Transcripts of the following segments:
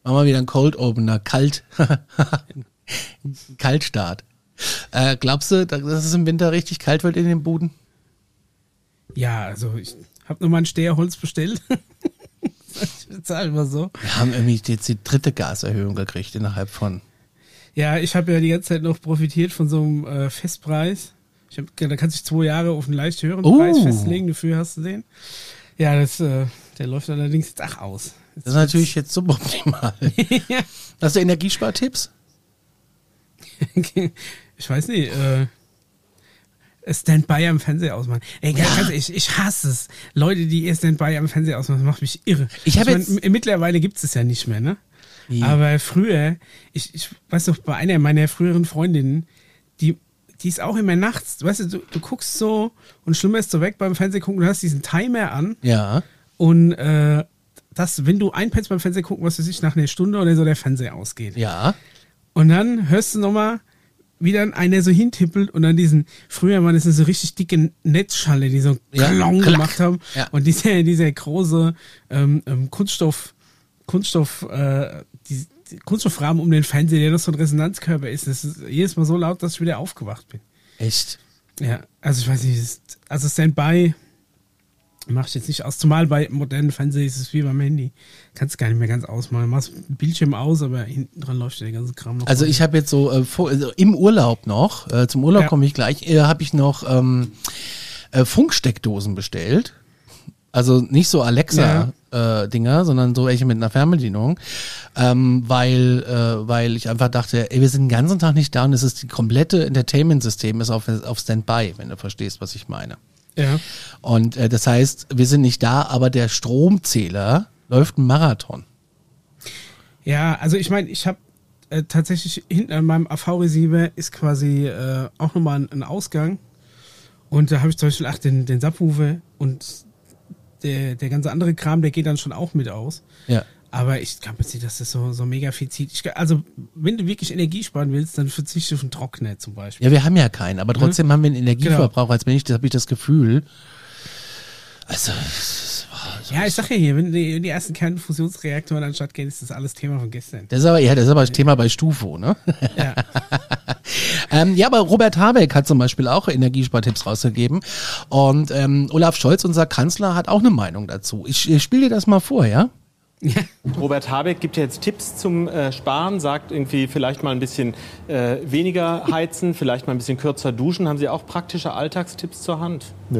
Machen wir wieder einen Cold Opener, Kaltstart. Glaubst du, dass es im Winter richtig kalt wird in den Buden? Ja, also ich habe nochmal ein Steherholz bestellt. Ich sage mal so. Wir haben irgendwie jetzt die 3. Gaserhöhung gekriegt innerhalb von... Ja, ich habe ja die ganze Zeit noch profitiert von so einem Festpreis. Da kannst du dich 2 Jahre auf einen leicht höheren Preis festlegen, dafür hast du den. Ja, der läuft allerdings jetzt auch aus. Das ist natürlich jetzt suboptimal. Ja. Hast du Energiespartipps? Ich weiß nicht, Standby am Fernseher ausmachen. Ey, ganz ehrlich, ich hasse es. Leute, die ihr Standby am Fernseher ausmachen, das macht mich irre. Mittlerweile gibt es ja nicht mehr, ne? Ja. Aber früher, ich weiß noch, bei einer meiner früheren Freundinnen, die ist auch immer nachts, weißt du, du guckst so und schlummerst so weg beim Fernsehen gucken, du hast diesen Timer an. Ja. Und wenn du einpennst beim Fernsehen gucken, was weiß ich, nach einer Stunde oder so der Fernseher ausgeht. Ja. Und dann hörst du nochmal, wie dann einer so hintippelt und dann früher waren es so richtig dicke Netzschalle, die so Klong gemacht haben. Ja. Und dieser große Kunststoffrahmen um den Fernseher, der noch so ein Resonanzkörper ist. Das ist jedes Mal so laut, dass ich wieder aufgewacht bin. Echt? Ja, also ich weiß nicht, also Standby mache ich jetzt nicht aus, zumal bei modernen Fernsehern ist es wie beim Handy. Kannst gar nicht mehr ganz ausmachen. Machst Bildschirm aus, aber hinten dran läuft der ganze Kram noch. Also ich habe jetzt so im Urlaub noch, zum Urlaub komme ich gleich, habe ich noch Funksteckdosen bestellt. Also nicht so Alexa-Dinger, sondern so welche mit einer Fernbedienung, weil ich einfach dachte, wir sind den ganzen Tag nicht da und es ist die komplette Entertainment-System ist auf Standby, wenn du verstehst, was ich meine. Ja. Und das heißt, wir sind nicht da, aber der Stromzähler läuft einen Marathon. Ja, also ich meine, ich habe tatsächlich hinten an meinem AV-Receiver ist quasi auch nochmal ein Ausgang und da habe ich zum Beispiel den Subwoofer und der ganze andere Kram, der geht dann schon auch mit aus. Ja. Aber ich glaube jetzt nicht, dass das so mega viel zieht. Also, wenn du wirklich Energie sparen willst, dann verzichte auf einen Trockner zum Beispiel. Ja, wir haben ja keinen, aber trotzdem haben wir einen Energieverbrauch, als wenn habe ich das Gefühl. Also, ja, ich sag ja hier, wenn die ersten Kernfusionsreaktoren anstatt gehen, ist das alles Thema von gestern. Das ist aber Thema bei Stufo, ne? Ja. Ja, aber Robert Habeck hat zum Beispiel auch Energiespartipps rausgegeben und Olaf Scholz, unser Kanzler, hat auch eine Meinung dazu. Ich spiele dir das mal vor, ja? Ja. Robert Habeck gibt ja jetzt Tipps zum Sparen, sagt irgendwie vielleicht mal ein bisschen weniger heizen, vielleicht mal ein bisschen kürzer duschen. Haben Sie auch praktische Alltagstipps zur Hand? Nö.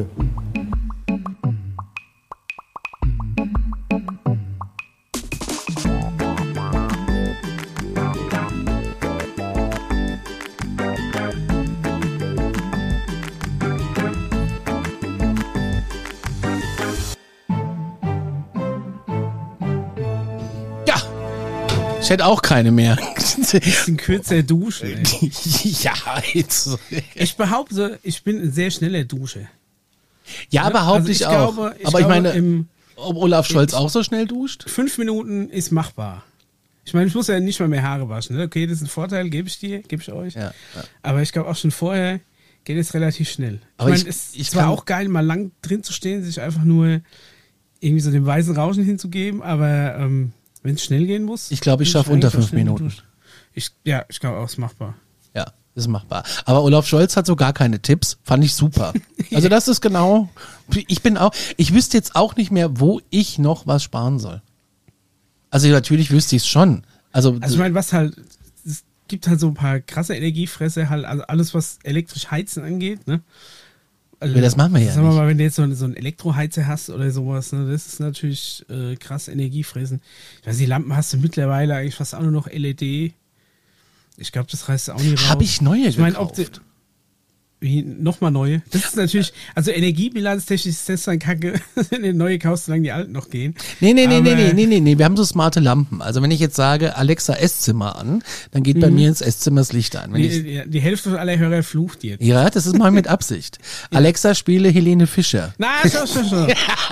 Ich hätte auch keine mehr. Bisschen kürzer duschen. Ja, jetzt. Ich behaupte, ich bin ein sehr schneller Duscher. Ja, behaupte ich auch. Aber ich meine, ob Olaf Scholz auch so schnell duscht? 5 Minuten ist machbar. Ich meine, ich muss ja nicht mal mehr Haare waschen. Ne? Okay, das ist ein Vorteil, gebe ich euch. Ja. Aber ich glaube auch schon vorher geht es relativ schnell. Aber ich meine, es war auch geil, mal lang drin zu stehen, sich einfach nur irgendwie so dem weißen Rauschen hinzugeben, aber wenn es schnell gehen muss. Ich glaube, ich schaffe unter 5 Minuten. Ich glaube auch, es ist machbar. Ja, ist machbar. Aber Olaf Scholz hat so gar keine Tipps. Fand ich super. Also das ist genau, ich wüsste jetzt auch nicht mehr, wo ich noch was sparen soll. Also natürlich wüsste ich es schon. Also ich meine, es gibt halt so ein paar krasse Energiefresse, halt, also alles, was elektrisch heizen angeht, ne? Also, das machen wir ja sagen wir mal, wenn du jetzt so einen Elektroheizer hast oder sowas, ne, das ist natürlich krass Energiefressen. Ich weiß, die Lampen hast du mittlerweile eigentlich fast auch nur noch LED. Ich glaube, das reißt auch nicht raus. Habe ich neue gekauft. Nochmal neue. Das ist natürlich, also energiebilanztechnisch ist das dann kacke, wenn du neue kaufst, solange die alten noch gehen. Nee. Wir haben so smarte Lampen. Also wenn ich jetzt sage, Alexa Esszimmer an, dann geht bei mir ins Esszimmer das Licht an. Die Hälfte aller Hörer flucht jetzt. Ja, das ist mal mit Absicht. Ja. Alexa, spiele Helene Fischer. Na, schon.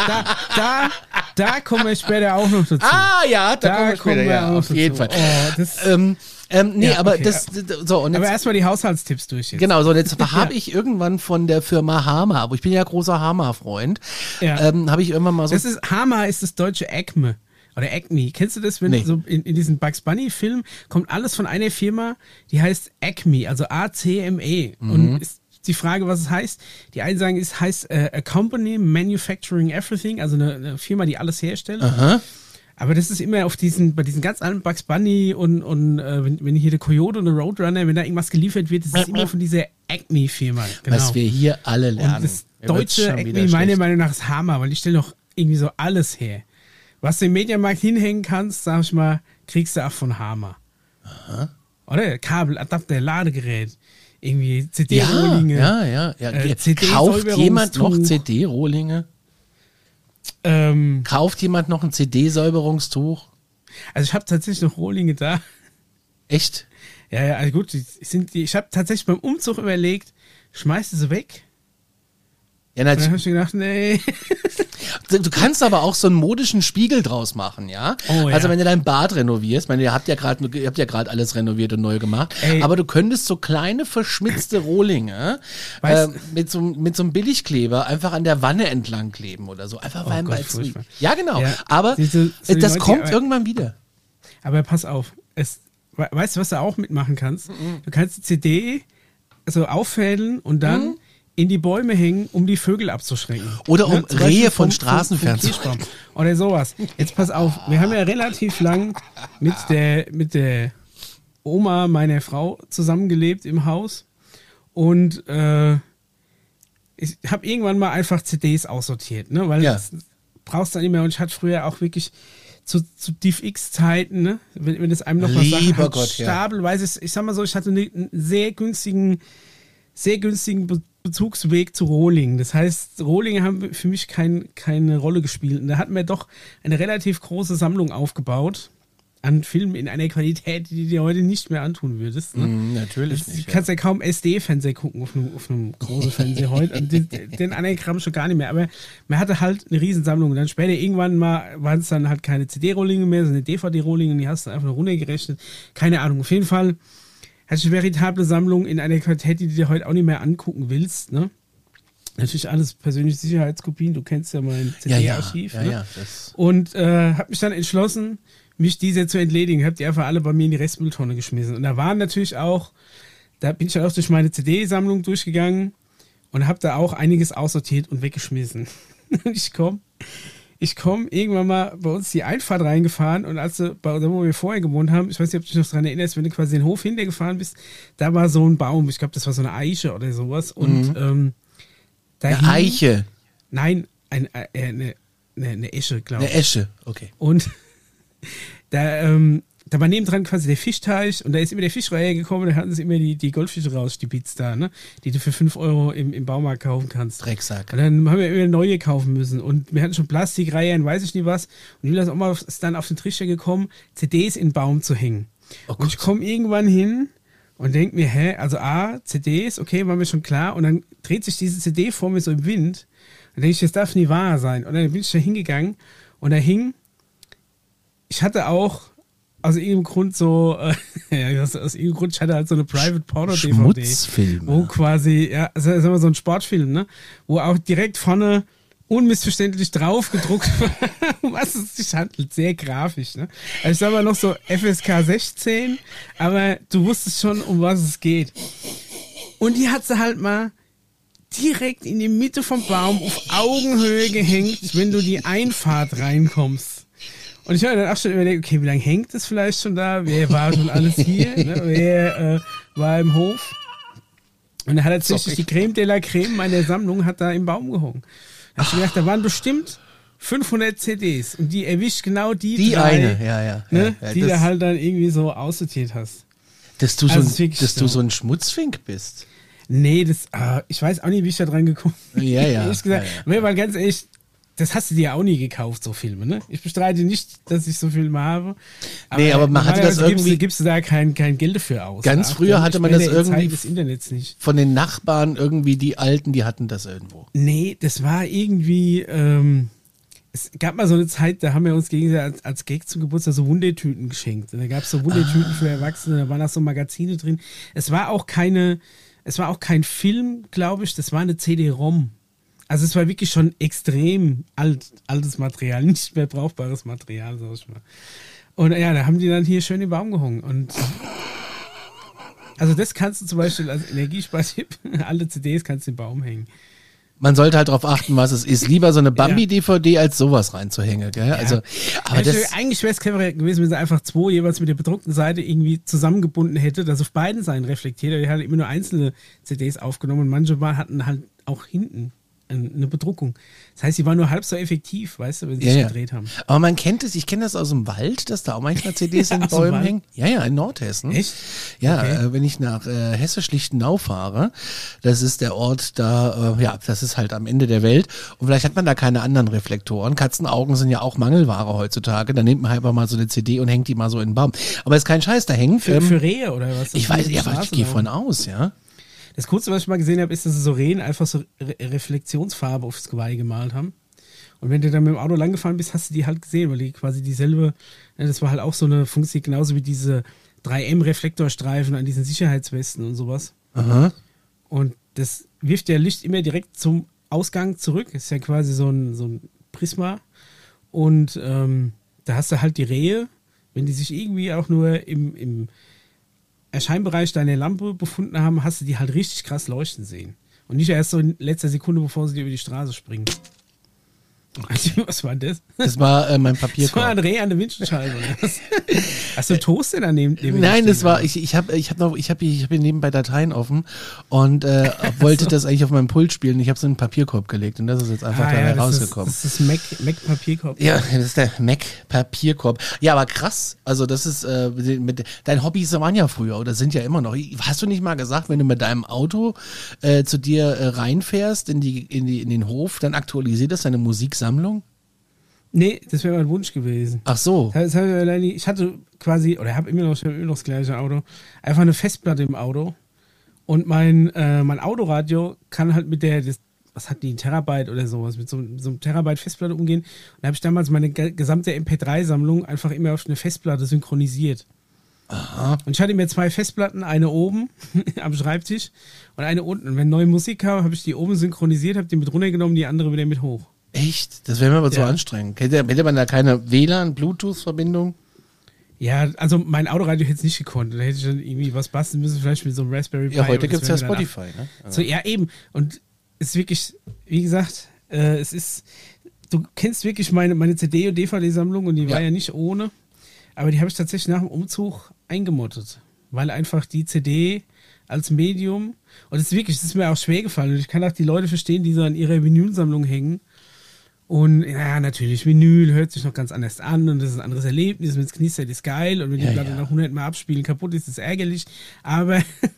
Da kommen wir später auch noch dazu. Ah, ja, da kommen wir auch auf jeden Fall. Aber okay. Und aber erstmal die Haushaltstipps durch jetzt. Genau, so und jetzt habe ich irgendwann von der Firma Hama, aber ich bin ja großer Hama-Freund, habe ich irgendwann mal so... Hama ist das deutsche Acme. Oder Acme. Kennst du das? Wenn so in diesen Bugs Bunny Film kommt alles von einer Firma, die heißt Acme, also A-C-M-E. Und ist die Frage, was es heißt. Die einen sagen, es heißt a company manufacturing everything, also eine Firma, die alles herstellt. Aha. Aber das ist immer bei diesen ganz alten Bugs Bunny und wenn hier der Coyote und der Roadrunner, wenn da irgendwas geliefert wird, das ist immer von dieser Acme-Firma. Genau. Was wir hier alle lernen. Und das deutsche Acme, meiner Meinung nach, ist Hammer, weil die stellen doch irgendwie so alles her. Was du im Mediamarkt hinhängen kannst, sag ich mal, kriegst du auch von Hammer. Aha. Oder? Kabel, Adapter, Ladegerät. Irgendwie CD-Rohlinge. Ja. Kauft jemand noch CD-Rohlinge? Kauft jemand noch ein CD-Säuberungstuch? Also ich habe tatsächlich noch Rohlinge da. Echt? Ja, also gut. Ich habe tatsächlich beim Umzug überlegt, schmeißt du sie weg? Ja, natürlich. Dann habe ich mir gedacht, nee. Du kannst aber auch so einen modischen Spiegel draus machen, ja? Oh, ja. Also wenn du dein Bad renovierst, ich meine, ihr habt ja gerade alles renoviert und neu gemacht, aber du könntest so kleine verschmitzte Rohlinge mit so einem Billigkleber einfach an der Wanne entlang kleben oder so. Einfach weil ja, genau. Ja, aber das kommt irgendwann wieder. Aber pass auf, weißt du, was du auch mitmachen kannst? Du kannst die CD so auffädeln und dann in die Bäume hängen, um die Vögel abzuschrecken. Oder um Rehe von Straßen fernzuhalten. Oder sowas. Jetzt pass auf, wir haben ja relativ lang mit der Oma meiner Frau zusammengelebt im Haus und ich habe irgendwann mal einfach CDs aussortiert, ne? Weil das brauchst du dann nicht mehr und ich hatte früher auch wirklich zu DivX-Zeiten, ne? Wenn das einem noch was sagt, stapelweise, ich sag mal so, ich hatte einen sehr günstigen Bezugsweg zu Rohling. Das heißt, Rohlinge haben für mich keine Rolle gespielt. Und da hatten wir doch eine relativ große Sammlung aufgebaut an Filmen in einer Qualität, die du dir heute nicht mehr antun würdest. Ne? Natürlich nicht. Du kannst ja kaum SD-Fernseher gucken auf einem großen Fernseher heute. Den anderen Kram schon gar nicht mehr. Aber man hatte halt eine Riesensammlung. Und dann später irgendwann mal waren es dann halt keine CD-Rohlinge mehr, sondern DVD-Rohlinge. Und die hast du einfach nur runtergerechnet. Keine Ahnung. Auf jeden Fall hast du eine veritable Sammlung in einer Qualität, die du dir heute auch nicht mehr angucken willst, ne? Natürlich alles persönliche Sicherheitskopien, du kennst ja mein CD-Archiv. Ja, und habe mich dann entschlossen, mich dieser zu entledigen. Habe die einfach alle bei mir in die Restmülltonne geschmissen. Und da waren natürlich auch, da bin ich dann auch durch meine CD-Sammlung durchgegangen und habe da auch einiges aussortiert und weggeschmissen. Und ich komme irgendwann mal bei uns die Einfahrt reingefahren und wo wir vorher gewohnt haben, ich weiß nicht, ob du dich noch daran erinnerst, wenn du quasi den Hof hintergefahren bist, da war so ein Baum, ich glaube, das war so eine Eiche oder sowas. Und da eine Eiche? Nein, eine Esche, glaube ich. Eine Esche, okay. Und da war nebendran quasi der Fischteich und da ist immer der Fischreiher gekommen, da hatten sie immer die Goldfische rausstibitzt da, ne? Die du für 5 Euro im Baumarkt kaufen kannst. Drecksack. Und dann haben wir immer neue kaufen müssen und wir hatten schon Plastikreiher und weiß ich nicht was. Und Julius auch mal ist dann auf den Trichter gekommen, CDs in den Baum zu hängen. Oh, und ich komme irgendwann hin und denke mir, also CDs, okay, war mir schon klar. Und dann dreht sich diese CD vor mir so im Wind. Und denke ich, das darf nie wahr sein. Und dann bin ich da hingegangen und da hing, ich hatte auch aus irgendeinem Grund ich hatte halt so eine Private Porno DVD. Schmutzfilm. Wo quasi, also sagen wir so ein Sportfilm, ne? Wo auch direkt vorne unmissverständlich drauf gedruckt war, um was es sich handelt. Sehr grafisch, ne? Also ich sag mal noch so FSK 16, aber du wusstest schon, um was es geht. Und die hat sie halt mal direkt in die Mitte vom Baum auf Augenhöhe gehängt, wenn du die Einfahrt reinkommst. Und ich habe dann auch schon überlegt, okay, wie lange hängt das vielleicht schon da? Wer war schon alles hier? Ne? Wer war im Hof? Und da hat tatsächlich die Creme de la Creme meiner Sammlung hat da im Baum gehangen. Da habe ich gedacht, da waren bestimmt 500 CDs und die erwischt genau die drei, eine, die du halt dann irgendwie so aussortiert hast. Dass du so ein Schmutzfink bist. Nee, ich weiß auch nicht, wie ich da dran gekommen bin. Ja. Weil ganz ehrlich, das hast du dir auch nie gekauft, so Filme, ne? Ich bestreite nicht, dass ich so Filme habe. Aber man hatte das irgendwie... Gibst du da kein Geld dafür aus. Ganz früher hatte man das irgendwie des Internets nicht. Von den Nachbarn irgendwie, die Alten, die hatten das irgendwo. Nee, das war irgendwie... es gab mal so eine Zeit, da haben wir uns gegenseitig als Gag zum Geburtstag so Wundertüten geschenkt. Und da gab es so Wundertüten für Erwachsene, da waren auch so Magazine drin. Es war auch kein Film, glaube ich, das war eine CD-ROM. Also es war wirklich schon extrem altes Material, nicht mehr brauchbares Material, sag ich mal. Und ja, da haben die dann hier schön im Baum gehangen. Und also das kannst du zum Beispiel als Energiespartipp, alle CDs kannst du im Baum hängen. Man sollte halt darauf achten, was es ist. Lieber so eine Bambi-DVD als sowas reinzuhängen. Gell? Ja. Also, aber eigentlich wäre es cleverer gewesen, wenn sie einfach 2 jeweils mit der bedruckten Seite irgendwie zusammengebunden hätte, dass auf beiden Seiten reflektiert. Die hat immer nur einzelne CDs aufgenommen und manche hatten halt auch hinten eine Bedruckung. Das heißt, sie war nur halb so effektiv, weißt du, wenn sie sich gedreht haben. Aber man kennt es, ich kenne das aus dem Wald, dass da auch manchmal CDs in Bäumen hängen. Ja, in Nordhessen. Echt? Ja, okay. Wenn ich nach Hesse-Schlichtenau fahre, das ist der Ort da, das ist halt am Ende der Welt und vielleicht hat man da keine anderen Reflektoren. Katzenaugen sind ja auch Mangelware heutzutage, da nimmt man halt einfach mal so eine CD und hängt die mal so in den Baum. Aber ist kein Scheiß, da hängen. Für Rehe oder was? Ich weiß, aber ich gehe von aus, ja. Das Coolste, was ich mal gesehen habe, ist, dass sie so Rehen einfach so Reflexionsfarbe aufs Geweih gemalt haben. Und wenn du dann mit dem Auto langgefahren bist, hast du die halt gesehen, weil die quasi dieselbe, das war halt auch so eine Funktion, genauso wie diese 3M-Reflektorstreifen an diesen Sicherheitswesten und sowas. Aha. Und das wirft ja Licht immer direkt zum Ausgang zurück. Das ist ja quasi so ein Prisma. Und da hast du halt die Rehe, wenn die sich irgendwie auch nur im Erscheinbereich deiner Lampe befunden haben, hast du die halt richtig krass leuchten sehen. Und nicht erst so in letzter Sekunde, bevor sie dir über die Straße springen. Okay. Was war das? Das war mein Papierkorb. Das war ein Reh an der Windschutzscheibe. Hast du einen Toaster daneben? Nein, das war, ich habe hier nebenbei Dateien offen und wollte das eigentlich auf meinem Pult spielen. Ich habe es in den Papierkorb gelegt und das ist jetzt einfach dabei rausgekommen. Das ist Mac-Papierkorb. Ja, das ist der Mac-Papierkorb. Ja, aber krass. Also das ist, dein Hobbys waren ja früher oder sind ja immer noch. Hast du nicht mal gesagt, wenn du mit deinem Auto zu dir reinfährst in den Hof, dann aktualisiert das deine Musiksammlung? Nee, das wäre mein Wunsch gewesen. Ach so. Ich hatte quasi, oder habe immer noch das gleiche Auto, einfach eine Festplatte im Auto und mein Autoradio kann halt mit was hat die, ein Terabyte oder sowas, mit so einem Terabyte Festplatte umgehen. Und da habe ich damals meine gesamte MP3-Sammlung einfach immer auf eine Festplatte synchronisiert. Aha. Und ich hatte mir 2 Festplatten, eine oben am Schreibtisch und eine unten. Und wenn neue Musik kam, habe ich die oben synchronisiert, habe die mit runtergenommen, die andere wieder mit hoch. Echt? Das wäre mir aber so anstrengend. Hätte man da keine WLAN-Bluetooth-Verbindung? Ja, also mein Autoradio hätte es nicht gekonnt. Da hätte ich dann irgendwie was basteln müssen, vielleicht mit so einem Raspberry Pi. Ja, heute gibt es ja Spotify, ne? Also. So, ja, eben. Und es ist wirklich, wie gesagt, du kennst wirklich meine CD- und DVD-Sammlung und die war ja nicht ohne. Aber die habe ich tatsächlich nach dem Umzug eingemottet. Weil einfach die CD als Medium, und das ist mir auch schwer gefallen. Und ich kann auch die Leute verstehen, die so an ihrer Vinylsammlung hängen. Und ja, natürlich, Vinyl hört sich noch ganz anders an und das ist ein anderes Erlebnis. Wenn es knistert, ist geil und wenn die Platte nach 100 Mal abspielen kaputt ist, ist es ärgerlich. Aber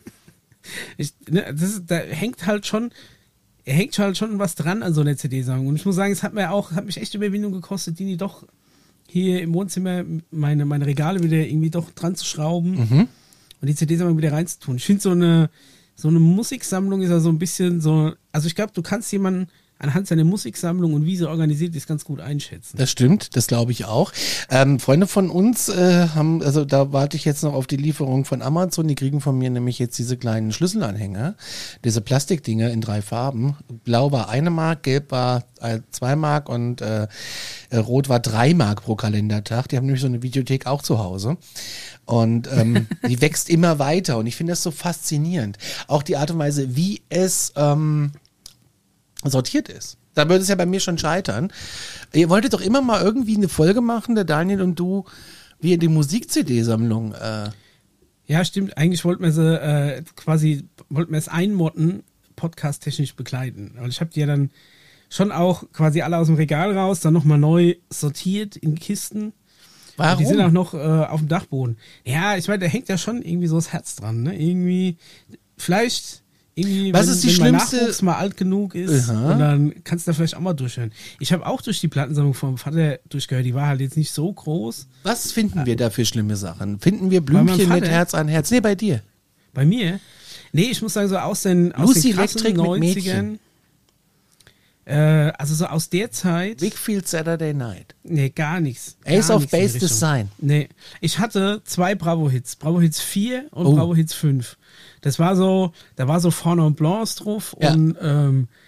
da hängt halt schon was dran an so einer CD-Sammlung. Und ich muss sagen, es hat mich echt Überwindung gekostet, die doch hier im Wohnzimmer meine Regale wieder irgendwie doch dran zu schrauben und die CD-Sammlung wieder reinzutun. Ich finde, so eine Musiksammlung ist ja so ein bisschen so, also ich glaube, du kannst jemanden anhand seiner Musiksammlung und wie sie organisiert ist, ganz gut einschätzen. Das stimmt, das glaube ich auch. Freunde von uns da warte ich jetzt noch auf die Lieferung von Amazon, die kriegen von mir nämlich jetzt diese kleinen Schlüsselanhänger, diese Plastikdinger in 3 Farben. Blau war 1 Mark, Gelb war 2 Mark und Rot war 3 Mark pro Kalendertag. Die haben nämlich so eine Videothek auch zu Hause. Und die wächst immer weiter und ich finde das so faszinierend. Auch die Art und Weise, wie es sortiert ist. Da würde es ja bei mir schon scheitern. Ihr wolltet doch immer mal irgendwie eine Folge machen, der Daniel und du, wie ihr die Musik-CD-Sammlung. Ja, stimmt. Eigentlich wollten wir es einmotten, podcast-technisch begleiten. Weil ich habe die ja dann schon auch quasi alle aus dem Regal raus, dann nochmal neu sortiert in Kisten. Warum? Die sind auch noch auf dem Dachboden. Ja, ich meine, da hängt ja schon irgendwie so das Herz dran. Ne? Irgendwie, vielleicht... Was ist die schlimmste? Mein Nachwuchs mal alt genug ist und dann kannst du da vielleicht auch mal durchhören. Ich habe auch durch die Plattensammlung vom Vater durchgehört, die war halt jetzt nicht so groß. Was finden wir da für schlimme Sachen? Finden wir Blümchen mit Herz an Herz? Nee, bei dir. Bei mir? Nee, ich muss sagen, so aus den krassen 90ern. Also so aus der Zeit. Wickfield Saturday Night. Nee, gar nichts. Ace of Base Design. Nee, ich hatte 2 Bravo-Hits. Bravo-Hits 4 und Bravo-Hits 5. Da war so Fauna und Blancs drauf und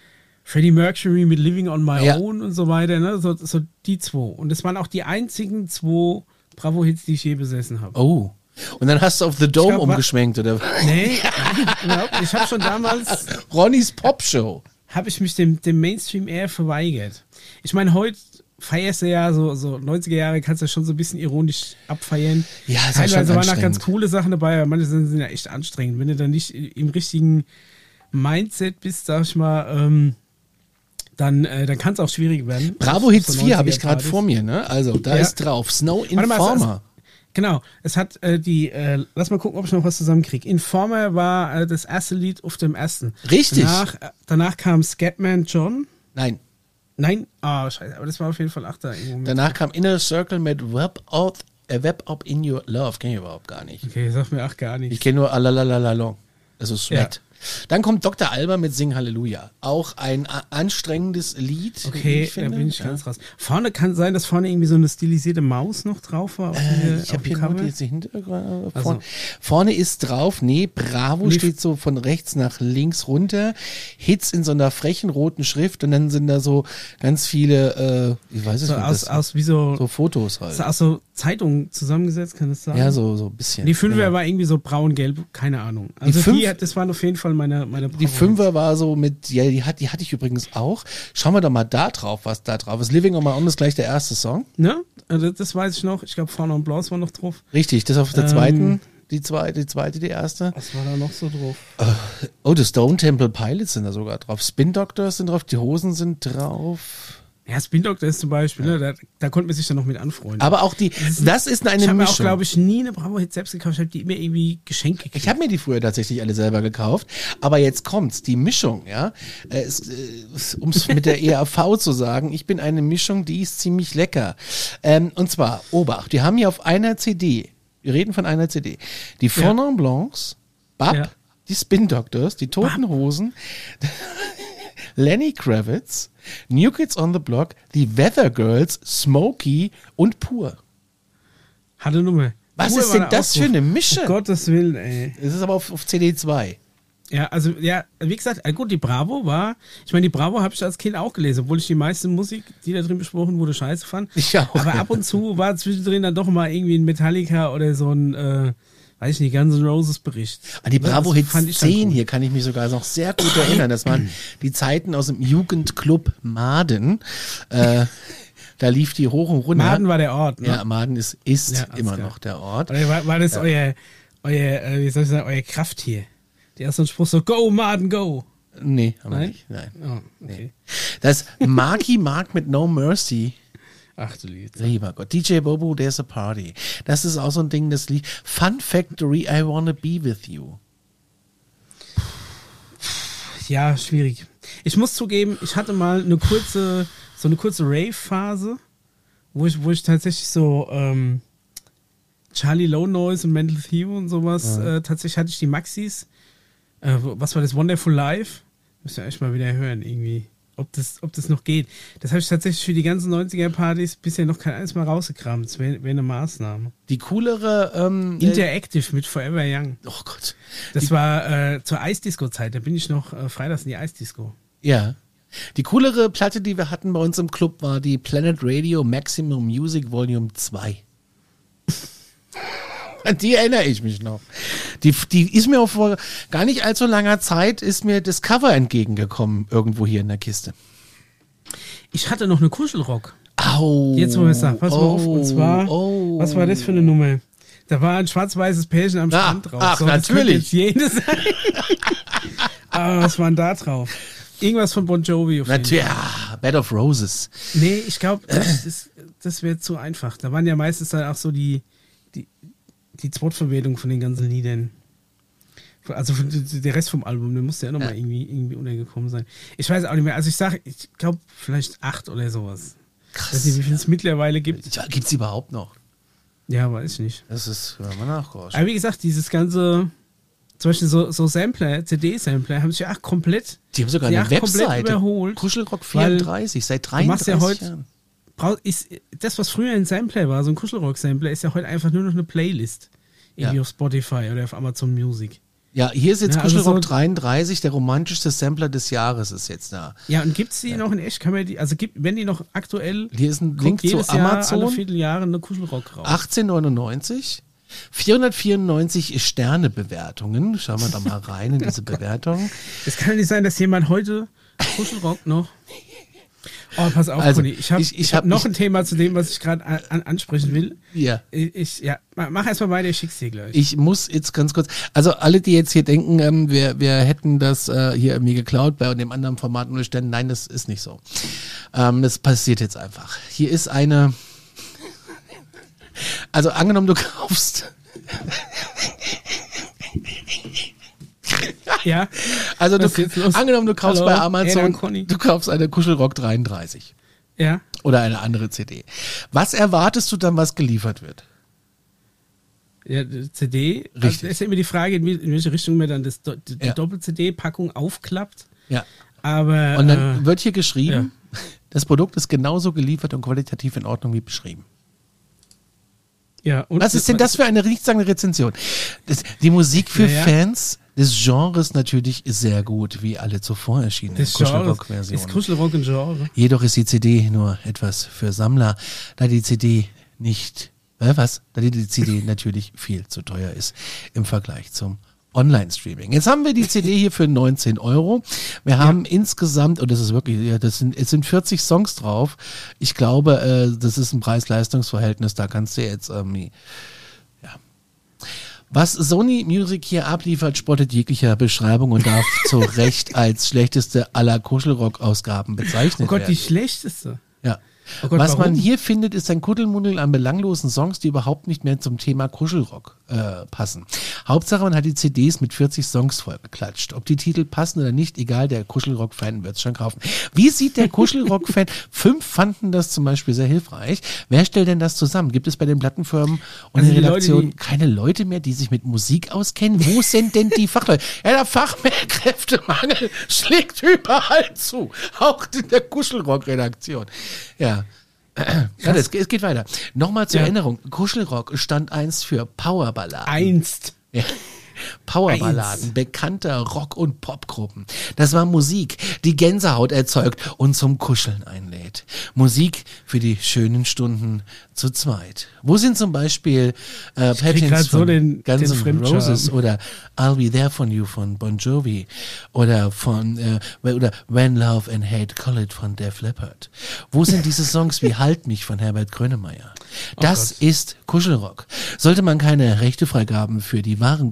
Freddie Mercury mit Living on My Own und so weiter, ne? So die zwei. Und das waren auch die einzigen 2 Bravo-Hits, die ich je besessen habe. Oh. Und dann hast du auf The Dome umgeschwenkt, oder? Nee, überhaupt. Ich habe schon damals... Ronnys Popshow. Habe ich mich dem Mainstream eher verweigert. Ich meine, heute feierst du ja so 90er Jahre, kannst du ja schon so ein bisschen ironisch abfeiern. Ja, das teilweise waren noch ganz coole Sachen dabei, aber manche sind ja echt anstrengend. Wenn du dann nicht im richtigen Mindset bist, sag ich mal, dann kann es auch schwierig werden. Bravo Hits 4 habe ich gerade vor mir, ne? Also, da ist drauf. Snow Informer. Genau, es hat lass mal gucken, ob ich noch was zusammenkriege. Informer war das erste Lied auf dem ersten. Richtig. Danach kam Scatman John. Nein? Scheiße, aber das war auf jeden Fall 8. Danach kam Inner Circle mit Web Up in Your Love. Kenn ich überhaupt gar nicht. Okay, sag mir gar nicht. Ich kenne nur Alalalalong. Also Sweat. Ja. Dann kommt Dr. Alba mit Sing Halleluja. Auch ein anstrengendes Lied. Okay, da bin ich ganz raus. Vorne kann sein, dass vorne irgendwie so eine stilisierte Maus noch drauf war. Ich habe hier nur diese Hintergrund. Vorne ist drauf, Bravo steht so von rechts nach links runter. Hits in so einer frechen roten Schrift und dann sind da so ganz viele, ich weiß es nicht. Aus wie so Fotos halt. Aus so Zeitungen zusammengesetzt, kann das sein? Ja, so ein bisschen. Die 5er war irgendwie so braun-gelb, keine Ahnung. Also das waren auf jeden Fall meine Die 5er war so mit, die hatte ich übrigens auch. Schauen wir doch mal da drauf, was da drauf ist. Living on My Own ist gleich der erste Song. Ne? Also das weiß ich noch. Ich glaube, Fauna und Blanc war noch drauf. Richtig, das auf der zweiten. Die zweite, die erste. Was war da noch so drauf? The Stone Temple Pilots sind da sogar drauf. Spin Doctors sind drauf, die Hosen sind drauf. Ja, Spin Doctor ist zum Beispiel, ne? Da konnte man sich dann noch mit anfreunden. Aber auch das ist eine Mischung. Ich habe mir auch, glaube ich, nie eine Bravo-Hit selbst gekauft. Ich habe die immer irgendwie geschenkt gekriegt. Ich habe mir die früher tatsächlich alle selber gekauft. Aber jetzt kommt's, die Mischung, ja. Um es mit der ERV zu sagen, ich bin eine Mischung, die ist ziemlich lecker. Und zwar, Obacht, die haben hier auf einer CD, wir reden von einer CD, die Fauna und Blancs, Bab, die Spin Doctors, die Toten Hosen, Lenny Kravitz, New Kids on the Block, die Weather Girls, Smokey und Pur. Hatte Nummer. Was ist denn das für eine Mische? Um Gottes Willen, ey. Das ist aber auf CD 2. Ja, also, wie gesagt, gut, die Bravo habe ich als Kind auch gelesen, obwohl ich die meiste Musik, die da drin besprochen wurde, scheiße fand. Ich auch. Aber ab und zu war zwischendrin dann doch mal irgendwie ein Metallica oder so ein, weiß ich nicht, Guns N' Roses Bericht. An die Bravo Hits 10 hier kann ich mich sogar noch sehr gut erinnern. Das waren die Zeiten aus dem Jugendclub Maden. Da lief die hoch und runter. Maden war der Ort, ne? Ja, Maden ist immer noch der Ort. Oder war das euer wie soll ich sagen, euer Krafttier? Der erste Spruch so, go Maden, go. Nee, aber nicht. Nein. Oh, okay. Nee. Das Marky Mark mit No Mercy. Ach du lieber Gott. DJ Bobo, There's a Party. Das ist auch so ein Ding, das Lied. Fun Factory, I Wanna Be With You. Ja, schwierig. Ich muss zugeben, ich hatte mal eine kurze Rave-Phase, wo ich tatsächlich so Charlie Low Noise und Mental Theo und sowas, tatsächlich hatte ich die Maxis. Was war das? Wonderful Life? Müsst ihr echt mal wieder hören, irgendwie. Ob das noch geht. Das habe ich tatsächlich für die ganzen 90er-Partys bisher noch kein eines Mal rausgekramt. Das wäre eine Maßnahme. Die coolere Interactive mit Forever Young. Oh Gott. Das war zur Eisdisco-Zeit. Da bin ich noch freitags in die Eisdisco. Ja. Die coolere Platte, die wir hatten bei uns im Club, war die Planet Radio Maximum Music Volume 2. An die erinnere ich mich noch. Die ist mir auch vor gar nicht allzu langer Zeit ist mir das Cover entgegengekommen, irgendwo hier in der Kiste. Ich hatte noch eine Kuschelrock. Au. Jetzt, wo ich sage, pass mal auf. Und zwar, was war das für eine Nummer? Da war ein schwarz-weißes Pärchen am Strand drauf. Ach, so, natürlich. Das jene sein. Aber was war denn da drauf? Irgendwas von Bon Jovi. Natürlich. Ja, Bed of Roses. Nee, ich glaube, das wäre zu einfach. Da waren ja meistens dann auch so die Zweitverwertung von den ganzen Liedern. Also der Rest vom Album, der musste ja nochmal irgendwie untergekommen sein. Ich weiß auch nicht mehr. Also ich glaube vielleicht 8 oder sowas. Krass. Ich weiß nicht, wie viel es mittlerweile gibt. Gibt es überhaupt noch? Ja, weiß ich nicht. Das ist, wenn man nachguckt. Aber wie gesagt, dieses ganze, zum Beispiel so Sampler, CD-Sampler, haben sich ja komplett. Die haben sogar eine Webseite. Überholt. Kuschelrock 34, seit 33 Jahren. Das, was früher ein Sampler war, so ein Kuschelrock-Sampler, ist ja heute einfach nur noch eine Playlist. Irgendwie auf Spotify oder auf Amazon Music. Ja, hier ist jetzt Kuschelrock also 33, der romantischste Sampler des Jahres ist jetzt da. Ja, und gibt's die noch in echt? Kann man die, also wenn die noch aktuell... Hier ist ein Link zu Amazon. Alle Vierteljahre eine Kuschelrock raus. 18,99. 494 Sternebewertungen. Schauen wir da mal rein in diese Bewertungen. Es kann ja nicht sein, dass jemand heute Kuschelrock noch... Oh, pass auf, also, Conny. Ich hab noch ein Thema zu dem, was ich gerade ansprechen will. Ja. Mach erstmal weiter, ich schick's dir gleich. Ich muss jetzt ganz kurz, also alle, die jetzt hier denken, wir hätten das hier irgendwie geklaut bei dem anderen Format unterstellen, nein, das ist nicht so. Das passiert jetzt einfach. Hier ist eine, also angenommen, du kaufst... Ja. Also angenommen, du kaufst bei Amazon, du kaufst eine Kuschelrock 33. Ja. Oder eine andere CD. Was erwartest du dann, was geliefert wird? Ja, CD. Richtig. Also ist ja immer die Frage, in welche Richtung man dann die Doppel-CD-Packung aufklappt. Ja. Aber. Und dann wird hier geschrieben, das Produkt ist genauso geliefert und qualitativ in Ordnung wie beschrieben. Ja, und was ist denn das für eine nichtssagende Rezension? Die Musik für Fans des Genres natürlich sehr gut, wie alle zuvor erschienenen Kuschelrock-Versionen. Ist Kuschelrock ein Genre? Jedoch ist die CD nur etwas für Sammler, da die CD natürlich viel zu teuer ist im Vergleich zum Online-Streaming. Jetzt haben wir die CD hier für 19 €. Wir haben insgesamt, und das ist wirklich, es sind 40 Songs drauf. Ich glaube, das ist ein Preis-Leistungs-Verhältnis, da kannst du jetzt Was Sony Music hier abliefert, spottet jeglicher Beschreibung und darf zu Recht als schlechteste aller Kuschelrock-Ausgaben bezeichnet werden. Oh Gott, die schlechteste? Ja. Oh Gott, was warum? man hier findet, ist ein Kuddelmuddel an belanglosen Songs, die überhaupt nicht mehr zum Thema Kuschelrock passen. Hauptsache, man hat die CDs mit 40 Songs vollgeklatscht. Ob die Titel passen oder nicht, egal, der Kuschelrock-Fan wird es schon kaufen. Wie sieht der Kuschelrock-Fan? 5 fanden das zum Beispiel sehr hilfreich. Wer stellt denn das zusammen? Gibt es bei den Plattenfirmen und den Redaktionen keine Leute mehr, die sich mit Musik auskennen? Wo sind denn die Fachleute? Ja, der Fachkräftemangel schlägt überall zu. Auch in der Kuschelrock-Redaktion. Ja. Es geht weiter. Nochmal zur Erinnerung. Kuschelrock stand einst für Powerballaden. Ja. Powerballaden bekannter Rock- und Popgruppen. Das war Musik, die Gänsehaut erzeugt und zum Kuscheln einlädt. Musik für die schönen Stunden zu zweit. Wo sind zum Beispiel Patins von Guns N' Roses oder I'll Be There For You von Bon Jovi oder oder When Love and Hate Collide von Def Leppard? Wo sind diese Songs wie Halt mich von Herbert Grönemeyer? Das ist Kuschelrock. Sollte man keine Rechtefreigaben für die wahren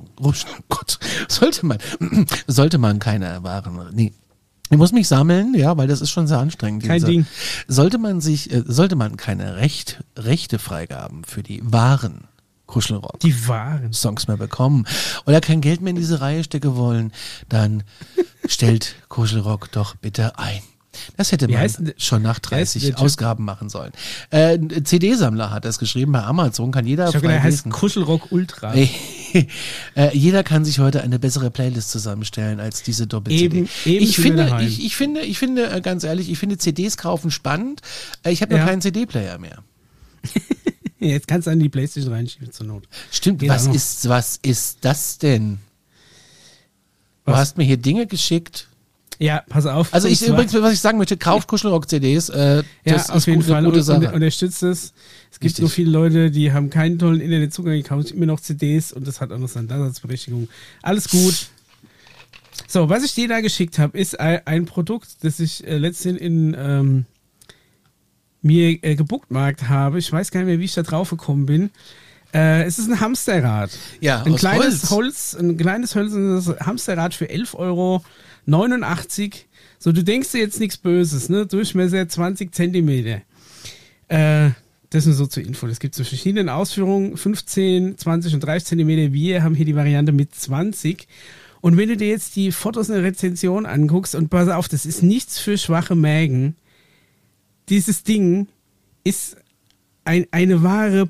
sollte man keine wahren, ich muss mich sammeln, weil das ist schon sehr anstrengend. Kein Ding. Sollte man keine Rechtefreigaben für die wahren Songs mehr bekommen oder kein Geld mehr in diese Reihe stecken wollen, dann stellt Kuschelrock doch bitte ein. Das hätte man schon nach 30 Ausgaben machen sollen. Ein CD-Sammler hat das geschrieben bei Amazon, kann jeder frei lesen. Heißt Kuschelrock Ultra. Jeder kann sich heute eine bessere Playlist zusammenstellen als diese Doppel-CD. Ich finde, ganz ehrlich, ich finde CDs kaufen spannend. Ich habe noch keinen CD-Player mehr. Jetzt kannst du an die Playstation reinschieben zur Not. Stimmt, was ist das denn? Du hast mir hier Dinge geschickt. Ja, pass auf. Also übrigens, was ich sagen möchte, kauft Kuschelrock-CDs. Das ist auf jeden Fall eine gute Sache. Unterstützt es. Es gibt so viele Leute, die haben keinen tollen Internetzugang, die kaufen immer noch CDs und das hat auch noch seine Daseinsberechtigung. Alles gut. So, was ich dir da geschickt habe, ist ein Produkt, das ich letztens in mir gebookmarkt habe. Ich weiß gar nicht mehr, wie ich da drauf gekommen bin. Es ist ein Hamsterrad. Ja, ein kleines hölzernes Hamsterrad für 11,89 €. So, du denkst dir jetzt nichts Böses, ne? Durchmesser 20 Zentimeter. Das ist nur so zur Info. Das gibt es in verschiedenen Ausführungen. 15, 20 und 30 Zentimeter. Wir haben hier die Variante mit 20. Und wenn du dir jetzt die Fotos in der Rezension anguckst, und pass auf, das ist nichts für schwache Mägen. Dieses Ding ist eine wahre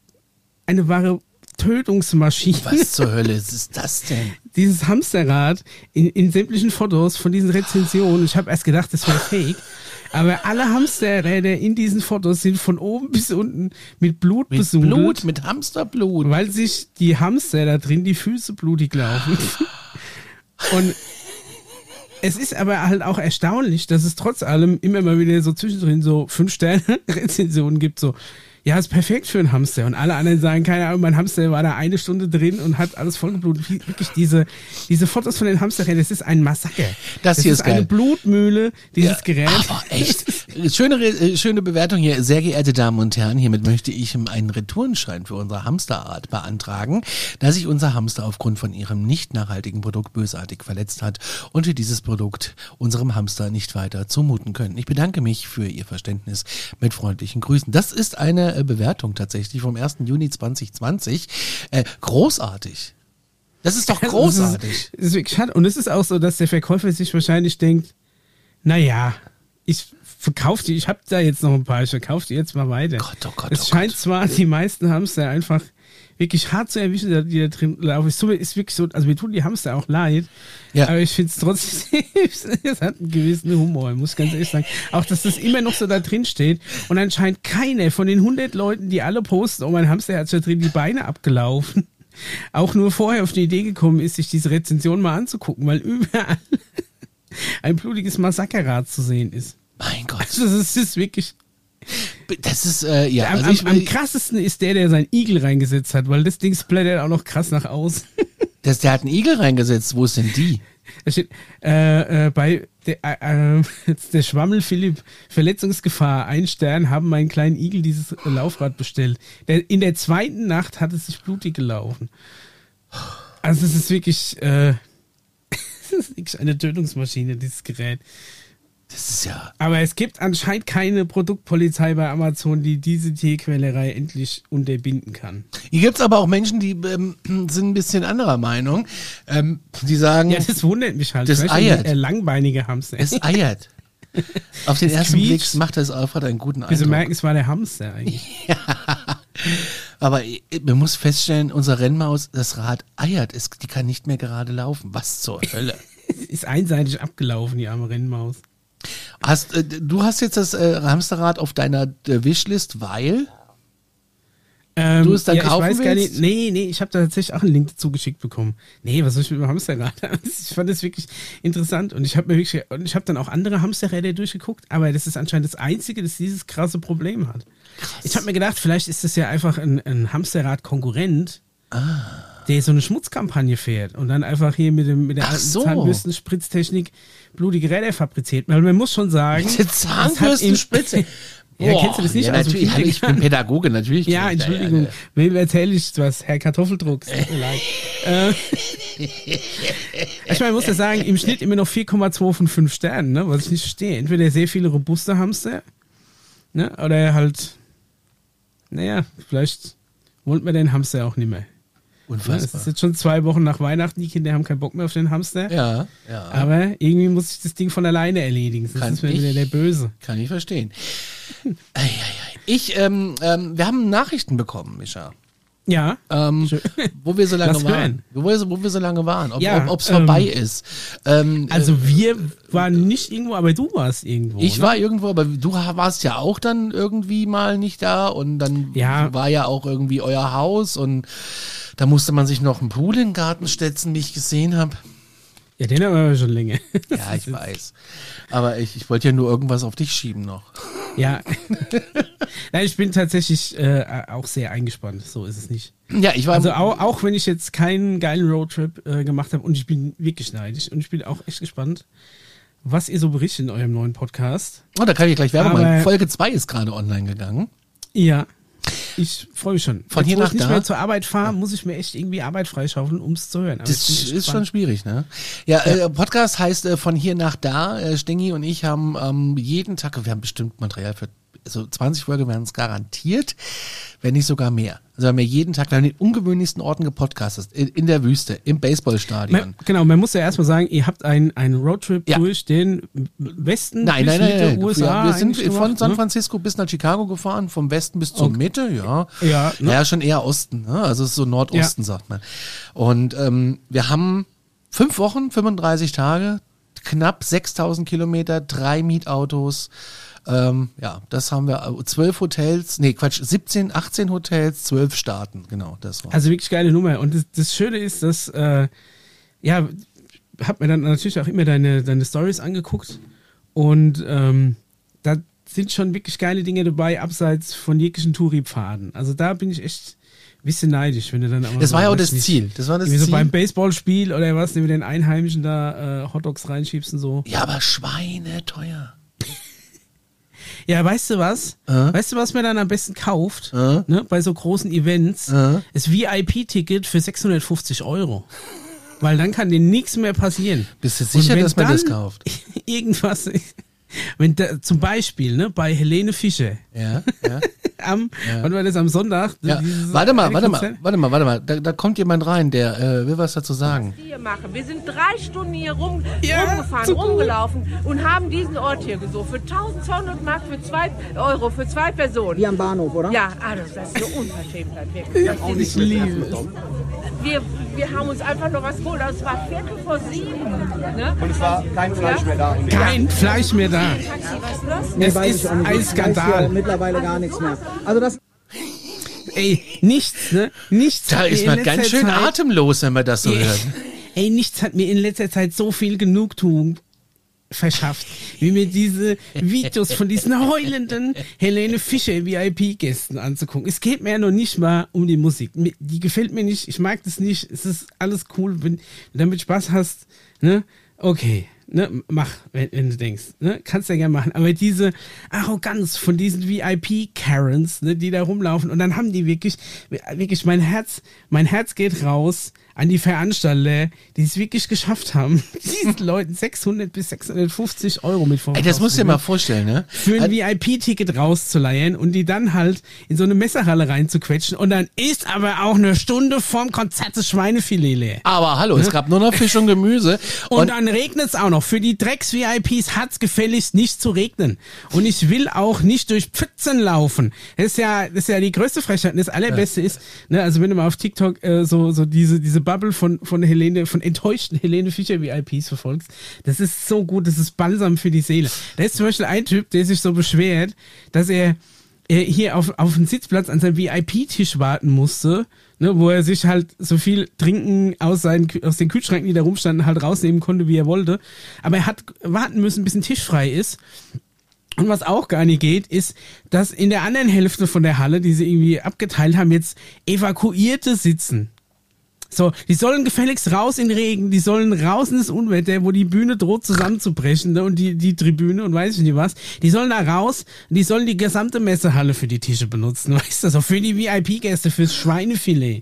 Tötungsmaschine. Was zur Hölle ist das denn? Dieses Hamsterrad in sämtlichen Fotos von diesen Rezensionen. Ich habe erst gedacht, das wäre fake. Aber alle Hamsterräder in diesen Fotos sind von oben bis unten mit Blut besudelt. Mit Hamsterblut. Weil sich die Hamster da drin die Füße blutig laufen. Und es ist aber halt auch erstaunlich, dass es trotz allem immer mal wieder so zwischendrin so 5-Sterne-Rezensionen gibt, so, ja, ist perfekt für einen Hamster. Und alle anderen sagen, keine Ahnung, mein Hamster war da 1 Stunde drin und hat alles vollgeblutet. Wirklich diese Fotos von den Hamsterrädern, das ist ein Massaker. Das hier ist geil. Eine Blutmühle, dieses Gerät. Aber echt. Schöne Bewertung hier. Sehr geehrte Damen und Herren, hiermit möchte ich einen Retourenschein für unsere Hamsterart beantragen, da sich unser Hamster aufgrund von ihrem nicht nachhaltigen Produkt bösartig verletzt hat und wir dieses Produkt unserem Hamster nicht weiter zumuten können. Ich bedanke mich für Ihr Verständnis mit freundlichen Grüßen. Das ist eine Bewertung tatsächlich vom 1. Juni 2020. Großartig. Das ist doch großartig. Das ist wirklich schade. Und es ist auch so, dass der Verkäufer sich wahrscheinlich denkt, naja, ich verkaufe die, ich habe da jetzt noch ein paar, ich verkaufe die jetzt mal weiter. Es scheint zwar, die meisten Hamster einfach wirklich hart zu erwischen, die da drin laufen. Ist wirklich so, also mir tun die Hamster auch leid, aber ich finde es trotzdem, es hat einen gewissen Humor, muss ich ganz ehrlich sagen. Auch, dass das immer noch so da drin steht und anscheinend keiner von den 100 Leuten, die alle posten, oh, mein Hamster hat schon drin die Beine abgelaufen, auch nur vorher auf die Idee gekommen ist, sich diese Rezension mal anzugucken, weil überall ein blutiges Massakerrad zu sehen ist. Mein Gott. Also das ist wirklich... Das ist, am krassesten ist der seinen Igel reingesetzt hat, weil das Ding splattert auch noch krass nach außen. Der hat einen Igel reingesetzt. Wo ist denn die? Da steht, bei der Schwammel Philipp, Verletzungsgefahr, 1 Stern, haben meinen kleinen Igel dieses Laufrad bestellt. In der 2. Nacht hat es sich blutig gelaufen. Also das ist wirklich, das ist wirklich eine Tötungsmaschine, dieses Gerät. Das ist ja. Aber es gibt anscheinend keine Produktpolizei bei Amazon, die diese Tierquälerei endlich unterbinden kann. Hier gibt es aber auch Menschen, die sind ein bisschen anderer Meinung. Die sagen. Ja, das wundert mich halt. Das eiert. Langbeinige Hamster. Es eiert. Auf den ersten Blick macht das Alfred einen guten Eindruck. Wir merken, es war der Hamster eigentlich. Ja. Aber man muss feststellen, unsere Rennmaus, das Rad eiert. Die kann nicht mehr gerade laufen. Was zur Hölle? Ist einseitig abgelaufen, die arme Rennmaus. Du hast jetzt das Hamsterrad auf deiner Wishlist, weil du es dann kaufen willst? Gar nicht. Nee, ich habe da tatsächlich auch einen Link dazu geschickt bekommen. Nee, was soll ich mit dem Hamsterrad? Ich fand das wirklich interessant und ich habe dann auch andere Hamsterräder durchgeguckt, aber das ist anscheinend das Einzige, das dieses krasse Problem hat. Krass. Ich habe mir gedacht, vielleicht ist das ja einfach ein Hamsterrad-Konkurrent, der so eine Schmutzkampagne fährt und dann einfach hier mit der alten Zahnbürstenspritztechnik blutige Räder fabriziert. Weil man muss schon sagen... Mit der Zahnbürstenspritze? Ja, kennst du das nicht? Ja, also natürlich, ich bin Pädagoge, natürlich. Ja, Entschuldigung, wem erzähle ich was? Herr Kartoffeldrucks. Ich meine, muss ja sagen, im Schnitt immer noch 4,2 von 5 Sternen, ne? Was ich nicht verstehe. Entweder sehr viele robuste Hamster, ne? Oder halt, naja, vielleicht wollen wir den Hamster auch nicht mehr. Unfassbar. Es ist jetzt schon 2 Wochen nach Weihnachten, die Kinder haben keinen Bock mehr auf den Hamster. Ja. Aber irgendwie muss ich das Ding von alleine erledigen. Das ist mir wieder der Böse. Kann ich verstehen. Wir haben Nachrichten bekommen, Mischa. Ja. Wo wir so lange waren. Wo wir so lange waren. Ob es vorbei ist. Also wir waren nicht irgendwo, aber du warst irgendwo. Ich war irgendwo, aber du warst ja auch dann irgendwie mal nicht da und dann war ja auch irgendwie euer Haus und da musste man sich noch einen Pool in den Garten setzen, wie ich gesehen habe. Ja, den haben wir schon länger. Ja, ich weiß. Aber ich wollte ja nur irgendwas auf dich schieben noch. Ja. Nein, ich bin tatsächlich auch sehr eingespannt. So ist es nicht. Ja, ich war. Also auch wenn ich jetzt keinen geilen Roadtrip gemacht habe und ich bin wirklich neidisch und ich bin auch echt gespannt, was ihr so berichtet in eurem neuen Podcast. Oh, da kann ich gleich Werbung machen. Folge 2 ist gerade online gegangen. Ja. Ich freue mich schon. Von hier nach da. Wenn ich nicht mehr zur Arbeit fahre, muss ich mir echt irgendwie Arbeit freischaufeln, um es zu hören. Aber das ist schon schwierig, ne? Ja, Podcast heißt von hier nach da. Stengi und ich haben jeden Tag, wir haben bestimmt Material für, also 20 Folgen werden es garantiert, wenn nicht sogar mehr. Also wir haben ja jeden Tag an den ungewöhnlichsten Orten gepodcastet. In der Wüste, im Baseballstadion. Genau, man muss ja erstmal sagen, ihr habt einen Roadtrip durch den Westen bis Mitte USA. Wir sind von San Francisco bis nach Chicago gefahren, vom Westen bis zur Mitte, ja, schon eher Osten, ne? Also es ist so Nordosten, sagt man. Und wir haben 5 Wochen, 35 Tage, knapp 6.000 Kilometer, 3 Mietautos. Das haben wir, 12 Hotels, 17, 18 Hotels, 12 Staaten, genau, das war. Also wirklich geile Nummer. Und das Schöne ist, dass, hab mir dann natürlich auch immer deine Stories angeguckt und da sind schon wirklich geile Dinge dabei, abseits von jeglichen Touri-Pfaden. Also da bin ich echt ein bisschen neidisch, wenn du dann aber. Das war ja auch das Ziel. Das war das Ziel. So beim Baseballspiel oder was, wenn du den Einheimischen da Hotdogs reinschiebst und so. Ja, aber Schweine teuer. Ja, weißt du was? Weißt du, was man dann am besten kauft? Ne, bei so großen Events? Das VIP-Ticket für 650 €. Weil dann kann dir nichts mehr passieren. Bist du sicher, dass man das kauft? Irgendwas. Wenn da, zum Beispiel, ne, bei Helene Fischer. Ja. Wann war das, am Sonntag? Ja. Warte mal. Da kommt jemand rein, der will was dazu sagen. Was wir hier machen. Wir sind 3 Stunden hier rumgefahren, rumgelaufen und haben diesen Ort hier gesucht. Für 1.200 Mark für 2 € für 2 Personen. Hier am Bahnhof, oder? Ja, das ist eine Unverschämtheit. Wirklich. Ich liebe es. Wir haben uns einfach noch was geholt. Es war 6:45. Ne? Und es war kein Fleisch mehr da. Kein Fleisch mehr da. Nee, Es weiß ist ich auch nicht. ein Ich weiß Skandal. ja mittlerweile gar nichts mehr. Also das. Ey, nichts, ne? Nichts. Da hat ist mir man in ganz letzter schön Zeit- atemlos, wenn man das so hört. Ey, nichts hat mir in letzter Zeit so viel Genugtuung verschafft, wie mir diese Videos von diesen heulenden Helene Fischer VIP-Gästen anzugucken. Es geht mir ja noch nicht mal um die Musik. Die gefällt mir nicht, ich mag das nicht, es ist alles cool, wenn du damit Spaß hast, ne? Okay, ne? Mach, wenn du denkst, ne? Kannst ja gerne machen, aber diese Arroganz von diesen VIP-Karens, ne, die da rumlaufen und dann haben die wirklich mein Herz geht raus an die Veranstalter, die es wirklich geschafft haben, diesen Leuten 600 bis 650 € mit Ey, das musst du dir mal vorstellen, ne? für ein VIP-Ticket rauszuleihen und die dann halt in so eine Messerhalle reinzuquetschen und dann ist aber auch eine Stunde vorm Konzert das Schweinefilet leer. Aber hallo, es gab nur noch Fisch und Gemüse. Und dann regnet es auch noch. Für die Drecks-VIPs hat's gefälligst nicht zu regnen. Und ich will auch nicht durch Pfützen laufen. Das ist ja die größte Frechheit. Und das Allerbeste ist, ne, also wenn du mal auf TikTok so diese Bubble von enttäuschten Helene Fischer VIPs verfolgst, das ist so gut, das ist Balsam für die Seele. Da ist zum Beispiel ein Typ, der sich so beschwert, dass er hier auf einen Sitzplatz an seinem VIP-Tisch warten musste, ne, wo er sich halt so viel Trinken aus den Kühlschränken, die da rumstanden, halt rausnehmen konnte, wie er wollte. Aber er hat warten müssen, bis ein Tisch frei ist. Und was auch gar nicht geht, ist, dass in der anderen Hälfte von der Halle, die sie irgendwie abgeteilt haben, jetzt Evakuierte sitzen. So, die sollen gefälligst raus in den Regen, die sollen raus in das Unwetter, wo die Bühne droht zusammenzubrechen, ne, und die Tribüne und weiß ich nicht was. Die sollen da raus und die sollen die gesamte Messehalle für die Tische benutzen, weißt du, so für die VIP-Gäste, fürs Schweinefilet.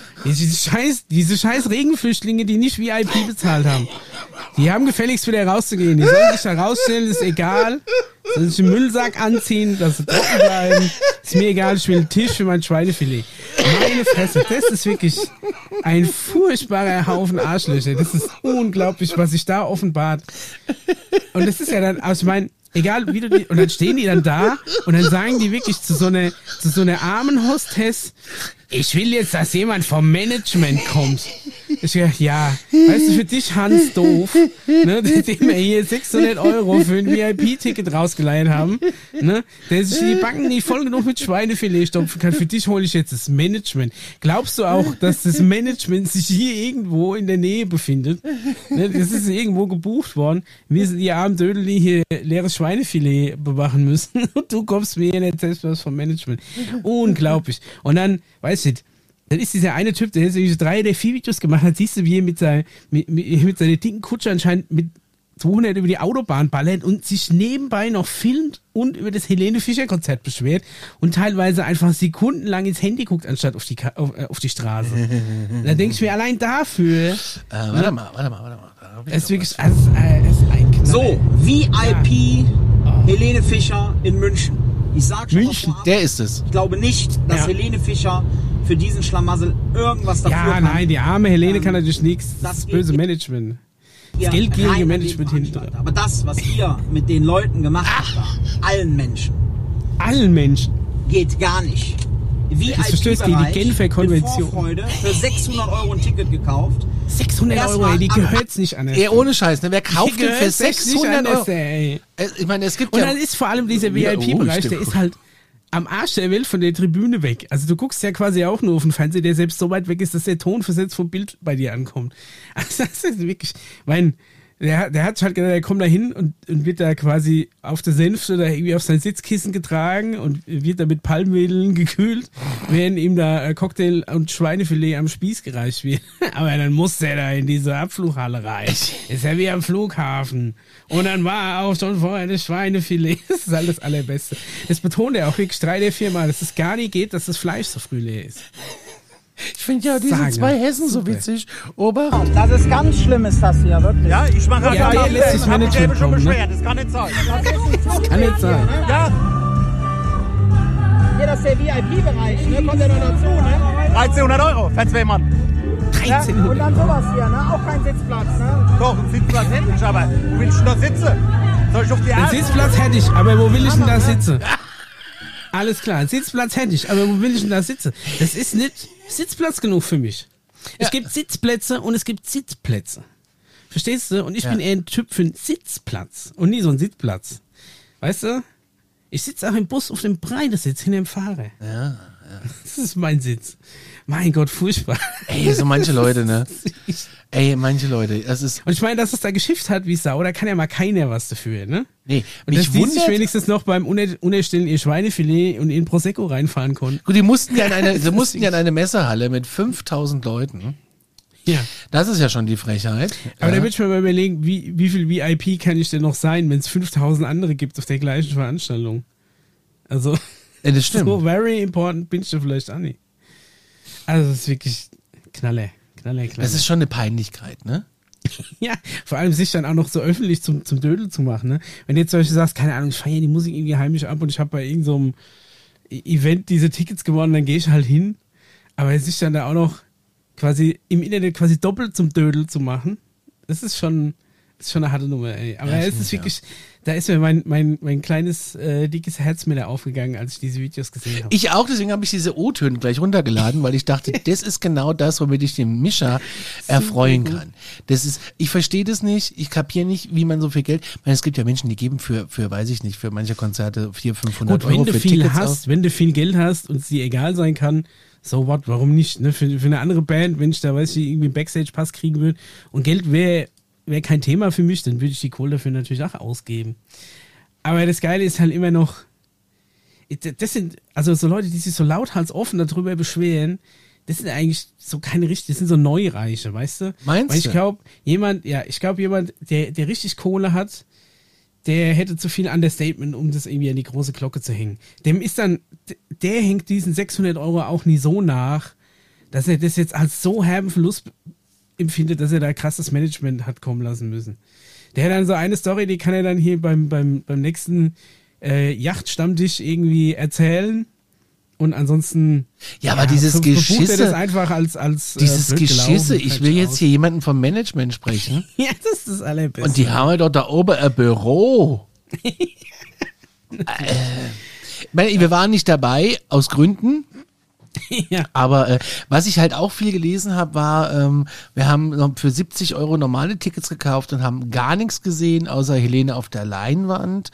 Diese scheiß Regenflüchtlinge, die nicht VIP bezahlt haben, die haben gefälligst wieder rauszugehen. Die sollen sich da rausstellen, ist egal. Sollen sich den Müllsack anziehen, dass sie trocken bleiben. Ist mir egal, ich will einen Tisch für mein Schweinefilet. Meine Fresse, das ist wirklich ein furchtbarer Haufen Arschlöcher. Das ist unglaublich, was sich da offenbart. Und das ist ja dann, also ich meine, egal wie du und dann stehen die dann da und dann sagen die wirklich zu so einer armen Hostess, ich will jetzt, dass jemand vom Management kommt. Ich dachte, ja, weißt du, für dich Hans doof, ne, dem wir hier 600 € für ein VIP-Ticket rausgeleiht haben, ne, der sich die Backen nicht voll genug mit Schweinefilet stopfen kann. Für dich hole ich jetzt das Management. Glaubst du auch, dass das Management sich hier irgendwo in der Nähe befindet? Ne, das ist irgendwo gebucht worden. Wir sind die armen Dödel, die hier leeres Schweinefilet bewachen müssen. Und du kommst mir in der Testbus vom Management. Unglaublich. Und dann, weißt du, dann ist dieser eine Typ, der jetzt 3 oder 4 Videos gemacht hat, siehst du, wie er mit seiner dicken Kutsche anscheinend mit 200 über die Autobahn ballert und sich nebenbei noch filmt und über das Helene Fischer Konzert beschwert und teilweise einfach sekundenlang ins Handy guckt, anstatt auf die Straße. Da denke ich mir, allein dafür... Warte mal. Es ist wirklich, es ist ein Knaller. So, VIP Helene Fischer in München. Ich sag schon München, der ist es. Ich glaube nicht, dass Helene Fischer für diesen Schlamassel irgendwas dafür kann. Ja, nein, die arme Helene kann natürlich nichts. Das böse Management. Das geldgierige Management hinter. Aber das, was ihr mit den Leuten gemacht habt, allen Menschen, geht gar nicht. VIP-Bereich die Genfer Konvention. mit Vorfreude für 600 € ein Ticket gekauft. 600 €, ey, die gehört's nicht an. Ey, ohne Scheiß, ne? Wer kauft denn für 600 €? Ich meine, es gibt und dann ist vor allem dieser VIP-Bereich, der ist halt am Arsch der Welt von der Tribüne weg. Also du guckst ja quasi auch nur auf den Fernseher, der selbst so weit weg ist, dass der Ton versetzt vom Bild bei dir ankommt. Also das ist wirklich, der hat halt gedacht, der kommt da hin und wird da quasi auf der Senf oder irgendwie auf sein Sitzkissen getragen und wird da mit Palmwedeln gekühlt, während ihm da Cocktail und Schweinefilet am Spieß gereicht wird. Aber dann muss der da in diese Abflughalle rein. Ist ja wie am Flughafen. Und dann war auch schon vorher das Schweinefilet. Das ist halt das Allerbeste. Das betont er auch wirklich 3 der 4 Mal, dass es gar nicht geht, dass das Fleisch so früh leer ist. Ich finde ja diese 2 Hessen so witzig. Obacht. Das ist ganz schlimm, ist das hier, wirklich. Ja, ich mache Ja, der lässt sich Management schon kommen, beschwert, das kann nicht sein. Das kann nicht sein. Ja, Hier, das ist der VIP-Bereich, ne? Kommt ja noch dazu, ne? 1300 € für 2 Mann. Ja, und dann sowas hier, ne? Auch kein Sitzplatz, ne? Doch, ein Sitzplatz hätte ich, aber wo willst du da sitzen? Soll ich auf die Den Erde? Sitzplatz hätte ich, aber wo will ich denn da sitzen? Alles klar, Sitzplatz hätte ich, aber wo will ich denn da sitzen? Das ist nicht Sitzplatz genug für mich. Es gibt Sitzplätze und es gibt Sitzplätze. Verstehst du? Und ich bin eher ein Typ für einen Sitzplatz und nie so ein Sitzplatz. Weißt du? Ich sitze auch im Bus auf dem Breitesitz hinter dem Fahrer. Ja. Das ist mein Sitz. Mein Gott, furchtbar. Ey, so manche Leute, ne? Ey, manche Leute, das ist... Und ich meine, dass es da geschifft hat wie Sau, da kann ja mal keiner was dafür, ne? Nee, und dass die sich wenigstens noch beim Unerstellen ihr Schweinefilet und in Prosecco reinfahren konnten. Gut, sie mussten ja in eine Messehalle mit 5000 Leuten. Ja. Das ist ja schon die Frechheit. Aber da würde ich mir mal überlegen, wie viel VIP kann ich denn noch sein, wenn es 5000 andere gibt auf der gleichen Veranstaltung? Also, ja, das stimmt. So very important bin ich da vielleicht auch nicht. Also, das ist wirklich Knaller. Das ist schon eine Peinlichkeit, ne? Ja, vor allem sich dann auch noch so öffentlich zum Dödel zu machen, ne? Wenn du jetzt zum Beispiel sagst, keine Ahnung, ich feiere die Musik irgendwie heimisch ab und ich habe bei irgendeinem Event diese Tickets gewonnen, dann gehe ich halt hin. Aber sich dann da auch noch quasi im Internet quasi doppelt zum Dödel zu machen, das ist schon eine harte Nummer, ey. Aber es ist wirklich, da ist mir mein kleines, dickes Herz mir da aufgegangen, als ich diese Videos gesehen habe. Ich auch, deswegen habe ich diese O-Töne gleich runtergeladen, weil ich dachte, das ist genau das, womit ich den Mischa erfreuen kann. Ich verstehe das nicht, ich kapiere nicht, wie man so viel Geld, ich meine, es gibt ja Menschen, die geben für weiß ich nicht, für manche Konzerte 400-500 Euro für Tickets. Wenn du viel Geld hast und es dir egal sein kann, so what, warum nicht? Ne? Für eine andere Band, wenn ich da, weiß ich, irgendwie einen Backstage-Pass kriegen würde und Geld wäre kein Thema für mich, dann würde ich die Kohle dafür natürlich auch ausgeben. Aber das Geile ist halt immer noch, das sind, also so Leute, die sich so lauthals-offen darüber beschweren, das sind eigentlich so keine richtig, das sind so Neureiche, weißt du? Meinst Weil du? ich glaube, jemand, der richtig Kohle hat, der hätte zu viel Understatement, um das irgendwie an die große Glocke zu hängen. Der hängt diesen 600 € auch nie so nach, dass er das jetzt als so herben Verlust empfindet, dass er da krasses Management hat kommen lassen müssen. Der hat dann so eine Story, die kann er dann hier beim nächsten Yachtstammtisch irgendwie erzählen. Und ansonsten aber dieses Geschisse, er das einfach als dieses Geschisse, ich will jetzt hier jemanden vom Management sprechen. Ja, das ist das Allerbeste. Und die haben ja doch da oben ein Büro. Wir waren nicht dabei, aus Gründen. Ja. Aber was ich halt auch viel gelesen habe, war, wir haben noch für 70 € normale Tickets gekauft und haben gar nichts gesehen, außer Helene auf der Leinwand.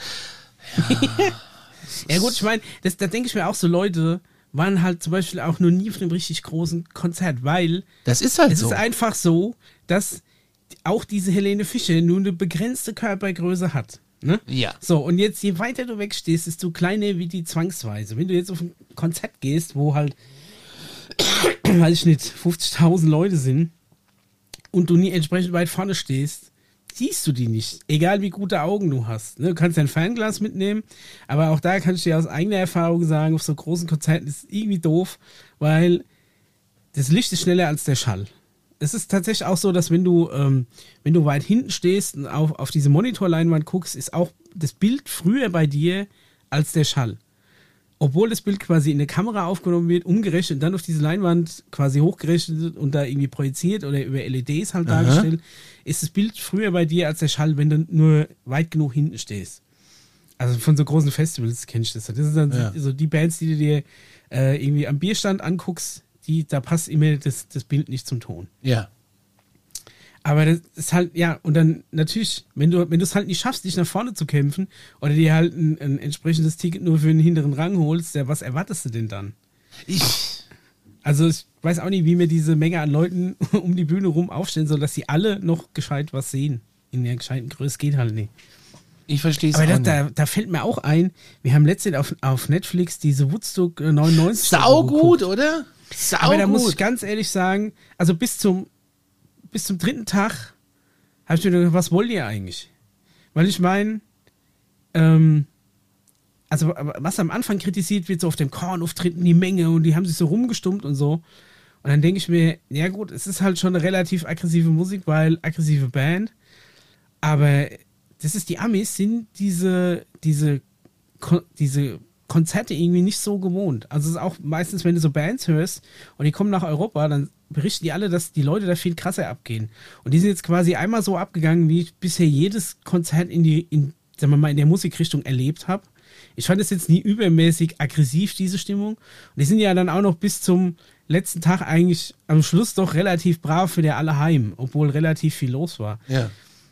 Ja gut, ich meine, da denke ich mir auch so, Leute waren halt zum Beispiel auch noch nie auf einem richtig großen Konzert, weil das ist halt es so. ist einfach so, dass auch diese Helene Fischer nur eine begrenzte Körpergröße hat. Ne? Ja. So, und jetzt, je weiter du wegstehst, desto kleiner wie die zwangsweise. Wenn du jetzt auf ein Konzert gehst, wo halt, weiß ich nicht, 50.000 Leute sind und du nie entsprechend weit vorne stehst, siehst du die nicht. Egal wie gute Augen du hast. Ne? Du kannst dein Fernglas mitnehmen, aber auch da kann ich dir aus eigener Erfahrung sagen, auf so großen Konzerten ist es irgendwie doof, weil das Licht ist schneller als der Schall. Es ist tatsächlich auch so, dass wenn du weit hinten stehst und auf diese Monitorleinwand guckst, ist auch das Bild früher bei dir als der Schall. Obwohl das Bild quasi in der Kamera aufgenommen wird, umgerechnet und dann auf diese Leinwand quasi hochgerechnet und da irgendwie projiziert oder über LEDs halt dargestellt, ist das Bild früher bei dir als der Schall, wenn du nur weit genug hinten stehst. Also von so großen Festivals kennst du das. Das sind dann so die Bands, die du dir irgendwie am Bierstand anguckst, da passt immer das Bild nicht zum Ton. Ja. Aber das ist halt, ja, und dann natürlich, wenn du es halt nicht schaffst, dich nach vorne zu kämpfen oder dir halt ein entsprechendes Ticket nur für den hinteren Rang holst, was erwartest du denn dann? Also ich weiß auch nicht, wie mir diese Menge an Leuten um die Bühne rum aufstellen soll, dass sie alle noch gescheit was sehen. In der gescheiten Größe geht halt nicht. Ich verstehe es auch nicht. Da fällt mir auch ein, wir haben letztens auf Netflix diese Woodstock 99 Saugut, oder? Saugut. Aber da muss ich ganz ehrlich sagen, also bis zum dritten Tag habe ich mir gedacht, was wollt ihr eigentlich? Weil ich meine, also was am Anfang kritisiert wird, so auf dem Korn-Auftritten die Menge und die haben sich so rumgestummt und so. Und dann denke ich mir, ja gut, es ist halt schon eine relativ aggressive Musik, weil aggressive Band, aber das ist, die Amis sind diese Konzerte irgendwie nicht so gewohnt. Also es ist auch meistens, wenn du so Bands hörst und die kommen nach Europa, dann berichten die alle, dass die Leute da viel krasser abgehen. Und die sind jetzt quasi einmal so abgegangen, wie ich bisher jedes Konzert sagen wir mal, in der Musikrichtung erlebt habe. Ich fand es jetzt nie übermäßig aggressiv, diese Stimmung. Und die sind ja dann auch noch bis zum letzten Tag eigentlich am Schluss doch relativ brav für der alle heim, obwohl relativ viel los war. Ja.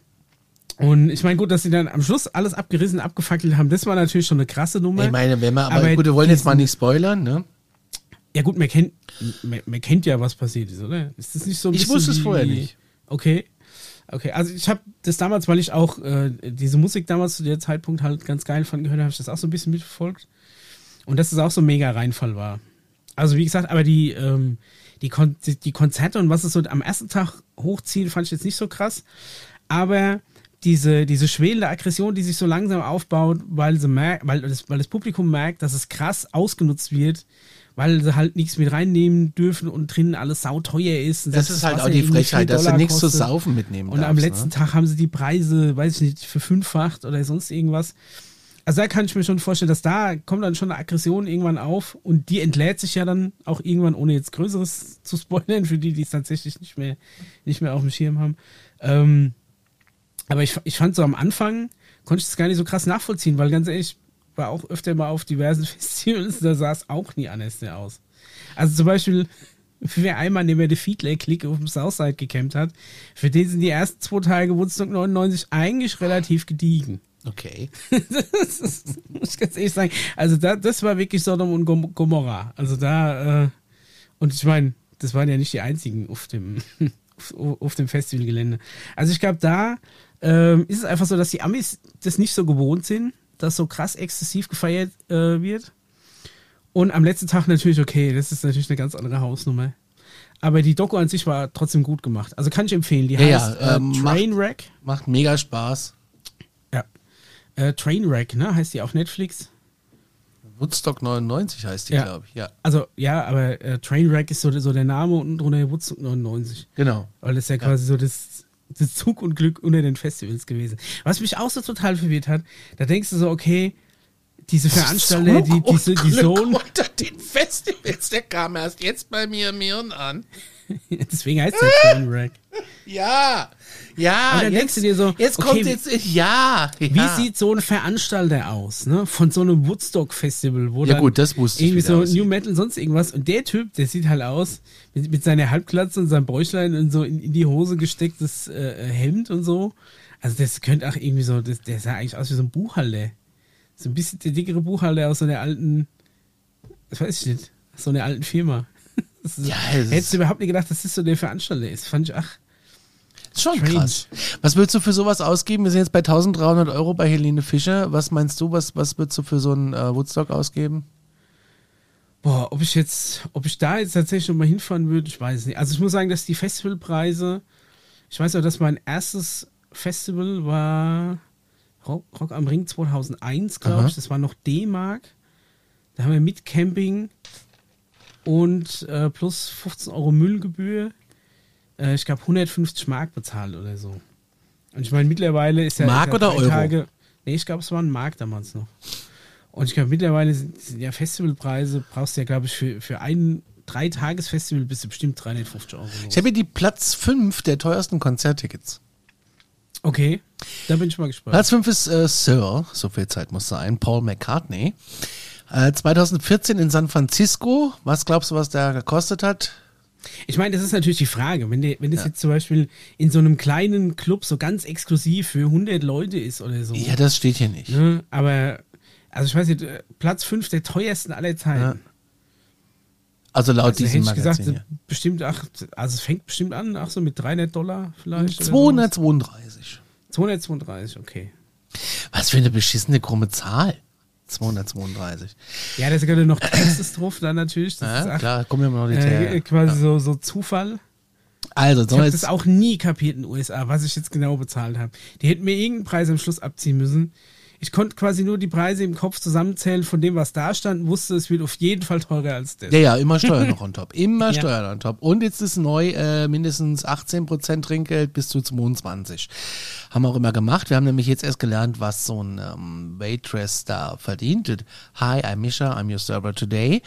Und ich meine, gut, dass sie dann am Schluss alles abgerissen, abgefackelt haben, das war natürlich schon eine krasse Nummer. Ich meine, gut, wir wollen jetzt mal nicht spoilern, ne? Ja gut, man kennt ja, was passiert ist, oder? Ist das nicht so ein bisschen? Ich wusste es vorher nicht. Okay, also ich habe das damals, weil ich auch diese Musik damals zu der Zeitpunkt halt ganz geil fand, gehört habe, ich das auch so ein bisschen mitverfolgt. Und dass es auch so ein mega Reinfall war. Also wie gesagt, aber die Konzerte und was es so am ersten Tag hochziehen, fand ich jetzt nicht so krass. Aber diese schwelende Aggression, die sich so langsam aufbaut, weil das Publikum merkt, dass es krass ausgenutzt wird, weil sie halt nichts mit reinnehmen dürfen und drinnen alles sauteuer ist. Das ist halt auch die Frechheit, dass sie nichts zu saufen mitnehmen und am letzten Tag haben sie die Preise, weiß ich nicht, verfünffacht oder sonst irgendwas. Also da kann ich mir schon vorstellen, dass da kommt dann schon eine Aggression irgendwann auf und die entlädt sich ja dann auch irgendwann, ohne jetzt Größeres zu spoilern, für die es tatsächlich nicht mehr auf dem Schirm haben. Aber ich fand so am Anfang, konnte ich das gar nicht so krass nachvollziehen, weil ganz ehrlich, war auch öfter mal auf diversen Festivals, da sah es auch nie anders aus. Also zum Beispiel, wer einmal neben der Fiedler-Clique auf dem Southside gecampt hat, für den sind die ersten 2 Tage Woodstock 99 eigentlich relativ gediegen. Okay. Das muss ich ganz ehrlich sagen. Also das war wirklich Sodom und Gomorra. Also und ich meine, das waren ja nicht die einzigen auf dem Festivalgelände. Also ich glaube, da ist es einfach so, dass die Amis das nicht so gewohnt sind, dass so krass exzessiv gefeiert wird. Und am letzten Tag natürlich, okay, das ist natürlich eine ganz andere Hausnummer. Aber die Doku an sich war trotzdem gut gemacht. Also kann ich empfehlen. Die heißt Trainwreck. Macht mega Spaß. Ja. Trainwreck, ne? Heißt die auf Netflix? Woodstock 99 heißt die, glaube ich. Ja. Also, ja, aber Trainwreck ist so der Name und drunter Woodstock 99. Genau. Weil das ist ja quasi so das Zug und Glück unter den Festivals gewesen. Was mich auch so total verwirrt hat, da denkst du so, okay, diese Veranstalter, die so unter den Festivals, der kam erst jetzt bei mir im Hirn an. Deswegen heißt der Trainwreck. Ja. Und dann denkst du dir so, jetzt okay, kommt ja. Wie sieht so ein Veranstalter aus, ne? Von so einem Woodstock-Festival, wo dann das wusste irgendwie ich so New Metal und sonst irgendwas. Und der Typ, der sieht halt aus mit seiner Halbglatze und seinem Bräuchlein und so in die Hose gestecktes Hemd und so. Also das könnte auch irgendwie so, der sah eigentlich aus wie so ein Buchhalter. So ein bisschen der dickere Buchhalter aus so einer alten, das weiß ich nicht, so einer alten Firma. Hättest du überhaupt nicht gedacht, dass das so der Veranstalter ist. Fand ich, schon strange. Krass. Was würdest du für sowas ausgeben? Wir sind jetzt bei 1.300 € bei Helene Fischer. Was meinst du, was würdest du für so einen Woodstock ausgeben? Boah, ob ich da jetzt tatsächlich noch mal hinfahren würde, ich weiß nicht. Also ich muss sagen, dass die Festivalpreise, ich weiß auch, dass mein erstes Festival war Rock am Ring 2001, glaube ich. Das war noch D-Mark. Da haben wir mit Camping und plus 15 € Müllgebühr, ich glaube 150 Mark bezahlt oder so. Und ich meine, mittlerweile ist ja... Mark oder Euro? Nee, ich glaube, es war ein Mark damals noch. Und ich glaube, mittlerweile sind ja Festivalpreise, brauchst du ja, glaube ich, für ein 3-Tages-Festival bist du bestimmt 350 € los. Ich habe hier die Platz 5 der teuersten Konzerttickets. Okay, da bin ich mal gespannt. Platz 5 ist Sir, so viel Zeit muss sein, Paul McCartney. 2014 in San Francisco. Was glaubst du, was der gekostet hat? Ich meine, das ist natürlich die Frage. Wenn das jetzt zum Beispiel in so einem kleinen Club so ganz exklusiv für 100 Leute ist oder so. Ja, das steht hier nicht. Ne? Aber, also ich weiß nicht, Platz 5 der teuersten aller Zeiten. Ja. Also laut diesem hätte ich Magazin gesagt, bestimmt, also es fängt bestimmt an, so mit $300 vielleicht. 232. 232, okay. Was für eine beschissene krumme Zahl. 232. Ja, da ist gerade noch Taxes drauf, dann natürlich. Das ist klar, kommen wir mal noch die quasi so Zufall. Also, ich habe das auch nie kapiert in den USA, was ich jetzt genau bezahlt habe. Die hätten mir irgendeinen Preis am Schluss abziehen müssen. Ich konnte quasi nur die Preise im Kopf zusammenzählen von dem, was da stand, wusste, es wird auf jeden Fall teurer als das. Ja, immer Steuern noch on top. Immer Steuern on top. Und jetzt ist neu mindestens 18% Trinkgeld bis zu 22%. Haben wir auch immer gemacht. Wir haben nämlich jetzt erst gelernt, was so ein Waitress da verdient. Hi, I'm Misha, I'm your server today.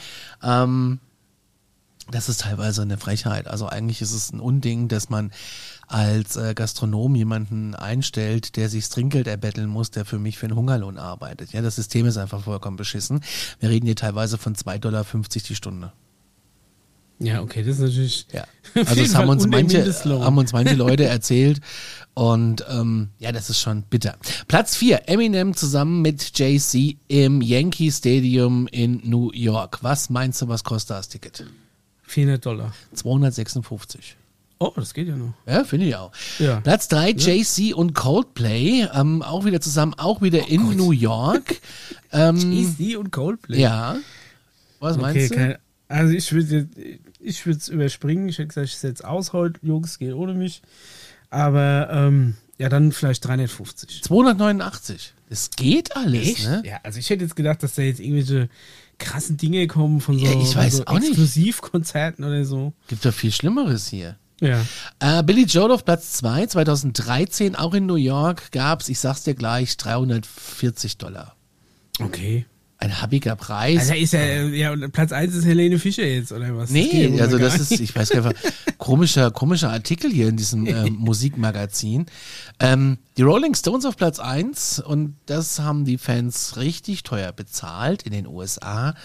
Das ist teilweise eine Frechheit. Also eigentlich ist es ein Unding, dass man als Gastronom jemanden einstellt, der sich das Trinkgeld erbetteln muss, der für mich für einen Hungerlohn arbeitet. Ja, das System ist einfach vollkommen beschissen. Wir reden hier teilweise von $2,50 die Stunde. Ja, okay, das ist natürlich. Ja. Also das haben uns manche Leute erzählt und ja, das ist schon bitter. Platz 4, Eminem zusammen mit Jay-Z im Yankee Stadium in New York. Was meinst du, was kostet das Ticket? $400. 256. Oh, das geht ja noch. Ja, finde ich auch. Ja. Platz 3, Jay-Z und Coldplay, auch wieder zusammen, auch wieder in New York. Jay-Z und Coldplay? Ja. Was meinst du? Also ich würde es überspringen. Ich hätte gesagt, ich setze aus heute. Jungs, geht ohne mich. Aber ja, dann vielleicht 350. 289. Das geht alles. Echt? Ne? Ja, also ich hätte jetzt gedacht, dass da jetzt irgendwelche krassen Dinge kommen von so, ich weiß so auch nicht. Exklusivkonzerten oder so. Gibt doch viel Schlimmeres hier. Ja. Billy Joel auf Platz 2, 2013, auch in New York, gab's, ich sag's dir gleich, $340. Okay. Ein habbiger Preis. Also ist ja, und Platz 1 ist Helene Fischer jetzt, oder was? Nee, also das ist, ich weiß gar nicht, komischer Artikel hier in diesem Musikmagazin. Die Rolling Stones auf Platz 1 und das haben die Fans richtig teuer bezahlt in den USA.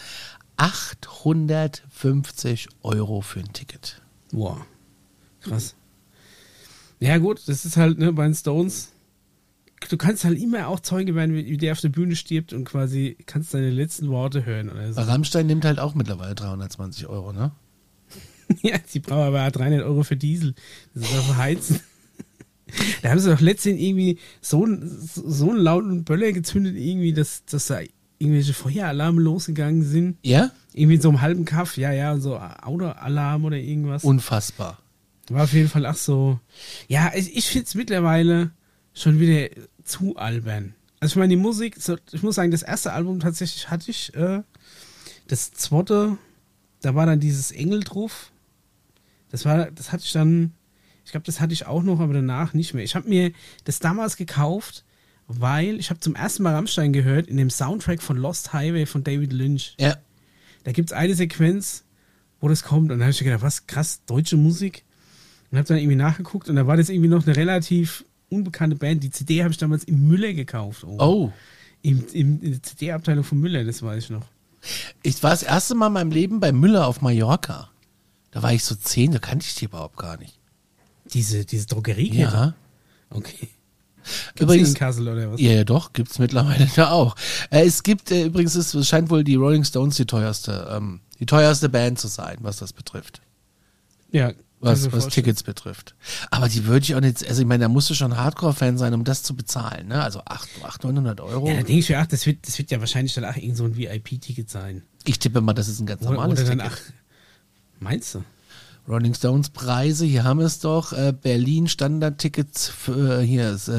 850 € für ein Ticket. Wow. Krass. Ja gut, das ist halt, ne, bei den Stones, du kannst halt immer auch Zeuge werden, wie der auf der Bühne stirbt und quasi kannst deine letzten Worte hören oder so. Rammstein nimmt halt auch mittlerweile 320 €, ne? Ja, die brauchen aber 300 € für Diesel. Das ist auf Heizen. Da haben sie doch letztens irgendwie so einen lauten Böller gezündet, irgendwie, dass da irgendwelche Feueralarme losgegangen sind. Ja? Irgendwie in so einem halben Kaff, ja, so Autoalarm oder irgendwas. Unfassbar. War auf jeden Fall auch so. Ja, ich finde es mittlerweile schon wieder zu albern. Also ich meine, die Musik, ich muss sagen, das erste Album tatsächlich hatte ich, das zweite, da war dann dieses Engel drauf. Das hatte ich dann, ich glaube, das hatte ich auch noch, aber danach nicht mehr. Ich habe mir das damals gekauft, weil ich habe zum ersten Mal Rammstein gehört in dem Soundtrack von Lost Highway von David Lynch. Ja. Da gibt es eine Sequenz, wo das kommt und dann habe ich gedacht, was krass, deutsche Musik. Und habe dann irgendwie nachgeguckt und da war das irgendwie noch eine relativ unbekannte Band. Die CD habe ich damals im Müller gekauft. Oh. In der CD-Abteilung von Müller, das weiß ich noch. Ich war das erste Mal in meinem Leben bei Müller auf Mallorca. Da war ich so 10, da kannte ich die überhaupt gar nicht. Diese Drogeriekette? Ja. Okay. Übrigens, in Kassel oder was? Ja, doch, gibt's mittlerweile da auch. Es gibt, übrigens, es scheint wohl die Rolling Stones die teuerste Band zu sein, was das betrifft. Ja. Was Tickets betrifft. Aber die würde ich auch nicht, also ich meine, da musst du schon Hardcore-Fan sein, um das zu bezahlen, ne? Also 800, 900 €. Ja, da denke ich mir, das wird ja wahrscheinlich dann auch irgend so ein VIP-Ticket sein. Ich tippe mal, das ist ein ganz normales oder Ticket. Meinst du? Rolling Stones Preise, hier haben wir es doch, Berlin Standard-Tickets für, hier ist,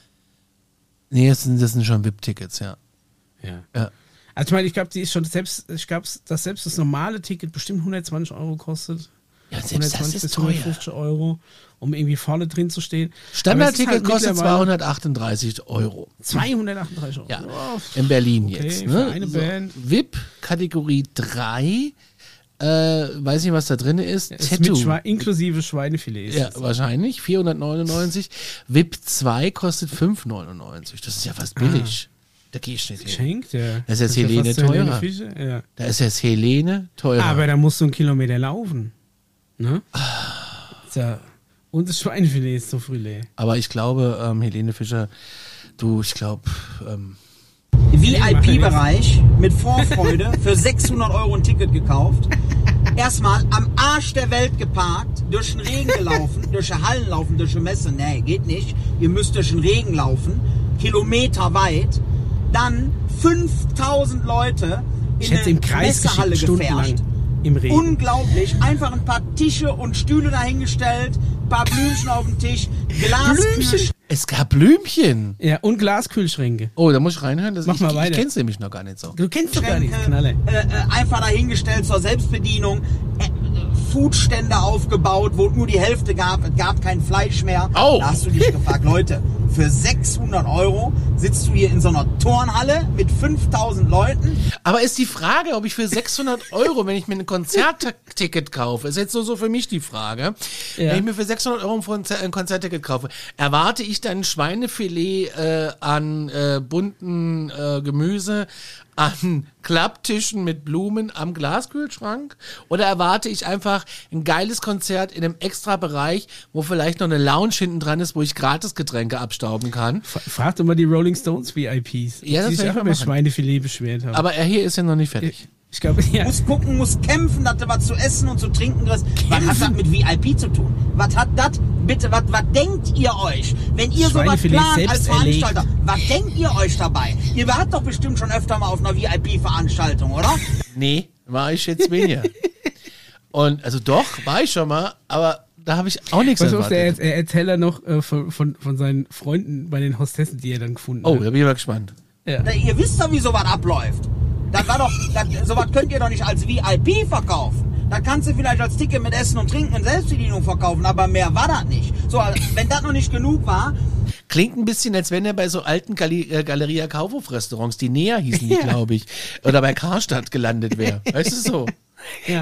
das sind schon VIP-Tickets, ja. Ja. Also ich meine, ich glaube, dass selbst das normale Ticket bestimmt 120 € kostet. Ja, selbst das ist teuer. 150 €, um irgendwie vorne drin zu stehen. Standardticket halt kostet 238 €. 238 €? Ja, in Berlin okay, jetzt. Für Ne? eine Band. VIP, Kategorie 3, weiß nicht, was da drin ist. Tattoo. Inklusive Schweinefilet. Ja, wahrscheinlich. 499. VIP 2 kostet 5,99. Das ist ja fast billig. Da gehe ich nicht hin. Geschenkt, ja. Das ist jetzt Helene teurer. Ja. Da ist jetzt Helene teurer. Aber da musst du 1 Kilometer laufen. Ne? Ja. Und das Schweinefilet ist so früh leer. Aber ich glaube, Helene Fischer, ich glaube... VIP-Bereich mit Vorfreude für 600 € ein Ticket gekauft. Erstmal am Arsch der Welt geparkt, durch den Regen gelaufen, durch die Hallen laufen, durch die Messe. Nee, geht nicht. Ihr müsst durch den Regen laufen, kilometerweit. Dann 5000 Leute in der Messehalle gefärscht. Im Regen. Unglaublich. Einfach ein paar Tische und Stühle dahingestellt, ein paar Blümchen auf dem Tisch, Glaskühlschränke. Es gab Blümchen. Ja, und Glaskühlschränke. Oh, da muss ich reinhören. Mach mal weiter. Ich kenn's nämlich noch gar nicht so. Du kennst doch gar nicht, Knalle. Einfach dahingestellt zur Selbstbedienung. Foodstände aufgebaut, wo nur die Hälfte gab. Es gab kein Fleisch mehr. Oh. Da hast du dich gefragt, Leute, für 600 € sitzt du hier in so einer Turnhalle mit 5000 Leuten. Aber ist die Frage, ob ich für 600 €, wenn ich mir ein Konzertticket kaufe, ist jetzt so für mich die Frage, wenn ich mir für 600 € ein Konzertticket kaufe, erwarte ich dann Schweinefilet an bunten Gemüse, an Klapptischen mit Blumen am Glaskühlschrank? Oder erwarte ich einfach ein geiles Konzert in einem extra Bereich, wo vielleicht noch eine Lounge hinten dran ist, wo ich gratis Getränke abstauben kann? Frag doch mal die Rolling Stones VIPs, ja, die sich auch über Schweinefilet beschwert haben. Aber er hier ist ja noch nicht fertig. Ich glaube, ja. Muss gucken, muss kämpfen, dass du was zu essen und zu trinken kriegst. Was hat das mit VIP zu tun? Was hat das, bitte, was denkt ihr euch? Wenn ihr sowas plant als Veranstalter, was denkt ihr euch dabei? Ihr wart doch bestimmt schon öfter mal auf einer VIP-Veranstaltung, oder? Nee, war ich jetzt weniger. Und, also doch, war ich schon mal, aber da habe ich auch nichts erwartet. Er erzählt noch von seinen Freunden bei den Hostessen, die er dann gefunden hat. Oh, da bin ich mal gespannt. Ja. Ihr wisst doch, wie sowas abläuft. Sowas könnt ihr doch nicht als VIP verkaufen. Da kannst du vielleicht als Ticket mit Essen und Trinken und Selbstbedienung verkaufen, aber mehr war das nicht. So, wenn das noch nicht genug war. Klingt ein bisschen, als wenn er bei so alten Galeria Kaufhof-Restaurants, die näher hießen, die, glaube ich, oder bei Karstadt gelandet wäre. Weißt du so? Ja.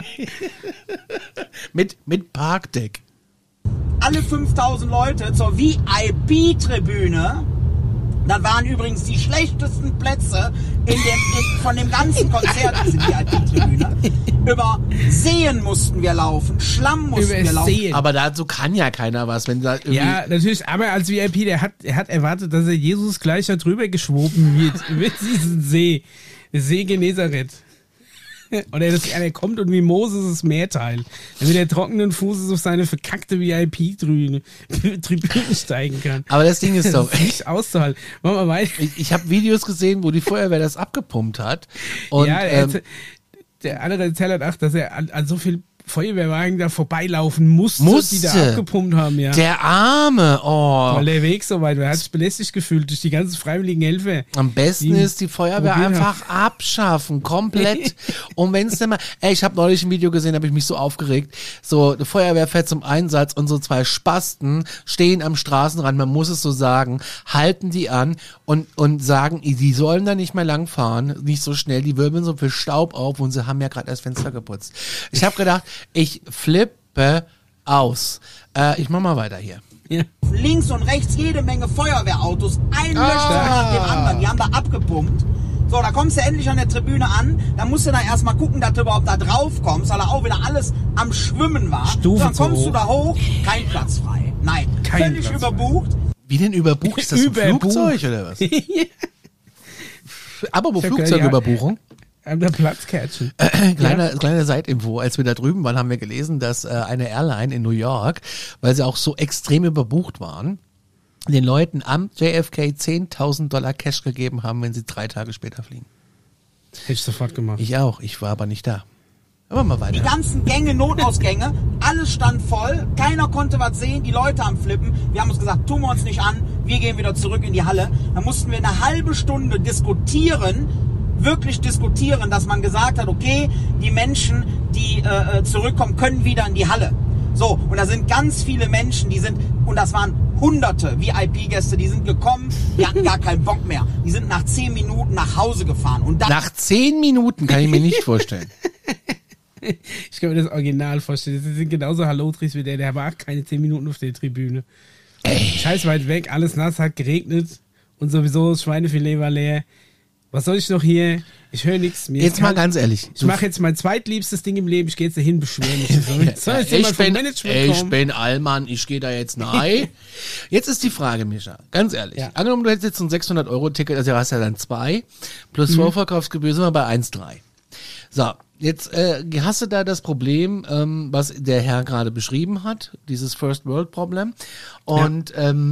mit Parkdeck. Alle 5000 Leute zur VIP-Tribüne. Das waren übrigens die schlechtesten Plätze von dem ganzen Konzert, diese VIP-Tribüne. Über Seen mussten wir laufen, Schlamm mussten wir laufen. Aber dazu kann ja keiner was, wenn da irgendwie... Ja, natürlich, aber als VIP, er hat erwartet, dass er Jesus gleich da drüber geschwoben wird, über diesen See. Der See Genezareth. Oder dass er kommt und wie Moses das Meer teilt. Dann mit der trockenen Fußes auf seine verkackte VIP-Tribüne steigen kann. Aber das Ding ist doch... Das ist nicht auszuhalten. Machen wir weiter. Ich habe Videos gesehen, wo die Feuerwehr das abgepumpt hat. Und, ja, der andere erzählt hat, dass er an so viel Feuerwehrwagen da vorbeilaufen musste, die da abgepumpt haben, ja. Der Arme, oh. Weil der Weg so weit war. Er hat sich belästigt gefühlt durch die ganzen freiwilligen Helfer. Am besten ist die Feuerwehr einfach abschaffen, komplett. Und wenn es denn mal, ich habe neulich ein Video gesehen, habe ich mich so aufgeregt. So, eine Feuerwehr fährt zum Einsatz und so 2 Spasten stehen am Straßenrand, man muss es so sagen, halten die an und sagen, die sollen da nicht mehr langfahren, nicht so schnell, die wirbeln so viel Staub auf und sie haben ja gerade das Fenster geputzt. Ich habe gedacht, ich flippe aus. Ich mach mal weiter hier. Ja. Links und rechts jede Menge Feuerwehrautos, ein Löcher nach dem anderen, die haben da abgepumpt. So, da kommst du endlich an der Tribüne an, da musst du da erstmal gucken, dass du überhaupt da drauf kommst, weil da auch wieder alles am Schwimmen war. Stufe dann kommst du da hoch, kein Platz frei. Nein, völlig überbucht. Wie denn überbucht? Ist das ein Flugzeug oder was? Aber wo Flugzeugüberbuchung? Der Platzkärtchen. Kleine Side-Info. Als wir da drüben waren, haben wir gelesen, dass eine Airline in New York, weil sie auch so extrem überbucht waren, den Leuten am JFK $10.000 Cash gegeben haben, wenn sie 3 Tage später fliegen. Hätte ich sofort gemacht. Ich auch. Ich war aber nicht da. Aber mal weiter. Die ganzen Gänge, Notausgänge, alles stand voll. Keiner konnte was sehen. Die Leute am Flippen. Wir haben uns gesagt, tun wir uns nicht an. Wir gehen wieder zurück in die Halle. Dann mussten wir eine halbe Stunde wirklich diskutieren, dass man gesagt hat, okay, die Menschen, die zurückkommen, können wieder in die Halle. So, und da sind ganz viele Menschen, und das waren hunderte VIP-Gäste, die sind gekommen, die hatten gar keinen Bock mehr. Die sind nach 10 Minuten nach Hause gefahren. Und dann nach 10 Minuten kann ich mir nicht vorstellen. Ich kann mir das Original vorstellen. Sie sind genauso Hallotris wie der war auch keine 10 Minuten auf der Tribüne. Scheiß weit weg, alles nass, hat geregnet und sowieso das Schweinefilet war leer. Was soll ich noch hier? Ich höre nichts. Jetzt mal ganz ehrlich. Ich mache jetzt mein zweitliebstes Ding im Leben. Ich gehe jetzt dahin, beschwere mich. Ich bin Allmann, ich gehe da jetzt nahe. Jetzt ist die Frage, Mischa, ganz ehrlich. Ja. Angenommen, du hättest jetzt ein 600-Euro-Ticket, also du hast ja dann 2, plus Vorverkaufsgebühr sind wir bei 1,3. So, jetzt hast du da das Problem, was der Herr gerade beschrieben hat, dieses First-World-Problem. Und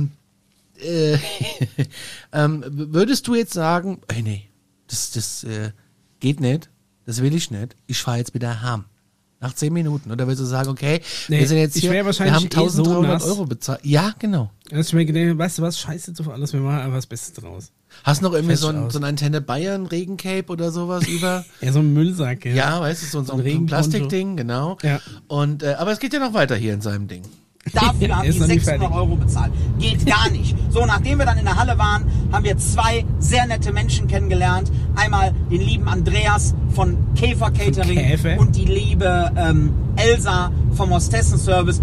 würdest du jetzt sagen, nee, das geht nicht, das will ich nicht, ich fahre jetzt wieder heim. Nach 10 Minuten. Oder willst du sagen, okay, wir sind jetzt hier, wir haben 1.300 Euro bezahlt. Ja, genau. Ich mir gedacht, weißt du was, scheiße jetzt auf alles, wir machen einfach das Beste draus. Hast du noch irgendwie so ein Antenne Bayern Regencape oder sowas über? Ja, so ein Müllsack. Ja, weißt du, so ein Plastikding, genau. Ja. Und, aber es geht ja noch weiter hier in seinem Ding. Dafür haben die 600 Euro bezahlt. Geht gar nicht. So, nachdem wir dann in der Halle waren, haben wir 2 sehr nette Menschen kennengelernt. Einmal den lieben Andreas von Käfer Catering und die liebe Elsa vom Hostessen-Service.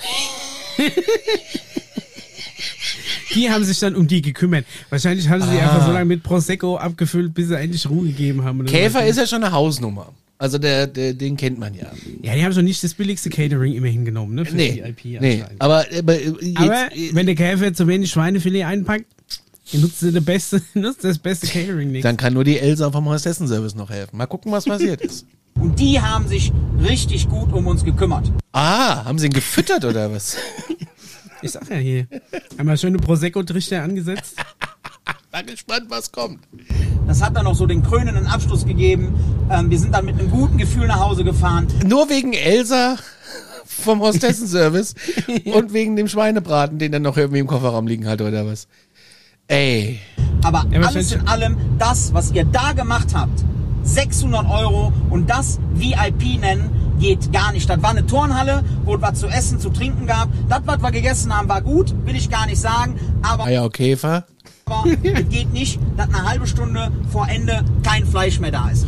Die haben sich dann um die gekümmert. Wahrscheinlich haben sie die einfach so lange mit Prosecco abgefüllt, bis sie endlich Ruhe gegeben haben. Oder Käfer ist ja schon eine Hausnummer. Also den kennt man ja. Ja, die haben schon nicht das billigste Catering immerhin genommen, ne? Für die VIP. Nee, aber wenn der Käfer zu wenig Schweinefilet einpackt, nutzt das beste Catering nicht. Dann kann nur die Elsa vom Hostessen-Service noch helfen. Mal gucken, was passiert ist. Und die haben sich richtig gut um uns gekümmert. Haben sie ihn gefüttert oder was? Ich sag ja hier. Einmal schöne Prosecco-Trichter angesetzt. Bin gespannt, was kommt. Das hat dann noch so den krönenden Abschluss gegeben. Wir sind dann mit einem guten Gefühl nach Hause gefahren. Nur wegen Elsa vom Hostessen-Service und wegen dem Schweinebraten, den dann noch irgendwie im Kofferraum liegen hat oder was. Ey. Aber alles in allem, das, was ihr da gemacht habt, 600 Euro und das VIP nennen, geht gar nicht. Das war eine Turnhalle, wo es was zu essen, zu trinken gab. Das, was wir gegessen haben, war gut, will ich gar nicht sagen. Aber Käfer. Aber es geht nicht, dass eine halbe Stunde vor Ende kein Fleisch mehr da ist.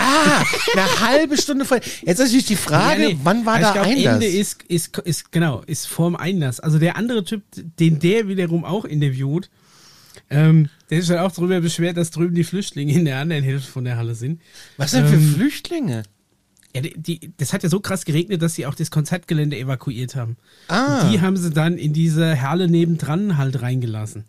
Eine halbe Stunde vor. Jetzt ist natürlich die Frage, wann war da Einlass? Ende ist vorm Einlass. Also der andere Typ, den der wiederum auch interviewt, der ist halt auch darüber beschwert, dass drüben die Flüchtlinge in der anderen Hälfte von der Halle sind. Was denn für Flüchtlinge? Ja, das hat ja so krass geregnet, dass sie auch das Konzertgelände evakuiert haben. Und die haben sie dann in diese Halle nebendran halt reingelassen.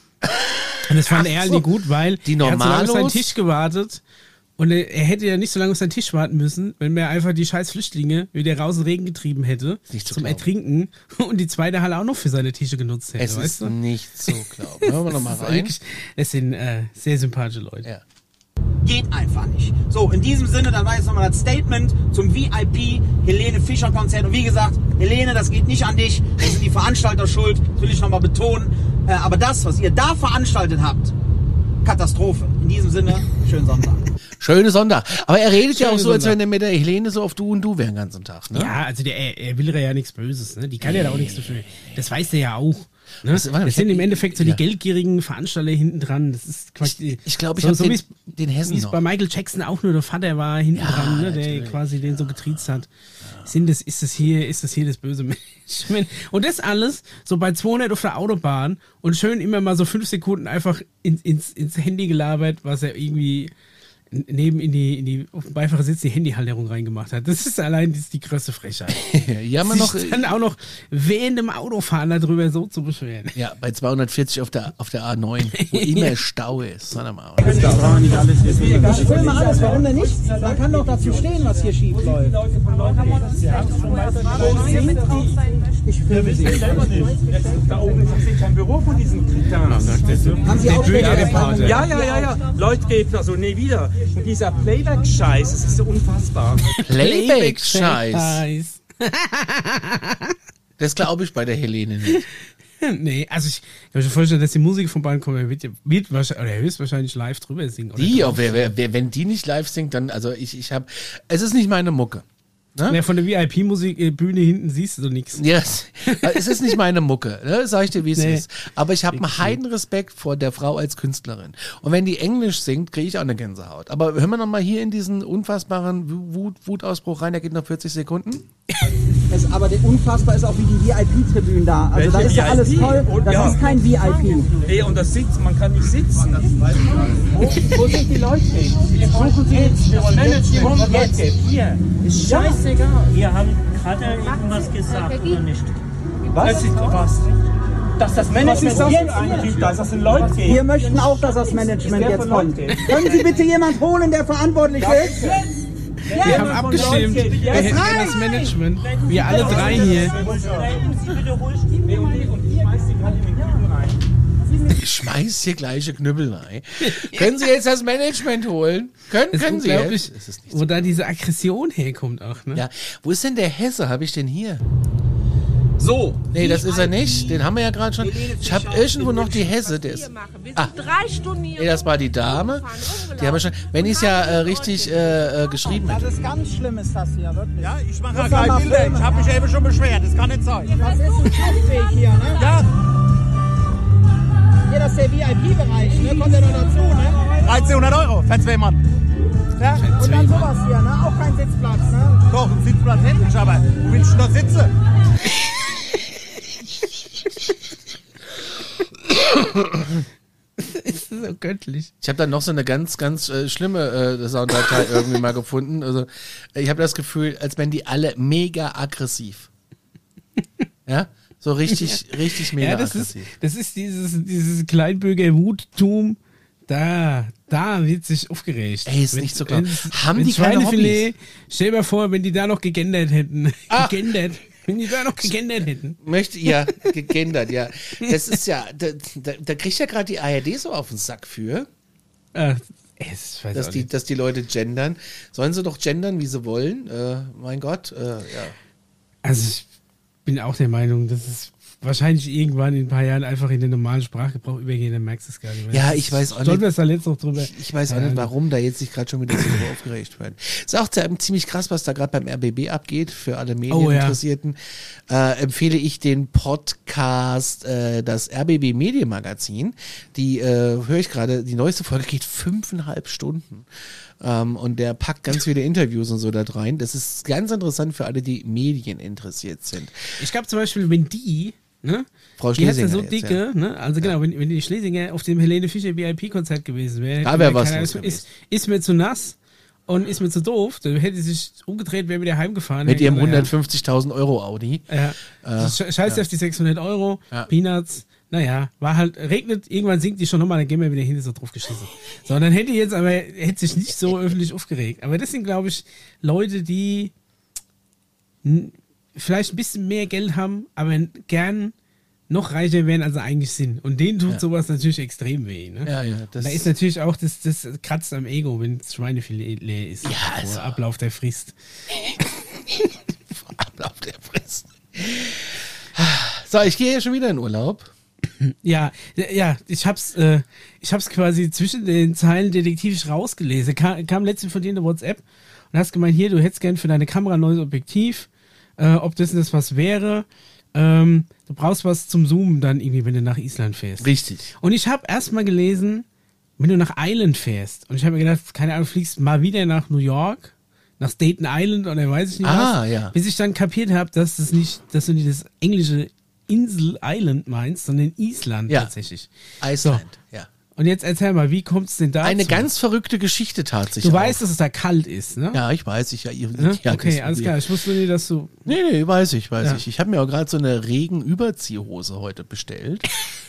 Und das fand er halt nicht gut, weil er hat so lange auf seinen Tisch gewartet und er hätte ja nicht so lange auf seinen Tisch warten müssen, wenn man einfach die scheiß Flüchtlinge wieder raus in den Regen getrieben hätte zum Ertrinken und die zweite Halle auch noch für seine Tische genutzt hätte. Es ist nicht so glauben. Hören wir nochmal rein. Es sind sehr sympathische Leute. Ja. Geht einfach nicht. So, in diesem Sinne, dann war jetzt nochmal das Statement zum VIP Helene Fischer Konzert. Und wie gesagt, Helene, das geht nicht an dich. Das sind die Veranstalter schuld. Das will ich nochmal betonen. Aber das, was ihr da veranstaltet habt, Katastrophe. In diesem Sinne, schönen Sonntag. Schöne Sonntag. Aber er redet ja auch so, als wenn er mit der Helene so auf Du und Du wäre den ganzen Tag. Ne? Ja, also er will ja nichts Böses. Ne? Die kann ja da auch nichts dafür. Das weiß der ja auch. Ne? Das sind im Endeffekt so die geldgierigen Veranstalter hinten dran. Das ist quasi. Ich glaube, ich habe so den Hessen. Wie es bei Michael Jackson auch nur der Vater war hinten dran, ne? Der quasi den so getriezt hat. Ist das hier das böse Management? Und das alles so bei 200 auf der Autobahn und schön immer mal so 5 Sekunden einfach ins Handy gelabert, was er irgendwie neben auf dem Beifahrersitz die Handyhalterung reingemacht hat. Das ist allein die größte Frechheit. Ja, man noch dann auch noch während dem Autofahren darüber so zu beschweren. Ja, bei 240 auf der A9, wo immer Stau ist. Sag mal. Ich filme alles, warum denn nicht? Man kann doch dazu stehen, was hier schief läuft. Ich filme sie. Da oben ist kein Büro von diesen Kritanen. Haben Sie auch Ja. Leute geben also nie wieder. Und dieser Playback-Scheiß, das ist so unfassbar. Playback-Scheiß? Das glaube ich bei der Helene nicht. Nee, also ich kann mir vorstellen, dass die Musik von beiden kommt, wird wahrscheinlich, oder höchstwahrscheinlich live drüber singen. Oder wenn die nicht live singt, dann, also es ist nicht meine Mucke. Ne? Ja, von der VIP-Musik-Bühne hinten siehst du nichts. Yes. Es ist nicht meine Mucke, ne? Sag ich dir, wie es ist. Aber ich habe einen Heidenrespekt vor der Frau als Künstlerin. Und wenn die Englisch singt, kriege ich auch eine Gänsehaut. Aber hören wir nochmal hier in diesen unfassbaren Wutausbruch rein, der geht noch 40 Sekunden. Aber der unfassbar ist auch wie die VIP-Tribünen da. Also da ist ja alles toll. Das ist kein VIP. Hey, und das Sitzen, man kann nicht sitzen. Wo sind die Leute? Suchen Sie jetzt das Management jetzt. Hier. Ist scheißegal. Wir haben gerade irgendwas gesagt, oder nicht? Was? Dass das Management jetzt eingibt, dass das den Leuten geht. Wir möchten auch, dass das Management jetzt kommt. Können Sie bitte jemand holen, der verantwortlich ist? Wir haben abgestimmt. Wir hätten gerne das Management. Wir alle drei hier. Ich schmeiß hier gleiche Knüppel rein. Können Sie jetzt das Management holen? Können Sie jetzt? Das ist wo da diese Aggression herkommt auch, ne? Ja. Wo ist denn der Hesse? Habe ich den hier? So. Nee, das ist er nicht. Den haben wir ja gerade schon. Ich habe irgendwo noch die Hesse. Der ist. Ah. 3 Stunden hier. Nee, das war die Dame. Die haben wir schon. Wenn ich es ja richtig geschrieben hätte. Das ist ganz schlimm, ist das hier, wirklich. Ja, ich mache ja gleich Bilder. Ich habe mich eben schon beschwert. Das kann nicht sein. Das ist ein Fluchtweg hier, ne? Ja. Hier, das ist der VIP-Bereich, ne? Kommt ja noch dazu, ne? 1300 € für 2 Mann. Ja? Und dann sowas hier, ne? Auch kein Sitzplatz, ne? Doch, ein Sitzplatz hätte ich, aber wo willst du da sitzen? Das ist so göttlich. Ich habe dann noch so eine ganz, ganz schlimme Sounddatei irgendwie mal gefunden. Also ich habe das Gefühl, als wären die alle mega aggressiv. Ja? So richtig mega aggressiv. Das ist dieses Kleinbürger-Wuttum. Da wird sich aufgeregt. Ey, ist nicht so klar. Haben die keine Hobbys? Stell dir mal vor, wenn die da noch gegendert hätten. Wenn die da noch gegendert hätten. Gegendert, ja. Das ist ja, da kriegt ja gerade die ARD so auf den Sack für. Dass die Leute gendern. Sollen sie doch gendern, wie sie wollen? Mein Gott, ja. Also ich bin auch der Meinung, dass es wahrscheinlich irgendwann in ein paar Jahren einfach in den normalen Sprachgebrauch übergehen, dann merkst du es gar nicht mehr. Ja, ich weiß auch nicht. Sollten wir es da letztens noch drüber. Ich weiß auch nicht, warum da jetzt sich gerade schon wieder so aufgeregt werden. Ist auch ziemlich krass, was da gerade beim RBB abgeht. Für alle Medieninteressierten empfehle ich den Podcast, das RBB Medienmagazin. Die höre ich gerade, die neueste Folge geht 5,5 Stunden. Und der packt ganz viele Interviews und so da rein. Das ist ganz interessant für alle, die Medien interessiert sind. Ich glaube zum Beispiel, wenn die, ne? Frau die Schlesinger hat ja so dicke, jetzt, ja. Ne? Also genau, wenn die Schlesinger auf dem Helene Fischer VIP-Konzert gewesen wäre, da wäre was los gewesen. Ist mir zu nass und ist mir zu doof, dann hätte sie sich umgedreht, wäre wieder heimgefahren. Mit ihrem 150.000 € Audi. Ja. Scheiß auf die 600 €, Peanuts. Naja, war halt, regnet, irgendwann sinkt die schon nochmal, dann gehen wir wieder hin, so drauf geschissen. So, und dann hätte sich nicht so öffentlich aufgeregt. Aber das sind, glaube ich, Leute, die vielleicht ein bisschen mehr Geld haben, aber gern noch reicher wären, als sie eigentlich sind. Und denen tut sowas natürlich extrem weh. Ne? Ja. Da ist natürlich auch, das kratzt am Ego, wenn das Schweinefilet leer ist. Ja, also. Vor Ablauf der Frist. Vor Ablauf der Frist. So, ich gehe ja schon wieder in Urlaub. Ja, ich hab's quasi zwischen den Zeilen detektivisch rausgelesen. Kam letztens von dir eine WhatsApp und hast gemeint, hier, du hättest gern für deine Kamera ein neues Objektiv, ob das was wäre. Du brauchst was zum Zoomen dann irgendwie, wenn du nach Island fährst. Richtig. Und ich habe erstmal gelesen, wenn du nach Island fährst, und ich habe mir gedacht, keine Ahnung, fliegst mal wieder nach New York, nach Staten Island oder weiß ich nicht was, ja. bis ich dann kapiert habe, dass du nicht das englische Insel Island meinst, sondern Island tatsächlich. Island, so. Ja. Und jetzt erzähl mal, wie kommt es denn dazu? Eine ganz verrückte Geschichte tatsächlich. Du weißt, dass es da kalt ist, ne? Ja, ich weiß. Okay, alles klar. Ich wusste nicht, dass du... Nee, weiß ich. Ich habe mir auch gerade so eine Regenüberziehhose heute bestellt.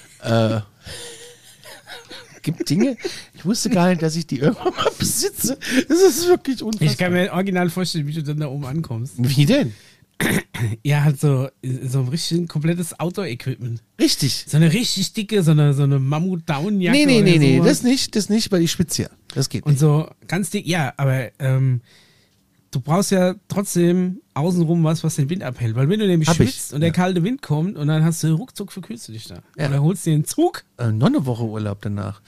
Gibt Dinge, ich wusste gar nicht, dass ich die irgendwann mal besitze. Das ist wirklich unfassbar. Ich kann mir original vorstellen, wie du dann da oben ankommst. Wie denn? Ja, halt so ein richtig komplettes Outdoor-Equipment. Richtig. So eine richtig dicke, so eine Mammut-Down-Jacke. Nee, das nicht, weil ich spitze ja. Das geht und nicht. so ganz dick, ja, aber du brauchst ja trotzdem außenrum was den Wind abhält. Weil wenn du nämlich schwitzt und der kalte Wind kommt und dann hast du ruckzuck verkühlst du dich da. Ja. Oder holst dir einen Zug. Noch eine Woche Urlaub danach.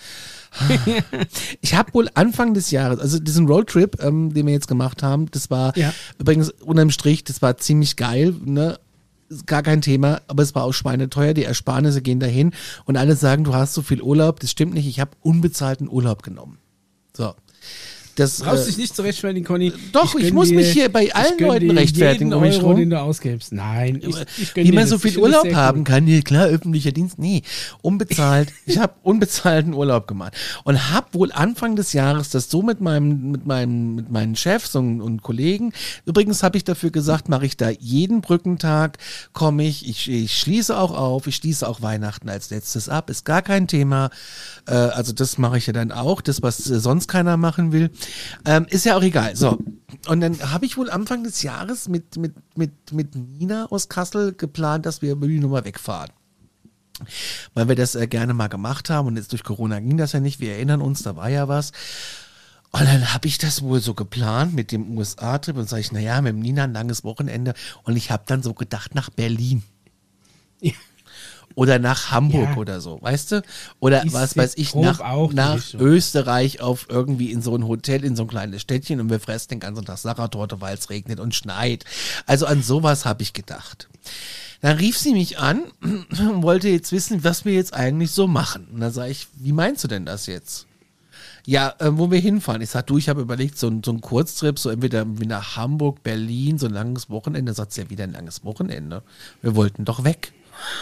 Ich habe wohl Anfang des Jahres, also diesen Roadtrip, den wir jetzt gemacht haben, das war übrigens unterm Strich, das war ziemlich geil, ne? Gar kein Thema, aber es war auch schweineteuer, die Ersparnisse gehen dahin und alle sagen, du hast so viel Urlaub, das stimmt nicht, ich habe unbezahlten Urlaub genommen. So. Das, brauchst dich nicht zu rechtfertigen, Conny. Doch, ich muss mich hier bei allen Leuten rechtfertigen. Um mich rum. Den du ausgibst. Nein, wie man so viel Urlaub haben kann, hier klar, öffentlicher Dienst. Nee, unbezahlt. Ich habe unbezahlten Urlaub gemacht und habe wohl Anfang des Jahres das so mit meinen Chefs und Kollegen. Übrigens habe ich dafür gesagt, mache ich da jeden Brückentag, komme ich schließe auch auf, ich schließe auch Weihnachten als letztes ab, ist gar kein Thema. Also das mache ich ja dann auch, das was sonst keiner machen will. Ist ja auch egal. So. Und dann habe ich wohl Anfang des Jahres mit Nina aus Kassel geplant, dass wir über die Nummer wegfahren. Weil wir das gerne mal gemacht haben und jetzt durch Corona ging das ja nicht. Wir erinnern uns, da war ja was. Und dann habe ich das wohl so geplant mit dem USA-Trip und sage ich, naja, mit dem Nina ein langes Wochenende. Und ich habe dann so gedacht, nach Berlin. Ja. Oder nach Hamburg oder so, weißt du? Oder was weiß ich, nach Österreich auf irgendwie in so ein Hotel, in so ein kleines Städtchen und wir fressen den ganzen Tag Sachertorte, weil es regnet und schneit. Also an sowas habe ich gedacht. Dann rief sie mich an und wollte jetzt wissen, was wir jetzt eigentlich so machen. Und dann sage ich, wie meinst du denn das jetzt? Ja, wo wir hinfahren. Ich sag, du, ich habe überlegt, so ein Kurztrip, so entweder wie nach Hamburg, Berlin, so ein langes Wochenende. Sagt sie, ja, wieder ein langes Wochenende. Wir wollten doch weg.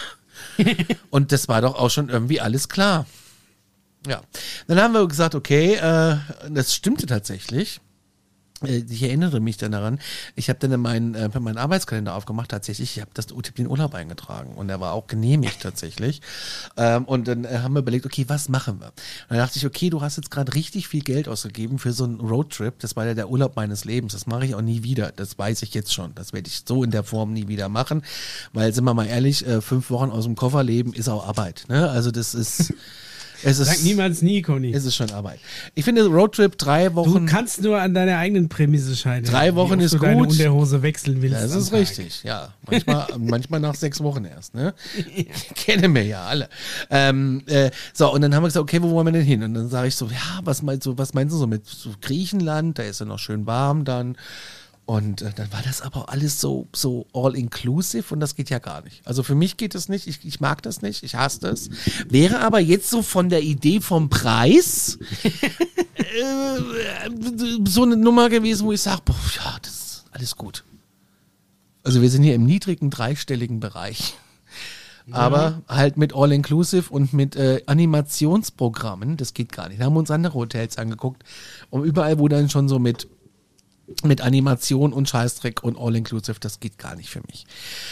Und das war doch auch schon irgendwie alles klar. Ja, dann haben wir gesagt, okay, das stimmte tatsächlich. Ich erinnere mich dann daran, ich habe dann meinen Arbeitskalender aufgemacht, tatsächlich, ich habe den Urlaub eingetragen und er war auch genehmigt tatsächlich. Und dann haben wir überlegt, okay, was machen wir? Und dann dachte ich, okay, du hast jetzt gerade richtig viel Geld ausgegeben für so einen Roadtrip, das war ja der Urlaub meines Lebens, das mache ich auch nie wieder, das weiß ich jetzt schon, das werde ich so in der Form nie wieder machen, weil, sind wir mal ehrlich, 5 Wochen aus dem Koffer leben ist auch Arbeit, ne? Also das ist... Sag niemals nie, Conny. Es ist schon Arbeit. Ich finde Roadtrip 3 Wochen... Du kannst nur an deiner eigenen Prämisse scheitern. 3 Wochen ist gut. Wenn du deine Unterhose wechseln willst. Das ist richtig, ja. Manchmal nach 6 Wochen erst, ne? Kennen wir ja alle. So, und dann haben wir gesagt, okay, wo wollen wir denn hin? Und dann sage ich so, ja, was meinst du so mit so Griechenland? Da ist ja noch schön warm dann. Und dann war das aber alles so all-inclusive und das geht ja gar nicht. Also für mich geht es nicht, ich mag das nicht, ich hasse das. Wäre aber jetzt so von der Idee vom Preis so eine Nummer gewesen, wo ich sage, ja, das ist alles gut. Also wir sind hier im niedrigen dreistelligen Bereich. Ja. Aber halt mit all-inclusive und mit Animationsprogrammen, das geht gar nicht. Da haben wir uns andere Hotels angeguckt und überall, wo dann schon so mit Animation und Scheißdreck und All-Inclusive, das geht gar nicht für mich.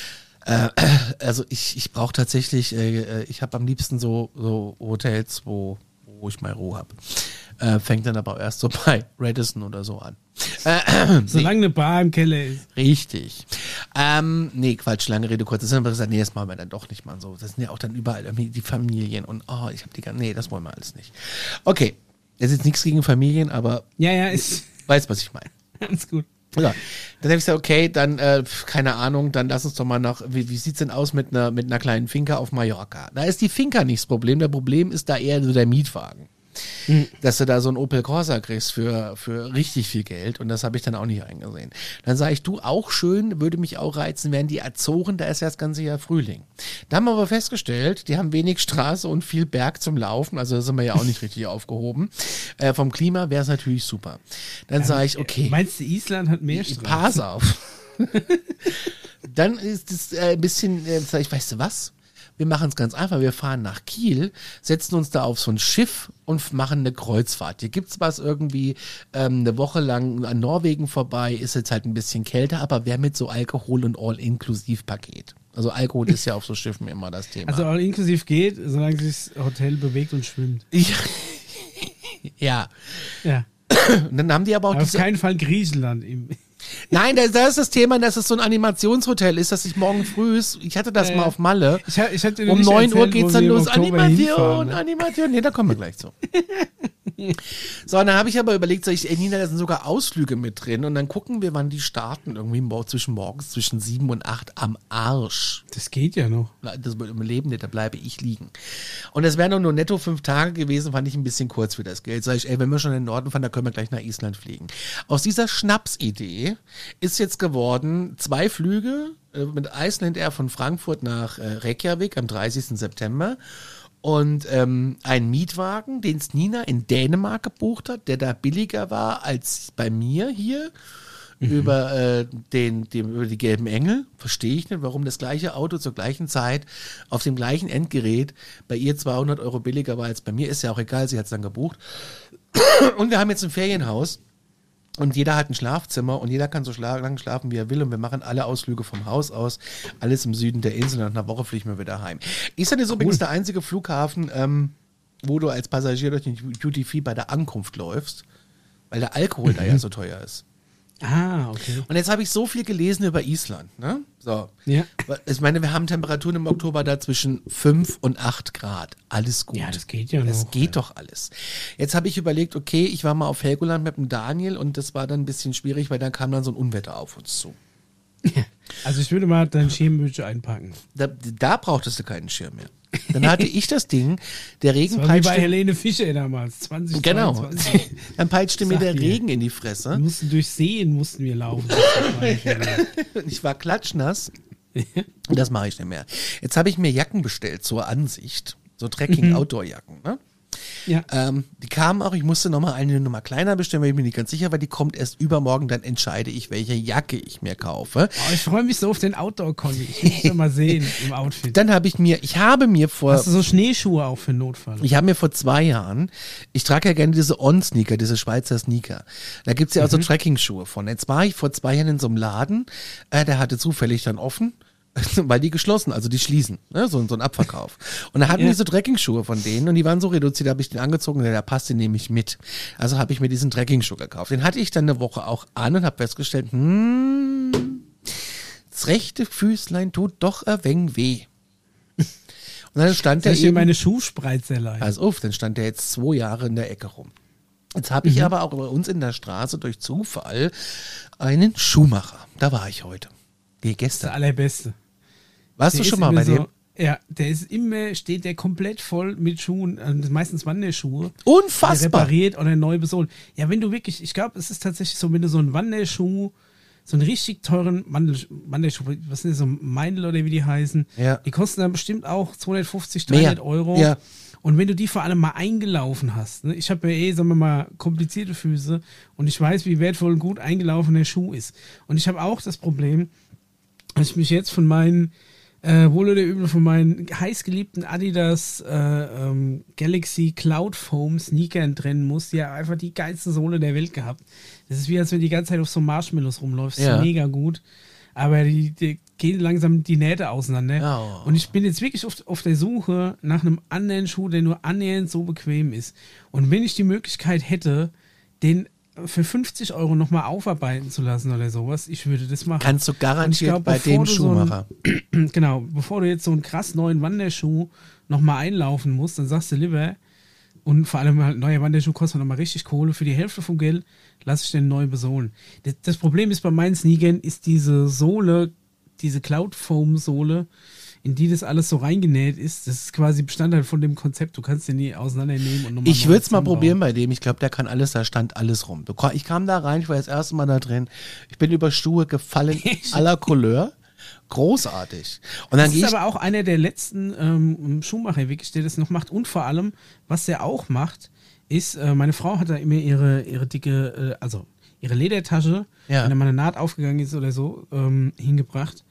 Also ich brauche tatsächlich, ich habe am liebsten so Hotels, wo ich mal Ruhe habe. Fängt dann aber erst so bei Radisson oder so an. Solange eine Bar im Keller ist. Richtig. Nee, Quatsch, lange Rede, kurz. Das haben wir gesagt, nee, das machen wir dann doch nicht mal so. Das sind ja auch dann überall irgendwie die Familien und nee, das wollen wir alles nicht. Okay, das ist jetzt nichts gegen Familien, aber weißt, was ich meine. Ganz gut. Ja, dann habe ich gesagt, okay, dann, keine Ahnung, dann lass uns doch mal wie sieht's denn aus mit einer kleinen Finca auf Mallorca? Da ist die Finca nicht das Problem, der Problem ist da eher so der Mietwagen. Dass du da so einen Opel Corsa kriegst für richtig viel Geld und das habe ich dann auch nicht eingesehen. Dann sage ich, du, auch schön, würde mich auch reizen, wären die Azoren, da ist ja das ganze Jahr Frühling. Da haben wir aber festgestellt, die haben wenig Straße und viel Berg zum Laufen, also da sind wir ja auch nicht richtig aufgehoben. Vom Klima wäre es natürlich super. Dann sage ich, okay. Meinst du, Island hat mehr Straßen? Pass auf. Dann ist es ein bisschen, sag ich, weißt du was? Wir machen es ganz einfach, wir fahren nach Kiel, setzen uns da auf so ein Schiff und machen eine Kreuzfahrt. Hier gibt's was irgendwie eine Woche lang an Norwegen vorbei, ist jetzt halt ein bisschen kälter, aber wer mit so Alkohol und All-Inklusiv-Paket. Also Alkohol ist ja auf so Schiffen immer das Thema. Also All-Inklusiv geht, solange sich das Hotel bewegt und schwimmt. Ja. Und dann haben die aber auch auf keinen Fall Griechenland. Nein, da ist das Thema, dass es so ein Animationshotel ist, dass ich morgen früh ich hatte das mal auf Malle. Ich hatte um 9 Uhr geht's dann los. Animation. Nee, da kommen wir gleich zu. So, und dann habe ich aber überlegt, Nina, da sind sogar Ausflüge mit drin und dann gucken wir, wann die starten. Irgendwie morgens zwischen 7 und 8 am Arsch. Das geht ja noch. Das wird im Leben nicht, da bleibe ich liegen. Und es wären nur netto 5 Tage gewesen, fand ich ein bisschen kurz für das Geld. Sag ich, wenn wir schon in den Norden fahren, dann können wir gleich nach Island fliegen. Aus dieser Schnapsidee ist jetzt geworden 2 Flüge mit Iceland Air von Frankfurt nach Reykjavik am 30. September. Und ein Mietwagen, den Nina in Dänemark gebucht hat, der da billiger war als bei mir hier über über die Gelben Engel. Verstehe ich nicht, warum das gleiche Auto zur gleichen Zeit auf dem gleichen Endgerät bei ihr 200 Euro billiger war als bei mir. Ist ja auch egal, sie hat es dann gebucht. Und wir haben jetzt ein Ferienhaus. Und jeder hat ein Schlafzimmer und jeder kann so lange schlafen, wie er will. Und wir machen alle Ausflüge vom Haus aus. Alles im Süden der Insel. Und nach einer Woche fliegen wir wieder heim. Island ist übrigens der einzige Flughafen, wo du als Passagier durch den Duty Free bei der Ankunft läufst. Weil der Alkohol da ja so teuer ist. Ah, okay. Und jetzt habe ich so viel gelesen über Island, ne? So. Ja. Ich meine, wir haben Temperaturen im Oktober da zwischen 5 und 8 Grad. Alles gut. Ja, das geht ja noch. Das geht doch alles. Jetzt habe ich überlegt, okay, ich war mal auf Helgoland mit dem Daniel und das war dann ein bisschen schwierig, weil dann kam dann so ein Unwetter auf uns zu. Also ich würde mal deinen Schirmbücher einpacken. Da brauchtest du keinen Schirm mehr. Dann hatte ich das Ding, der Regen das war peitschte... wie bei Helene Fischer damals, 2022. Genau. Dann peitschte mir der Regen in die Fresse. Durch Seen mussten wir laufen. Ich war klatschnass. Und das mache ich nicht mehr. Jetzt habe ich mir Jacken bestellt zur Ansicht. So Trekking-Outdoor-Jacken, ne? Ja. Die kamen auch, ich musste nochmal eine Nummer kleiner bestellen, weil ich mir nicht ganz sicher war, die kommt erst übermorgen, dann entscheide ich, welche Jacke ich mir kaufe. Oh, ich freue mich so auf den Outdoor-Conny, ich will dich mal sehen im Outfit. Dann habe ich mir vor... Hast du so Schneeschuhe auch für Notfall? Ich habe mir vor 2 Jahren, ich trage ja gerne diese On-Sneaker, diese Schweizer Sneaker, da gibt's ja auch so Trekking-Schuhe von. Jetzt war ich vor 2 Jahren in so einem Laden, der hatte zufällig dann offen, weil die geschlossen, also die schließen, ne? so ein Abverkauf. Und da hatten die so Trekking-Schuhe von denen und die waren so reduziert, da habe ich den angezogen und der passte nämlich mit. Also habe ich mir diesen Trekking-Schuh gekauft. Den hatte ich dann eine Woche auch an und habe festgestellt, das rechte Füßlein tut doch ein wenig weh. Und dann stand der eben... meine Schuhspreizerlein. Also dann stand der jetzt 2 Jahre in der Ecke rum. Jetzt habe ich aber auch bei uns in der Straße durch Zufall einen Schuhmacher. Da war ich heute. Nee, gestern. Der allerbeste. Warst du schon mal bei dem? Ja, steht der komplett voll mit Schuhen, meistens Wanderschuhe. Unfassbar. Repariert oder neu besohlt. Ja, wenn du wirklich, ich glaube, es ist tatsächlich so, wenn du so einen Wanderschuh, so einen richtig teuren Wanderschuh, was sind das, so Meindl oder wie die heißen, die kosten dann bestimmt auch 250, 300 Euro. Ja. Und wenn du die vor allem mal eingelaufen hast, ne? Ich habe ja sagen wir mal, komplizierte Füße und ich weiß, wie wertvoll ein gut eingelaufener Schuh ist. Und ich habe auch das Problem, dass ich mich jetzt von meinen, wohl oder übel, von meinen heißgeliebten Adidas Galaxy Cloud Foam Sneakern trennen muss, die ja einfach die geilste Sohle der Welt gehabt. Das ist wie, als wenn du die ganze Zeit auf so Marshmallows rumläufst. Ja. Mega gut. Aber die gehen langsam die Nähte auseinander. Ja. Und ich bin jetzt wirklich auf der Suche nach einem anderen Schuh, der nur annähernd so bequem ist. Und wenn ich die Möglichkeit hätte, den für 50 Euro nochmal aufarbeiten zu lassen oder sowas, ich würde das machen. Kannst du garantiert bei dem Schuhmacher. Genau, bevor du jetzt so einen krass neuen Wanderschuh nochmal einlaufen musst, dann sagst du lieber, und vor allem halt neuer Wanderschuh kostet nochmal richtig Kohle, für die Hälfte vom Geld lasse ich den neu besohlen. Das Problem ist bei meinen Sneakern, ist diese Sohle, diese Cloud Foam Sohle, in die das alles so reingenäht ist, das ist quasi Bestandteil von dem Konzept. Du kannst den nie auseinandernehmen und nochmal. Ich würde es mal probieren bei dem. Ich glaube, der kann alles, da stand alles rum. Ich kam da rein, ich war das erste Mal da drin. Ich bin über Schuhe gefallen, à la Couleur. Großartig. Und dann das ist aber auch einer der letzten Schuhmacher, wirklich, der das noch macht. Und vor allem, was der auch macht, ist, meine Frau hat da immer ihre dicke, also ihre Ledertasche, wenn da mal eine Naht aufgegangen ist oder so, hingebracht.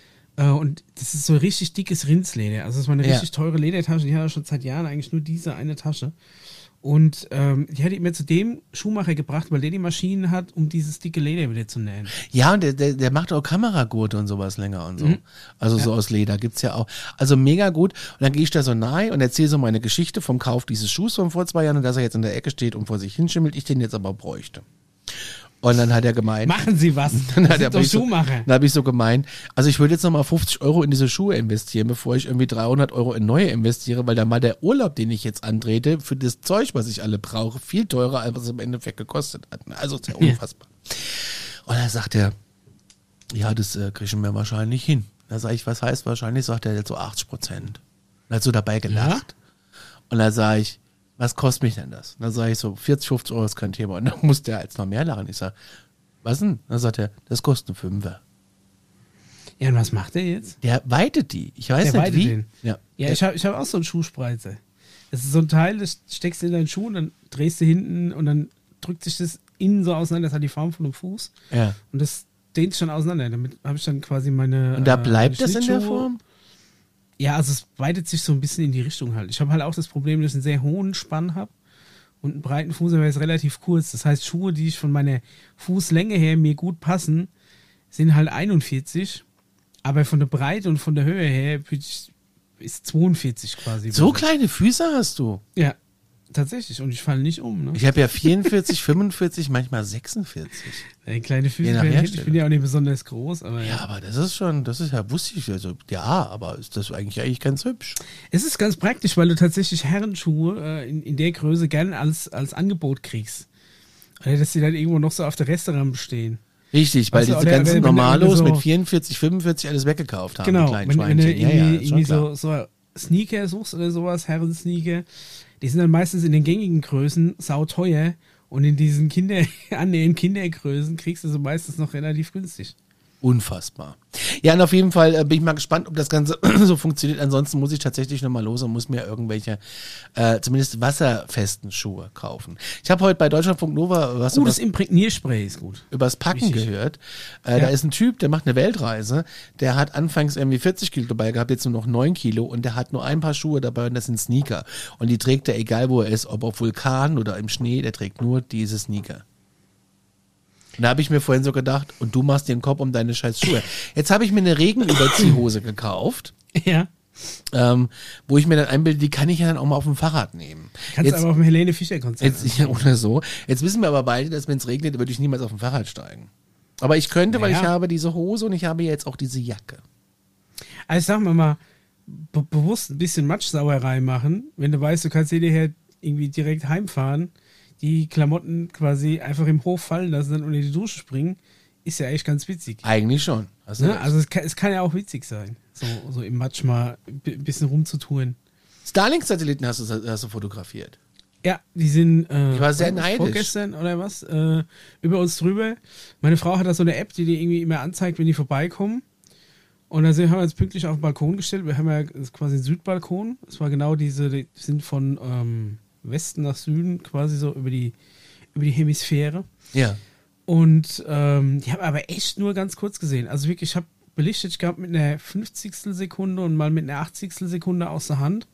Und das ist so richtig dickes Rindsleder. Also das war eine richtig teure Ledertasche. Die hat er schon seit Jahren eigentlich nur diese eine Tasche. Und die hat die immer zu dem Schuhmacher gebracht, weil der die Maschinen hat, um dieses dicke Leder wieder zu nähen. Ja, und der macht auch Kameragurte und sowas länger und so. Also so aus Leder gibt's ja auch. Also mega gut. Und dann gehe ich da so nahe und erzähle so meine Geschichte vom Kauf dieses Schuhs von vor 2 Jahren und dass er jetzt in der Ecke steht und vor sich hinschimmelt, ich den jetzt aber bräuchte. Und dann hat er gemeint. Machen Sie was. Dann habe ich so gemeint, also ich würde jetzt nochmal 50 € in diese Schuhe investieren, bevor ich irgendwie 300 € in neue investiere, weil dann mal der Urlaub, den ich jetzt antrete, für das Zeug, was ich alle brauche, viel teurer, als es im Endeffekt gekostet hat. Also ist ja unfassbar. Und dann sagt er, ja, das kriegen wir wahrscheinlich hin. Da sage ich, was heißt wahrscheinlich? Sagt er jetzt so 80%. Und hat so dabei gelacht. Ja? Und dann sage ich, was kostet mich denn das? Und dann sage ich so, 40, 50 € ist kein Thema. Und dann muss der jetzt noch mehr lachen. Ich sage, was denn? Dann sagt er, das kostet eine 5er. Ja, und was macht der jetzt? Der weitet die. Ich weiß nicht wie. Den. Ja, ich hab auch so einen Schuhspreizer. Das ist so ein Teil, das steckst du in deinen Schuh und dann drehst du hinten und dann drückt sich das innen so auseinander. Das hat die Form von einem Fuß. Ja. Und das dehnt sich schon auseinander. Damit habe ich dann quasi meine. Und da bleibt das in der Form? Ja, also es weitet sich so ein bisschen in die Richtung halt. Ich habe halt auch das Problem, dass ich einen sehr hohen Spann habe und einen breiten Fuß, aber er ist relativ kurz. Das heißt, Schuhe, die ich von meiner Fußlänge her mir gut passen, sind halt 41, aber von der Breite und von der Höhe her ist 42 quasi. So kleine Füße hast du? Ja, tatsächlich. Und ich falle nicht um. Ne? Ich habe ja 44, 45, manchmal 46. Kleine Füße, ich bin ja auch nicht besonders groß. Aber ja, aber das ist ja, wusste ich, also ja, aber ist das eigentlich ganz hübsch. Es ist ganz praktisch, weil du tatsächlich Herrenschuhe in der Größe gerne als Angebot kriegst. Oder dass die dann irgendwo noch so auf der Restaurant stehen. Richtig, weil diese ganzen Normalos mit 44, 45 alles weggekauft haben. Genau, wenn du irgendwie so Sneaker suchst oder sowas, Herren-Sneaker, die sind dann meistens in den gängigen Größen sauteuer und in diesen annähernden Kindergrößen kriegst du so meistens noch relativ günstig. Unfassbar. Ja, und auf jeden Fall bin ich mal gespannt, ob das Ganze so funktioniert. Ansonsten muss ich tatsächlich nochmal los und muss mir irgendwelche, zumindest wasserfesten Schuhe kaufen. Ich habe heute bei Deutschlandfunk Nova was das Imprägnierspray ist gut. Übers Packen gehört. Da ist ein Typ, der macht eine Weltreise. Der hat anfangs irgendwie 40 Kilo dabei gehabt, jetzt nur noch 9 Kilo und der hat nur ein paar Schuhe dabei und das sind Sneaker. Und die trägt er, egal wo er ist, ob auf Vulkan oder im Schnee, der trägt nur diese Sneaker. Und da habe ich mir vorhin so gedacht, und du machst dir den Kopf um deine scheiß Schuhe. Jetzt habe ich mir eine Regenüberziehhose gekauft. Ja. Wo ich mir dann einbilde, die kann ich ja dann auch mal auf dem Fahrrad nehmen. Kannst du aber auf dem Helene Fischer Konzert. Oder so. Jetzt wissen wir aber beide, dass wenn es regnet, würde ich niemals auf dem Fahrrad steigen. Aber ich könnte, weil ich habe diese Hose und ich habe jetzt auch diese Jacke. Also sagen wir mal, bewusst ein bisschen Matschsauerei machen, wenn du weißt, du kannst hierher irgendwie direkt heimfahren, die Klamotten quasi einfach im Hof fallen lassen, dann unter die Dusche springen, ist ja echt ganz witzig. Eigentlich schon. Ne? Also es kann ja auch witzig sein, so im Matsch mal ein bisschen rumzutouren. Starlink-Satelliten hast du fotografiert. Ja, die sind ich war sehr neidisch. Vorgestern oder was, über uns drüber. Meine Frau hat da so eine App, die irgendwie immer anzeigt, wenn die vorbeikommen. Und dann haben wir uns pünktlich auf den Balkon gestellt. Wir haben ja quasi einen Südbalkon. Es war genau die sind von Westen nach Süden, quasi so über die Hemisphäre. Ja. Und die haben aber echt nur ganz kurz gesehen. Also wirklich, ich habe belichtet gehabt mit einer 50. Sekunde und mal mit einer 80. Sekunde aus der Hand.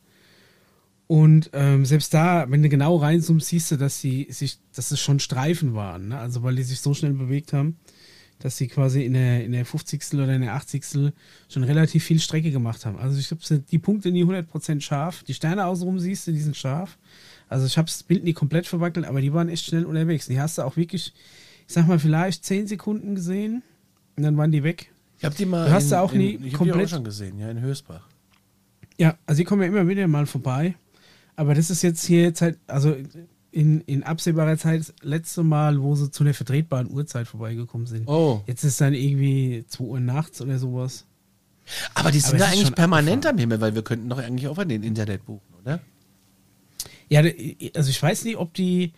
Und selbst da, wenn du genau reinzoomst, siehst du, dass es schon Streifen waren. Ne? Also weil die sich so schnell bewegt haben, dass sie quasi in der 50. oder in der 80. schon relativ viel Strecke gemacht haben. Also ich glaube, die Punkte nie 100% scharf. Die Sterne außenrum siehst du, die sind scharf. Also ich habe das Bild nie komplett verwackelt, aber die waren echt schnell unterwegs. Die hast du auch wirklich, ich sag mal, vielleicht 10 Sekunden gesehen und dann waren die weg. Ich habe die mal ich habe die auch schon gesehen, ja, in Hösbach. Ja, also die kommen ja immer wieder mal vorbei. Aber das ist jetzt hier also in absehbarer Zeit das letzte Mal, wo sie zu einer vertretbaren Uhrzeit vorbeigekommen sind. Oh. Jetzt ist dann irgendwie 2 Uhr nachts oder sowas. Aber die sind da eigentlich permanent am Himmel, weil wir könnten doch eigentlich auch an den Internet buchen, oder? Ja, also ich weiß nicht, ob die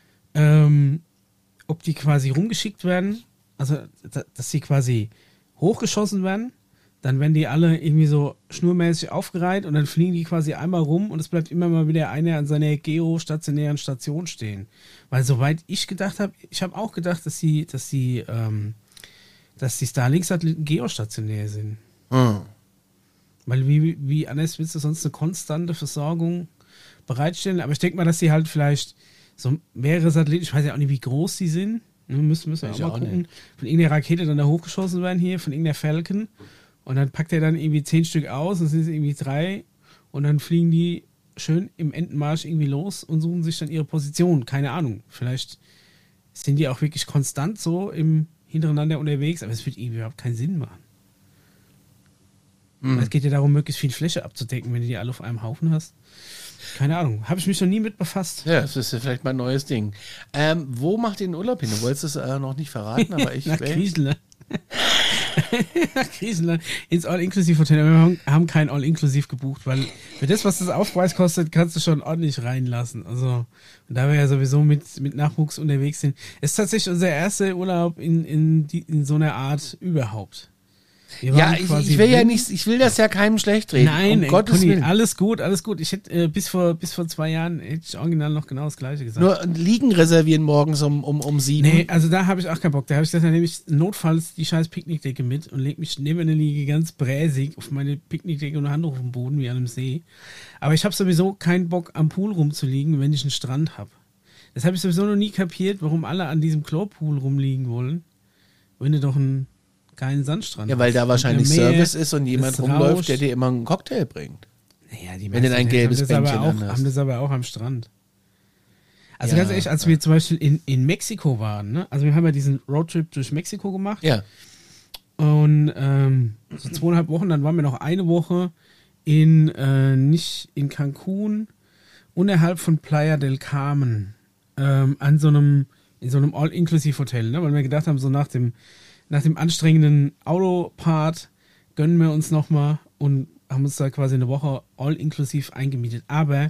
quasi rumgeschickt werden, also dass sie quasi hochgeschossen werden, dann werden die alle irgendwie so schnurmäßig aufgereiht und dann fliegen die quasi einmal rum und es bleibt immer mal wieder einer an seiner geostationären Station stehen. Weil soweit ich gedacht habe, ich habe auch gedacht, dass die Starlink-Satelliten geostationär sind. Hm. Weil wie anders willst du sonst eine konstante Versorgung bereitstellen? Aber ich denke mal, dass sie halt vielleicht so mehrere Satelliten, ich weiß ja auch nicht, wie groß die sind, müssen wir auch mal gucken, nicht. Von irgendeiner Rakete dann da hochgeschossen werden hier, von irgendeiner Falcon. Und dann packt er dann irgendwie 10 Stück aus, das sind irgendwie 3 und dann fliegen die schön im Entenmarsch irgendwie los und suchen sich dann ihre Position. Keine Ahnung, vielleicht sind die auch wirklich konstant so im hintereinander unterwegs, aber es wird irgendwie überhaupt keinen Sinn machen. Es geht ja darum, möglichst viel Fläche abzudecken, wenn du die alle auf einem Haufen hast. Keine Ahnung, habe ich mich noch nie mit befasst. Ja, das ist ja vielleicht mal ein neues Ding. Wo macht ihr den Urlaub hin? Du wolltest es noch nicht verraten, aber ich... Nach Griechenland. Nach Griechenland ins All-Inklusiv-Hotel. Wir haben kein All-Inklusiv gebucht, weil für das, was das Aufpreis kostet, kannst du schon ordentlich reinlassen. Also, und da wir ja sowieso mit Nachwuchs unterwegs sind, ist tatsächlich unser erster Urlaub in so einer Art überhaupt. Ja, ich will ja nicht, ich will das ja keinem schlecht reden. Nein, Gottes Willen. Alles gut. Ich hätte bis vor 2 Jahren hätte ich original noch genau das Gleiche gesagt. Nur Liegen reservieren morgens um 7. Nee, also da habe ich auch keinen Bock. Da habe ich gesagt, dann nehme ich notfalls die scheiß Picknickdecke mit und lege mich neben eine Liege ganz bräsig auf meine Picknickdecke und Handtuch auf dem Boden wie an einem See. Aber ich habe sowieso keinen Bock am Pool rumzuliegen, wenn ich einen Strand habe. Das habe ich sowieso noch nie kapiert, warum alle an diesem Klopool rumliegen wollen, wenn du doch keinen Sandstrand. Ja, weil da wahrscheinlich Service ist und jemand rumläuft, der dir immer einen Cocktail bringt. Naja, die wenn du ein gelbes Bändchen haben das aber auch am Strand. Also ganz ehrlich, als wir zum Beispiel in Mexiko waren, ne? Also wir haben ja diesen Roadtrip durch Mexiko gemacht. Ja. Und so 2,5 Wochen, dann waren wir noch eine Woche nicht in Cancun, unterhalb von Playa del Carmen, in so einem All-Inklusiv-Hotel, ne? Weil wir gedacht haben, so nach dem anstrengenden Autopart gönnen wir uns nochmal und haben uns da quasi eine Woche all-inklusiv eingemietet. Aber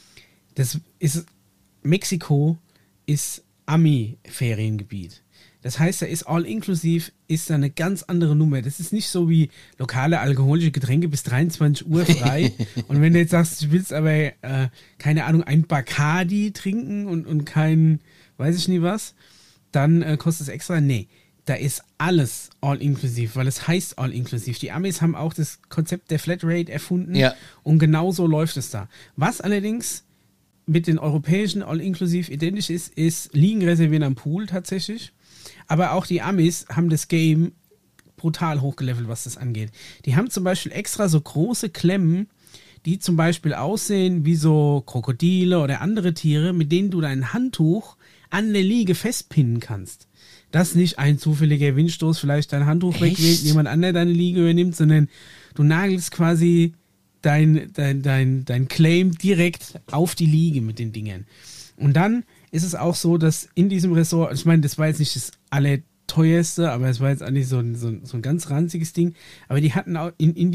Mexiko ist Ami-Feriengebiet. Das heißt, da ist all-inklusiv, ist da eine ganz andere Nummer. Das ist nicht so wie lokale alkoholische Getränke bis 23 Uhr frei. Und wenn du jetzt sagst, du willst aber, keine Ahnung, ein Bacardi trinken und kein, weiß ich nie was, dann kostet es extra. Nee. Da ist alles all-inklusiv, weil es heißt all-inklusiv. Die Amis haben auch das Konzept der Flatrate erfunden und genau so läuft es da. Was allerdings mit den europäischen all-inklusiv identisch ist Liegen reservieren am Pool tatsächlich. Aber auch die Amis haben das Game brutal hochgelevelt, was das angeht. Die haben zum Beispiel extra so große Klemmen, die zum Beispiel aussehen wie so Krokodile oder andere Tiere, mit denen du dein Handtuch an der Liege festpinnen kannst. Dass nicht ein zufälliger Windstoß vielleicht dein Handtuch wegweht, jemand anderer deine Liege übernimmt, sondern du nagelst quasi dein Claim direkt auf die Liege mit den Dingern. Und dann ist es auch so, dass in diesem Resort, ich meine, das war jetzt nicht das allerteuerste, aber es war jetzt eigentlich so ein ganz ranziges Ding, aber die hatten auch in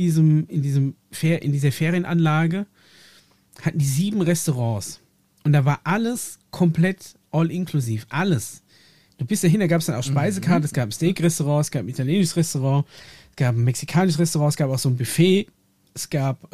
dieser Ferienanlage hatten die 7 Restaurants. Und da war alles komplett all-inklusiv, alles. Du bist dahin, da gab es dann auch Speisekarte, es gab ein Steak-Restaurant, es gab ein italienisches Restaurant, es gab ein mexikanisches Restaurant, es gab auch so ein Buffet, es gab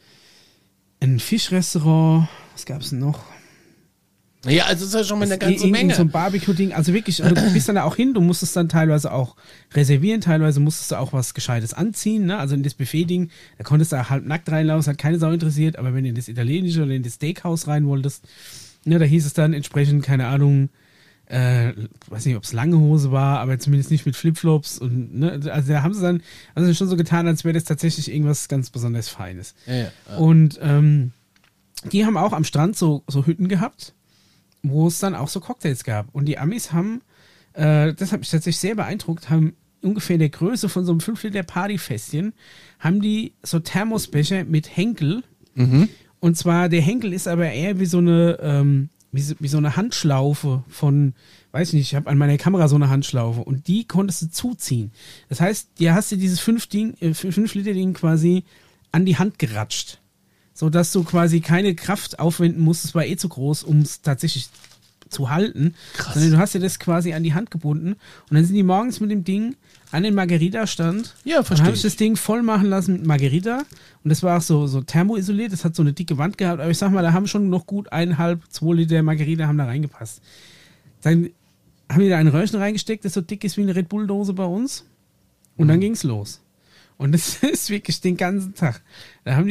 ein Fischrestaurant, was gab es noch? Ja, also das ist ja schon mal eine ganze Menge. So ein Barbecue-Ding, also wirklich, du bist dann da auch hin, du musstest dann teilweise auch reservieren, teilweise musstest du auch was Gescheites anziehen, ne? Also in das Buffet-Ding, da konntest du halb nackt reinlaufen, das hat keine Sau interessiert, aber wenn du in das italienische oder in das Steakhouse rein wolltest, ne, da hieß es dann entsprechend, keine Ahnung, weiß nicht, ob es lange Hose war, aber zumindest nicht mit Flipflops und, ne, also da haben sie dann schon so getan, als wäre das tatsächlich irgendwas ganz besonders Feines. Ja. Und die haben auch am Strand so Hütten gehabt, wo es dann auch so Cocktails gab. Und die Amis haben, das hat mich tatsächlich sehr beeindruckt, haben ungefähr der Größe von so einem 5-Liter Partyfässchen, haben die so Thermosbecher mit Henkel. Und zwar, der Henkel ist aber eher wie so eine wie so eine Handschlaufe von, weiß ich nicht, ich habe an meiner Kamera so eine Handschlaufe und die konntest du zuziehen. Das heißt, dir hast du dieses 5-Liter-Ding quasi an die Hand geratscht, sodass du quasi keine Kraft aufwenden musst, es war eh zu groß, um es tatsächlich zu halten. Krass. Sondern du hast dir das quasi an die Hand gebunden und dann sind die morgens mit dem Ding an den Margarita-Stand. Ja, verstehe. Dann habe ich das Ding voll machen lassen mit Margarita und das war auch so thermoisoliert, das hat so eine dicke Wand gehabt, aber ich sag mal, da haben schon noch gut 1,5-2 Liter Margarita haben da reingepasst. Dann haben die da ein Röhrchen reingesteckt, das so dick ist wie eine Red Bull-Dose bei uns und dann ging's los. Und das ist wirklich den ganzen Tag. Da haben die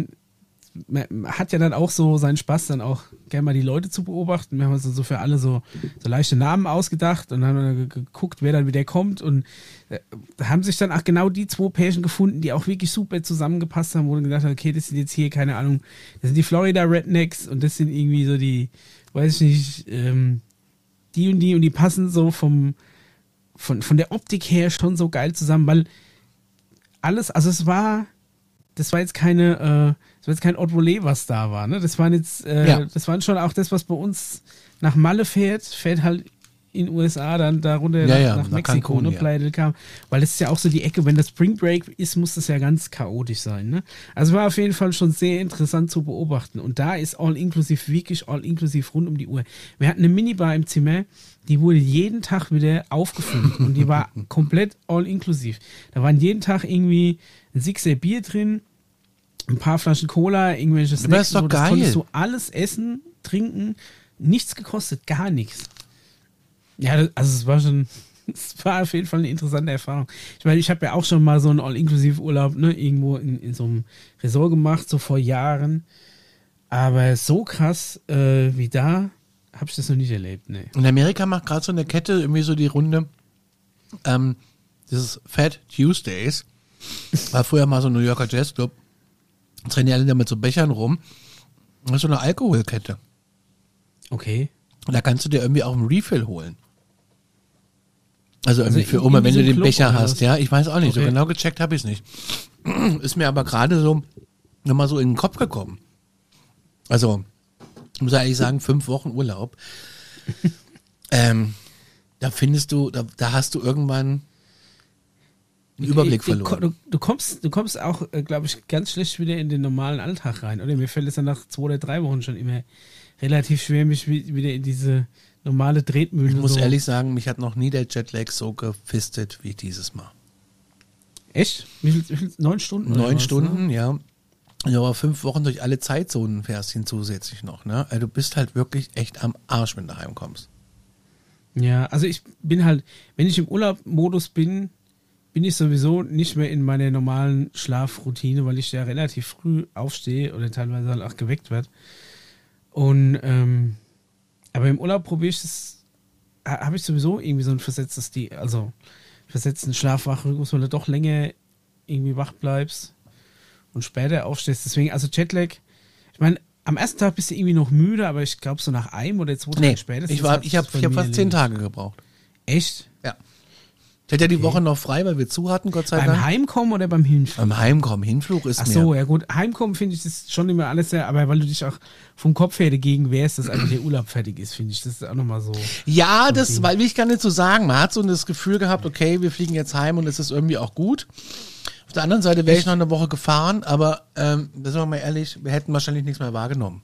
man hat ja dann auch so seinen Spaß, dann auch gerne mal die Leute zu beobachten. Wir haben uns dann so für alle so leichte Namen ausgedacht und dann haben wir geguckt, wer dann wieder kommt. Und da haben sich dann auch genau die 2 Pärchen gefunden, die auch wirklich super zusammengepasst haben, wo man gedacht hat, okay, das sind jetzt hier, keine Ahnung, das sind die Florida Rednecks und das sind irgendwie so die, weiß ich nicht, die und die passen so von der Optik her schon so geil zusammen, weil alles, also das war jetzt kein Haute Volée, was da war, ne? Das waren schon auch das, was bei uns nach Malle fährt halt in den USA dann da runter nach Mexiko, Cancun, ne? Playa del Carmen, weil das ist ja auch so die Ecke, wenn das Spring Break ist, muss das ja ganz chaotisch sein, ne? Also war auf jeden Fall schon sehr interessant zu beobachten und da ist All-Inclusive wirklich All-Inclusive rund um die Uhr. Wir hatten eine Minibar im Zimmer, die wurde jeden Tag wieder aufgefüllt und die war komplett All-Inclusive. Da waren jeden Tag irgendwie ein Sixer Bier drin, ein paar Flaschen Cola, irgendwelche Snacks. Das ist doch geil. Das konntest du alles essen, trinken, nichts gekostet, gar nichts. Ja, es war auf jeden Fall eine interessante Erfahrung. Ich meine, ich habe ja auch schon mal so einen All-Inclusive-Urlaub, ne, irgendwo in so einem Resort gemacht, so vor Jahren. Aber so krass wie da habe ich das noch nicht erlebt, ne. In Amerika macht gerade so eine Kette irgendwie so die Runde. Das ist Fat Tuesdays. War früher mal so ein New Yorker Jazzclub. Trainieren alle da mit so Bechern rum. Das ist so eine Alkoholkette. Okay. Und da kannst du dir irgendwie auch einen Refill holen. Also irgendwie für Oma, wenn du den Becher hast. Ja, ich weiß auch nicht. Okay. So genau gecheckt habe ich es nicht. Ist mir aber gerade so nochmal so in den Kopf gekommen. Also, ich muss eigentlich sagen, 5 Wochen Urlaub. Da findest du, da hast du irgendwann einen Überblick verloren. Du kommst auch, glaube ich, ganz schlecht wieder in den normalen Alltag rein. Oder mir fällt es dann nach 2 oder 3 Wochen schon immer relativ schwer, mich wieder in diese normale Tretmühle. Ich muss ehrlich sagen, mich hat noch nie der Jetlag so gefistet wie dieses Mal. Echt? Wie viel 9 Stunden? 9 Stunden, ne? Ja. Ja, aber 5 Wochen durch alle Zeitzonen fährst hin zusätzlich noch, ne? Also du bist halt wirklich echt am Arsch, wenn du heimkommst. Ja, also ich bin halt, wenn ich im Urlaubmodus bin ich sowieso nicht mehr in meiner normalen Schlafroutine, weil ich ja relativ früh aufstehe oder teilweise halt auch geweckt werde. Und aber im Urlaub probiere ich das, habe ich sowieso irgendwie so ein versetzten Schlaf-Wach-Rhythmus, weil du doch länger irgendwie wach bleibst und später aufstehst. Deswegen, also Jetlag, ich meine, am ersten Tag bist du irgendwie noch müde, aber ich glaube so nach einem oder 2 Tagen spätestens. Ich hab fast 10 Tage gebraucht. Echt? Ja. Ich hatte ja die Woche noch frei, weil wir zu hatten, Gott sei Dank. Beim Heimkommen oder beim Hinflug? Beim Heimkommen. Hinflug ist Ach so, ja gut. Heimkommen finde ich das schon immer alles sehr, aber weil du dich auch vom Kopf her dagegen wehrst, dass eigentlich der Urlaub fertig ist, finde ich. Das ist auch nochmal so. Ja, das, weil will ich gar nicht so sagen. Man hat so das Gefühl gehabt, okay, wir fliegen jetzt heim und es ist irgendwie auch gut. Auf der anderen Seite wäre ich noch eine Woche gefahren, aber, sind wir mal ehrlich, wir hätten wahrscheinlich nichts mehr wahrgenommen.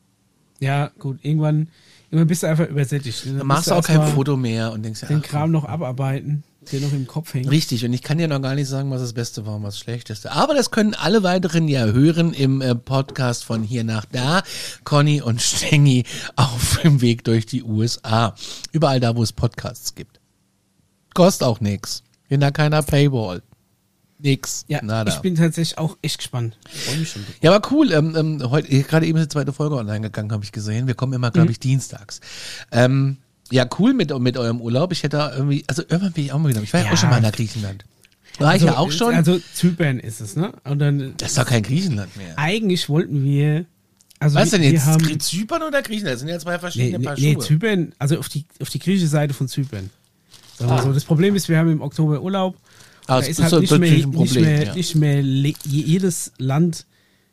Ja, gut. Irgendwann bist du einfach übersättigt. Dann machst du auch kein Foto mehr und denkst ja, den Kram noch abarbeiten, der noch im Kopf hängt. Richtig, und ich kann dir noch gar nicht sagen, was das Beste war und was das Schlechteste. Aber das können alle weiteren ja hören im Podcast von Hier nach Da. Conny und Stengi auf dem Weg durch die USA. Überall da, wo es Podcasts gibt. Kostet auch nichts. Hinter keiner Paywall. Nix. Ja, nada. Ich bin tatsächlich auch echt gespannt. Ich freue mich schon. Ja, aber cool. Heute gerade eben ist die 2. Folge online gegangen, habe ich gesehen. Wir kommen immer, glaube ich, dienstags. Ja, cool mit eurem Urlaub. Ich hätte da irgendwie, also irgendwann bin ich auch mal wieder. Ich war ja auch schon mal in Griechenland. War ich ja auch schon. Also Zypern ist es, ne? Und dann, das ist doch kein Griechenland mehr. Eigentlich wollten wir. Also was denn jetzt? Zypern oder Griechenland? Das sind ja 2 verschiedene Paar Schuhe. Nee, Zypern, also auf die griechische Seite von Zypern. So, das Problem ist, wir haben im Oktober Urlaub. Da ist halt nicht mehr jedes Land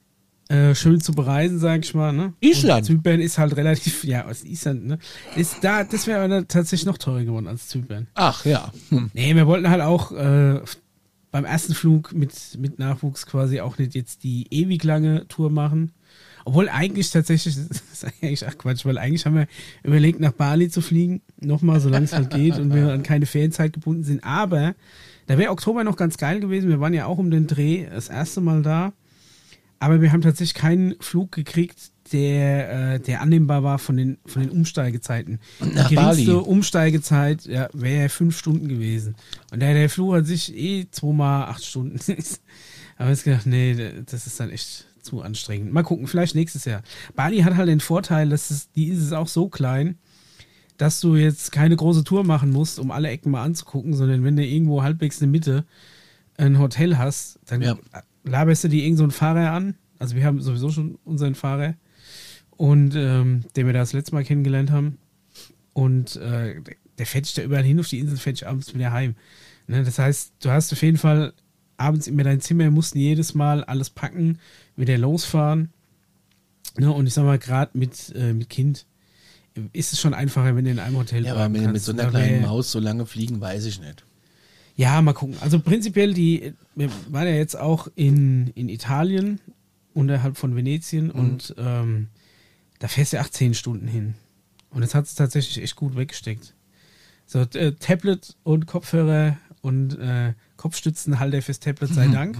schön zu bereisen, sag ich mal. Ne? Island. Und Zypern ist halt relativ, ja, aus Island, ne? Das wäre aber tatsächlich noch teurer geworden als Zypern. Ach ja. Nee, wir wollten halt auch beim ersten Flug mit Nachwuchs quasi auch nicht jetzt die ewig lange Tour machen. Obwohl eigentlich tatsächlich, das ist eigentlich auch Quatsch, weil eigentlich haben wir überlegt, nach Bali zu fliegen, nochmal, solange es halt geht und wir an keine Ferienzeit gebunden sind. Aber da wäre Oktober noch ganz geil gewesen. Wir waren ja auch um den Dreh das erste Mal da. Aber wir haben tatsächlich keinen Flug gekriegt, der annehmbar war von den Umsteigezeiten. Nach die geringste Bali. Umsteigezeit wäre 5 Stunden gewesen. Und der Flug hat sich 2x 8 Stunden. Aber ich gedacht, nee, das ist dann echt zu anstrengend. Mal gucken, vielleicht nächstes Jahr. Bali hat halt den Vorteil, die ist auch so klein, dass du jetzt keine große Tour machen musst, um alle Ecken mal anzugucken, sondern wenn du irgendwo halbwegs in der Mitte ein Hotel hast, dann laberst du dir irgend so einen Fahrer an. Also wir haben sowieso schon unseren Fahrer und den wir da das letzte Mal kennengelernt haben. und der fährt dich da überall hin auf die Insel, fährt dich abends wieder heim. Ne? Das heißt, du hast auf jeden Fall abends immer dein Zimmer, musst jedes Mal alles packen, wieder losfahren. Ne? Und ich sag mal, gerade mit Kind ist es schon einfacher, wenn du in einem Hotel bleiben kannst. Ja, aber mit so einer kleinen Maus so lange fliegen, weiß ich nicht. Ja, mal gucken. Also prinzipiell, wir waren ja jetzt auch in Italien, unterhalb von Venetien und da fährst du 10 Stunden hin. Und das hat es tatsächlich echt gut weggesteckt. So, Tablet und Kopfhörer und Kopfstützenhalter fürs Tablet sei Dank.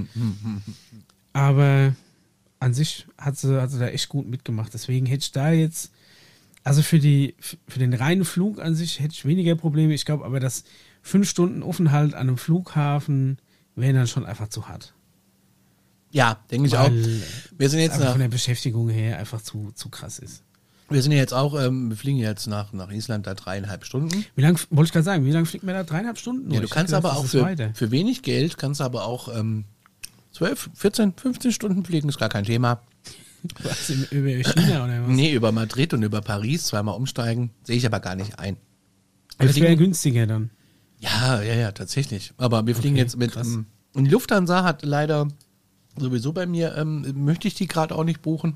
Aber an sich hat sie da echt gut mitgemacht. Deswegen hätte ich da jetzt, also für den reinen Flug an sich hätte ich weniger Probleme. Ich glaube aber, dass 5 Stunden Aufenthalt an einem Flughafen wären dann schon einfach zu hart. Ja, denke ich auch. Wir sind jetzt von der Beschäftigung her einfach zu krass ist. Wir sind ja jetzt auch, wir fliegen jetzt nach Island da 3,5 Stunden. Wie lange, wollte ich gerade sagen, wie lange fliegt man da? 3,5 Stunden? Ja, du kannst aber auch für wenig Geld, kannst aber auch 12, 14, 15 Stunden fliegen, ist gar kein Thema. Was, über China oder was? Nee, über Madrid und über Paris, zweimal umsteigen, sehe ich aber gar nicht ein. Das wäre günstiger dann. Ja, tatsächlich. Aber wir fliegen jetzt mit, und die Lufthansa hat leider sowieso bei mir, möchte ich die gerade auch nicht buchen.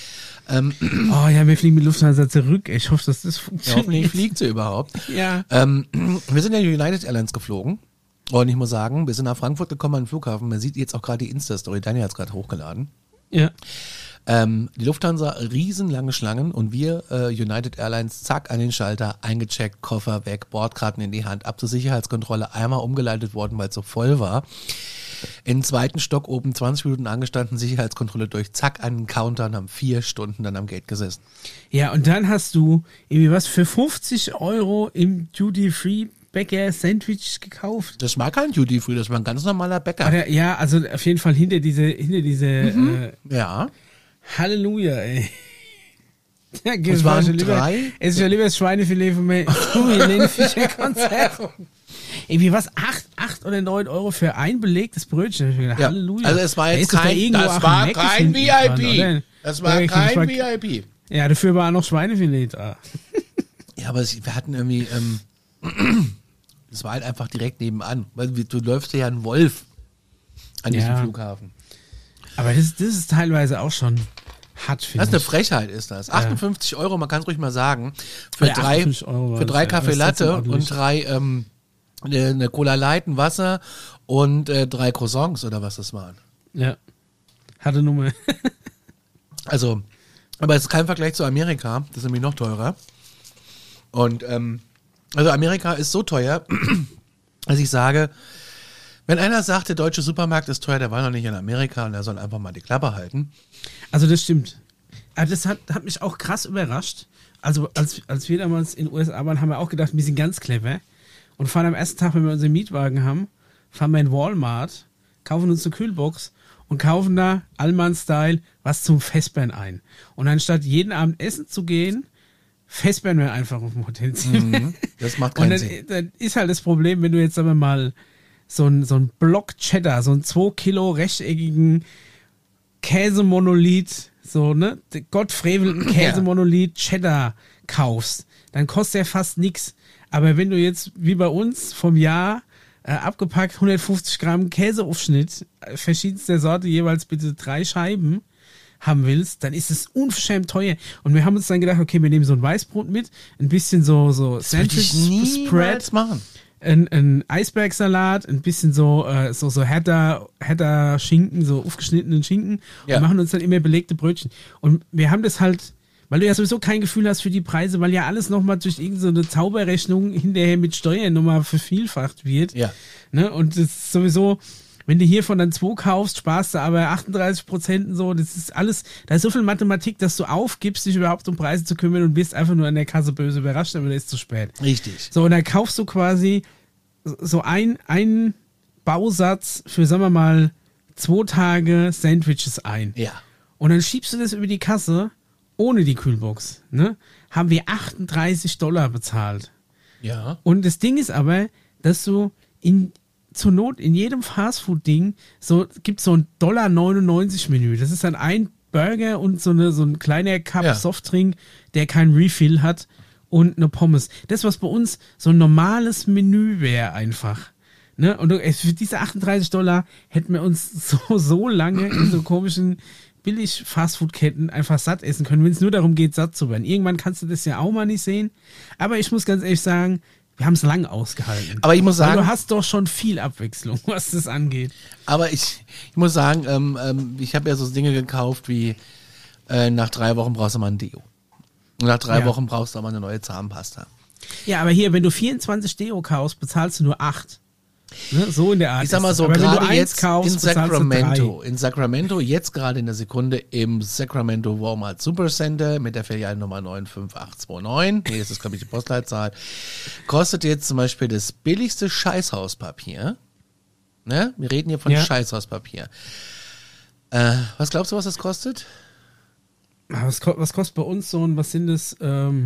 Wir fliegen mit Lufthansa zurück. Ich hoffe, dass das funktioniert. Hoffentlich fliegt sie überhaupt. Ja. Wir sind ja United Airlines geflogen. Und ich muss sagen, wir sind nach Frankfurt gekommen an den Flughafen. Man sieht jetzt auch gerade die Insta-Story. Daniel hat es gerade hochgeladen. Ja. Die Lufthansa, riesenlange Schlangen und wir, United Airlines, zack, an den Schalter, eingecheckt, Koffer weg, Bordkarten in die Hand, ab zur Sicherheitskontrolle, einmal umgeleitet worden, weil es so voll war. In den 2. Stock oben 20 Minuten angestanden, Sicherheitskontrolle durch, zack, an den Counter und haben 4 Stunden dann am Gate gesessen. Ja, und dann hast du irgendwie was für 50 € im Duty-Free Bäcker Sandwich gekauft. Das war kein Duty-Free, das war ein ganz normaler Bäcker. Aber ja, also auf jeden Fall hinter diese ja. Halleluja, ey. Ja, das waren 3. Es ist ja lieber das Schweinefilet von mir. Helene Fischer Konzert. Irgendwie was? 8 oder 9 € für ein belegtes Brötchen. Ich gedacht, ja. Halleluja. Also es war jetzt kein VIP. Das war kein VIP. Ja, dafür war noch Schweinefilet da. Ja, aber wir hatten irgendwie, das war halt einfach direkt nebenan. Weil du läufst ja einen Wolf an diesem Flughafen. Aber das ist teilweise auch schon hart, finde ich. Das ist eine Frechheit, ist das. 58 €, man kann es ruhig mal sagen, für 3 Kaffee Latte und 3 eine Cola Light, ein Wasser und 3 Croissants oder was das waren. Ja, harte Nummer. Also, aber es ist kein Vergleich zu Amerika, das ist nämlich noch teurer. Und also Amerika ist so teuer, dass ich sage, wenn einer sagt, der deutsche Supermarkt ist teuer, der war noch nicht in Amerika und er soll einfach mal die Klappe halten. Also das stimmt. Aber das hat mich auch krass überrascht. Also als wir damals in den USA waren, haben wir auch gedacht, wir sind ganz clever und fahren am ersten Tag, wenn wir unseren Mietwagen haben, fahren wir in Walmart, kaufen uns eine Kühlbox und kaufen da Allmann-Style was zum Vesperren ein. Und anstatt jeden Abend essen zu gehen, vesperren wir einfach auf dem Hotelzimmer. Das macht keinen Sinn. Und dann ist halt das Problem, wenn du jetzt sagen wir mal so ein Block Cheddar, so einen 2 Kilo rechteckigen Käsemonolith, so, ne, gottfrevelnden Käsemonolith Cheddar kaufst, dann kostet der fast nichts. Aber wenn du jetzt, wie bei uns, vom Jahr abgepackt 150 Gramm Käseaufschnitt, verschiedenster Sorte, jeweils bitte 3 Scheiben haben willst, dann ist es unverschämt teuer. Und wir haben uns dann gedacht, okay, wir nehmen so ein Weißbrot mit, ein bisschen so Sandwich-Spread machen. Ein Eisbergsalat, ein bisschen so härter Schinken, so aufgeschnittenen Schinken und machen uns dann immer belegte Brötchen. Und wir haben das halt, weil du ja sowieso kein Gefühl hast für die Preise, weil ja alles nochmal durch irgendeine Zauberrechnung hinterher mit Steuern nochmal vervielfacht wird. Ja. Ne? Und das ist sowieso, wenn du hiervon dann 2 kaufst, sparst du aber 38% und so, das ist alles, da ist so viel Mathematik, dass du aufgibst, dich überhaupt um Preise zu kümmern und bist einfach nur an der Kasse böse überrascht, aber dann ist zu spät. Richtig. So, und dann kaufst du quasi so einen Bausatz für, sagen wir mal, 2 Tage Sandwiches ein. Ja. Und dann schiebst du das über die Kasse, ohne die Kühlbox, ne? Haben wir $38 bezahlt. Ja. Und das Ding ist aber, dass du zur Not in jedem Fastfood-Ding gibt so ein $1,99 Menü. Das ist dann ein Burger und so ein kleiner Cup Softdrink, der kein Refill hat und eine Pommes. Das, was bei uns so ein normales Menü wäre einfach. Ne? Und für diese $38 hätten wir uns so lange in so komischen billig Fastfood-Ketten einfach satt essen können, wenn es nur darum geht, satt zu werden. Irgendwann kannst du das ja auch mal nicht sehen. Aber ich muss ganz ehrlich sagen, wir haben es lang ausgehalten. Aber ich muss sagen, du hast doch schon viel Abwechslung, was das angeht. Aber ich muss sagen, ich habe ja so Dinge gekauft wie nach 3 Wochen brauchst du mal ein Deo. Und nach 3 Wochen brauchst du mal eine neue Zahnpasta. Ja, aber hier, wenn du 24 Deo kaufst, bezahlst du nur 8. Ne? So in der Art. Ich sag mal so, gerade jetzt kaufst, in Sacramento, jetzt gerade in der Sekunde im Sacramento Walmart Supercenter mit der Filialnummer 95829, nee, das ist glaube ich die Postleitzahl, kostet jetzt zum Beispiel das billigste Scheißhauspapier, ne? Wir reden hier von Scheißhauspapier. Was glaubst du, was das kostet? Was kostet bei uns so ein, was sind das,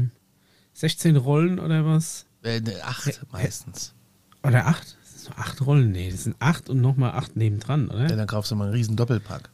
16 Rollen oder was? 8 meistens. Oder 8? 8 Rollen, nee, das sind 8 und nochmal 8 nebendran, oder? Ja, dann kaufst du mal einen riesen Doppelpack.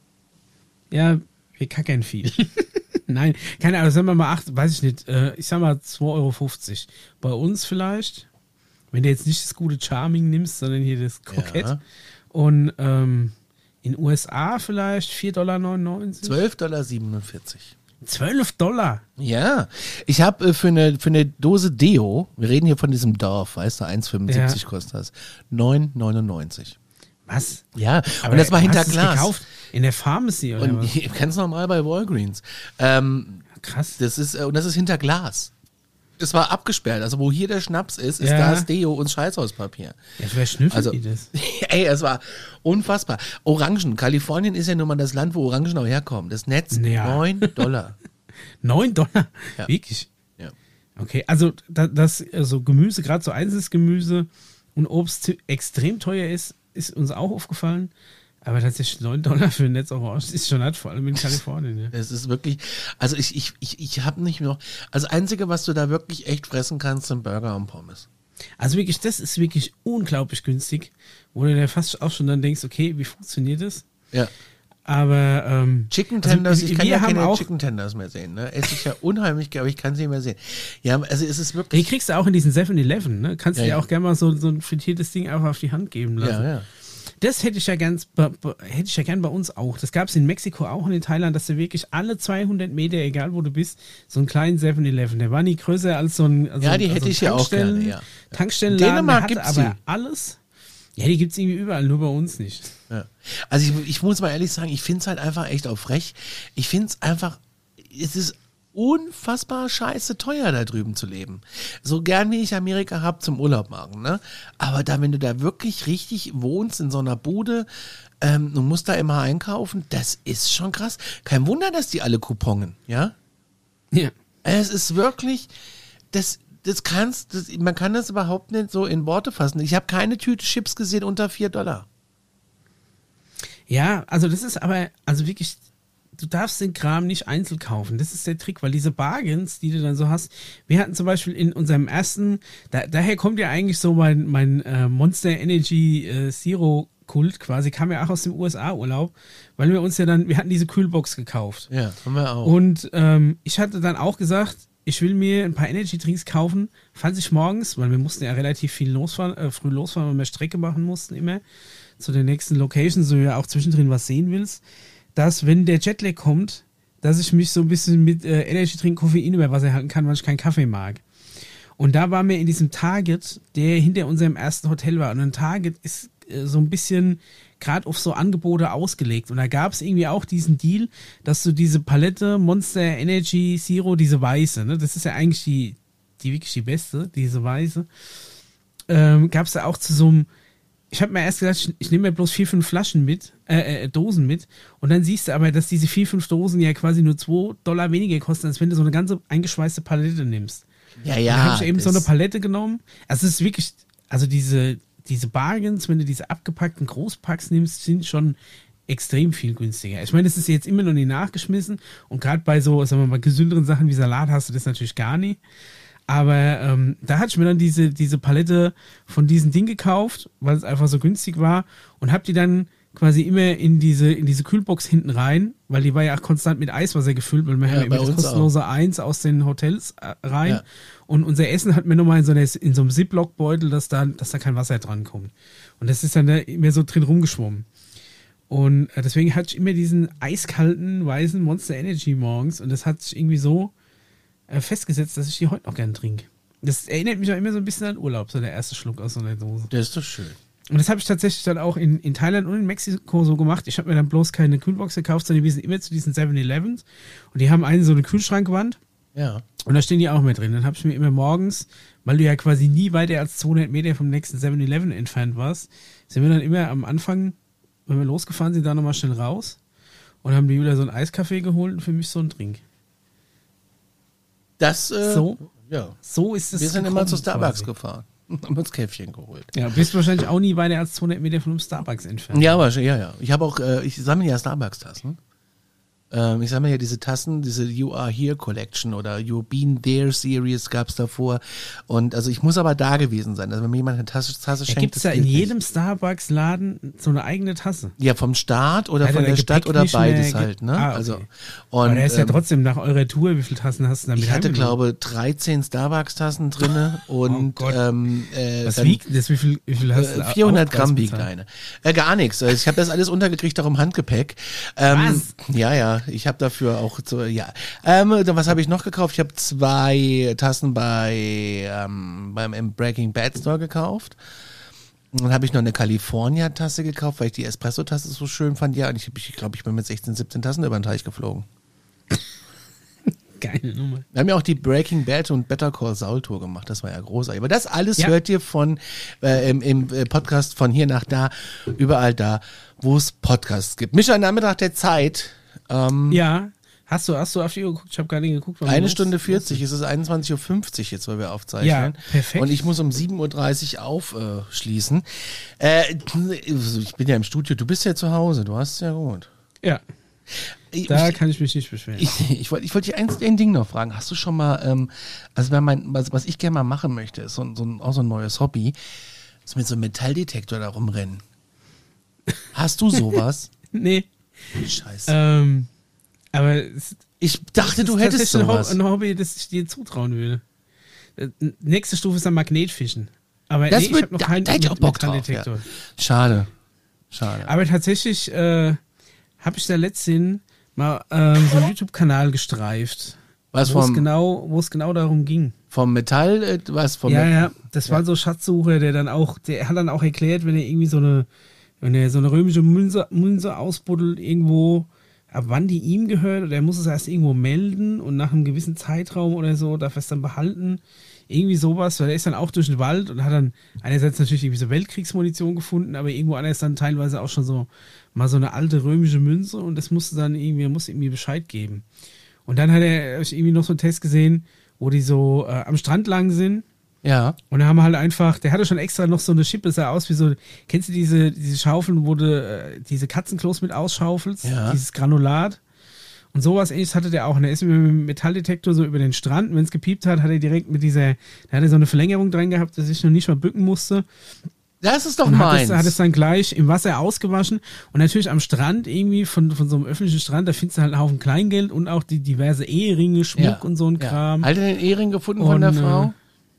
Ja, wir kackern viel. Nein, keine Ahnung, sagen wir mal 8, weiß ich nicht, ich sag mal 2,50 Euro. Bei uns vielleicht, wenn du jetzt nicht das gute Charming nimmst, sondern hier das Kokett. Ja. Und in USA vielleicht $4,99. $12,47. $12? Ja, ich habe für eine Dose Deo, wir reden hier von diesem Dorf, weißt du, 1,75 kostet das, 9,99. Was? Ja, aber und das war hinter Glas. Gekauft? In der Pharmacy oder und was? Ganz normal bei Walgreens. Krass. Das ist hinter Glas. Das war abgesperrt. Also wo hier der Schnaps ist das Deo und Scheißhauspapier. Ja, wer schnüffelt die das? Ey, es war unfassbar. Orangen. Kalifornien ist ja nun mal das Land, wo Orangen auch herkommen. Das Netz, $9. $9? Ja. Wirklich? Ja. Okay, also also Gemüse, gerade so einzelnes Gemüse und Obst extrem teuer ist uns auch aufgefallen. Aber tatsächlich $9 für ein Netz Orange ist schon hart, vor allem in Kalifornien. Ja. Es ist wirklich, also ich habe nicht noch, also das Einzige, was du da wirklich echt fressen kannst, sind Burger und Pommes. Also wirklich, das ist wirklich unglaublich günstig, wo du dir fast auch schon dann denkst, okay, wie funktioniert das? Ja. Aber Chicken Tenders, ich kann ja keine Chicken Tenders mehr sehen. Ne? Esse ich ja unheimlich, aber ich kann sie nicht mehr sehen. Ja, also es ist wirklich. Die kriegst du auch in diesen 7-Eleven, ne? Kannst du dir auch gerne mal so ein frittiertes Ding einfach auf die Hand geben lassen. Ja. Das hätte ich ja gern bei uns auch. Das gab es in Mexiko auch und in Thailand, dass du wirklich alle 200 Meter, egal wo du bist, so einen kleinen 7-Eleven. Der war nie größer als so ein die hätte ich ja auch gerne, ja. Tankstellenladen, Dänemark der hatte aber alles. Ja, die gibt es irgendwie überall, nur bei uns nicht. Ja. Also ich muss mal ehrlich sagen, ich finde es halt einfach echt auch frech. Ich finde es einfach, es ist unfassbar scheiße teuer, da drüben zu leben. So gern wie ich Amerika habe zum Urlaub machen, ne? Aber wenn du da wirklich richtig wohnst in so einer Bude, du musst da immer einkaufen, das ist schon krass. Kein Wunder, dass die alle couponen, ja? Ja. Es ist wirklich, man kann das überhaupt nicht so in Worte fassen. Ich habe keine Tüte Chips gesehen unter $4. Ja, also das ist aber, also wirklich, du darfst den Kram nicht einzeln kaufen. Das ist der Trick, weil diese Bargains, die du dann so hast, wir hatten zum Beispiel in unserem ersten, daher kommt ja eigentlich so mein Monster Energy Zero Kult quasi, kam ja auch aus dem USA-Urlaub, weil wir hatten diese Kühlbox gekauft. Ja, haben wir auch. Und ich hatte dann auch gesagt, ich will mir ein paar Energy-Drinks kaufen, falls ich morgens, weil wir mussten ja relativ viel früh losfahren, weil wir Strecke machen mussten immer, zu der nächsten Location, so ja auch zwischendrin was sehen willst, dass, wenn der Jetlag kommt, dass ich mich so ein bisschen mit Energy-Drink Koffein über Wasser halten kann, weil ich keinen Kaffee mag. Und da waren wir in diesem Target, der hinter unserem ersten Hotel war. Und ein Target ist so ein bisschen gerade auf so Angebote ausgelegt. Und da gab es irgendwie auch diesen Deal, dass du diese Palette Monster Energy Zero, diese weiße, ne, das ist ja eigentlich die wirklich die beste, diese weiße, gab es da auch zu so einem, ich habe mir erst gedacht, ich nehme mir bloß 4-5 Flaschen mit, Dosen mit, und dann siehst du aber, dass diese 4-5 Dosen ja quasi nur $2 weniger kosten, als wenn du so eine ganze eingeschweißte Palette nimmst. Ja. Dann habe ich eben so eine Palette genommen. Also es ist wirklich, also diese Bargains, wenn du diese abgepackten Großpacks nimmst, sind schon extrem viel günstiger. Ich meine, das ist jetzt immer noch nicht nachgeschmissen, und gerade bei so, sagen wir mal, gesünderen Sachen wie Salat hast du das natürlich gar nicht. Aber da hatte ich mir dann diese Palette von diesem Ding gekauft, weil es einfach so günstig war, und habe die dann quasi immer in diese Kühlbox hinten rein, weil die war ja auch konstant mit Eiswasser gefüllt, weil wir haben ja immer das kostenlose 1 aus den Hotels rein. Ja. Und unser Essen hat mir nochmal in so einem Ziploc-Beutel, dass da kein Wasser dran kommt. Und das ist dann da immer so drin rumgeschwommen. Und deswegen hatte ich immer diesen eiskalten, weißen Monster Energy morgens. Und das hat sich irgendwie so festgesetzt, dass ich die heute noch gern trinke. Das erinnert mich auch immer so ein bisschen an Urlaub, so der erste Schluck aus so einer Dose. Das ist doch schön. Und das habe ich tatsächlich dann auch in Thailand und in Mexiko so gemacht. Ich habe mir dann bloß keine Kühlbox gekauft, sondern wir sind immer zu diesen 7-Elevens. Und die haben so eine Kühlschrankwand. Ja. Und da stehen die auch mit drin. Dann habe ich mir immer morgens, weil du ja quasi nie weiter als 200 Meter vom nächsten 7-Eleven entfernt warst, sind wir dann immer am Anfang, wenn wir losgefahren sind, da nochmal schnell raus und haben die wieder so einen Eiskaffee geholt und für mich so einen Drink. So ist es. Wir sind immer zu Starbucks gefahren. Haben uns Käffchen geholt. Ja, bist wahrscheinlich auch nie weiter als 200 Meter von einem Starbucks entfernt. Ja, wahrscheinlich, ja. Ich habe auch, ich sammle ja Starbucks-Tassen. Ich sammle ja diese Tassen, diese You Are Here Collection oder You've Been There Series gab's davor. Und also ich muss aber da gewesen sein. Also wenn mir jemand eine Tasse schenkt. Gibt es da in jedem Starbucks-Laden so eine eigene Tasse? Ja, vom Staat oder von der Stadt oder beides halt, ne? Okay. Also, und aber der ist ja trotzdem nach eurer Tour, wie viele Tassen hast du damit? Ich hatte, glaube 13 Starbucks-Tassen drinne und was wiegt das? Wie viel hast du? 400 Gramm wiegt eine. Gar nichts. Ich habe das alles untergekriegt, auch im Handgepäck. Was? Ja. Ich habe dafür auch was habe ich noch gekauft? Ich habe 2 Tassen beim Breaking Bad Store gekauft. Und dann habe ich noch eine California-Tasse gekauft, weil ich die Espresso-Tasse so schön fand. Ja, und ich glaube, ich bin mit 16, 17 Tassen über den Teich geflogen. Geile Nummer. Wir haben ja auch die Breaking Bad und Better Call Saul Tour gemacht. Das war ja großartig. Aber das alles hört ihr im Podcast von hier nach da, überall da, wo es Podcasts gibt. Micha, Nachmittag der Zeit. Ja, hast du auf die Uhr geguckt? Ich habe gar nicht geguckt. 1 Stunde 40, es ist 21.50 Uhr jetzt, weil wir aufzeichnen. Ja, perfekt. Und ich muss um 7.30 Uhr aufschließen. Ich bin ja im Studio, du bist ja zu Hause, du hast es ja gut. Ja, da kann ich mich nicht beschweren. Ich wollte dich ein Ding noch fragen. Hast du schon mal, was ich gerne mal machen möchte, ist auch so ein neues Hobby, ist mit so einem Metalldetektor da rumrennen. Hast du sowas? Nee. Scheiße. Aber ich dachte, du hättest sowas. Ein Hobby, das ich dir zutrauen würde. Nächste Stufe ist dann Magnetfischen. Aber das ich habe noch keinen Metalldetektor. Schade. Aber tatsächlich habe ich da letztens mal so einen YouTube-Kanal gestreift. Wo es genau darum ging. Vom Metall? Ja, das war so Schatzsucher, der hat dann auch erklärt, wenn er so eine römische Münze ausbuddelt irgendwo, ab wann die ihm gehört, oder er muss es erst irgendwo melden und nach einem gewissen Zeitraum oder so darf er es dann behalten. Irgendwie sowas, weil er ist dann auch durch den Wald und hat dann einerseits natürlich irgendwie so Weltkriegsmunition gefunden, aber irgendwo anders dann teilweise auch schon so mal so eine alte römische Münze und das musste dann irgendwie Bescheid geben. Und dann hat er irgendwie noch so einen Test gesehen, wo die so am Strand lang sind. Ja. Und da haben wir halt einfach, der hatte schon extra noch so eine Schippe, sah aus wie so, kennst du diese Schaufeln, wo du diese Katzenklos mit ausschaufelst? Ja. Dieses Granulat. Und sowas ähnliches hatte der auch. Und er ist mit dem Metalldetektor so über den Strand. Und wenn es piept hat, hat er direkt da hat er so eine Verlängerung dran gehabt, dass ich noch nicht mal bücken musste. Das ist doch meins. Hat es dann gleich im Wasser ausgewaschen. Und natürlich am Strand irgendwie, von so einem öffentlichen Strand, da findest du halt einen Haufen Kleingeld und auch die diverse Eheringe, Schmuck und so ein Kram. Hat er den Ehering gefunden von der Frau?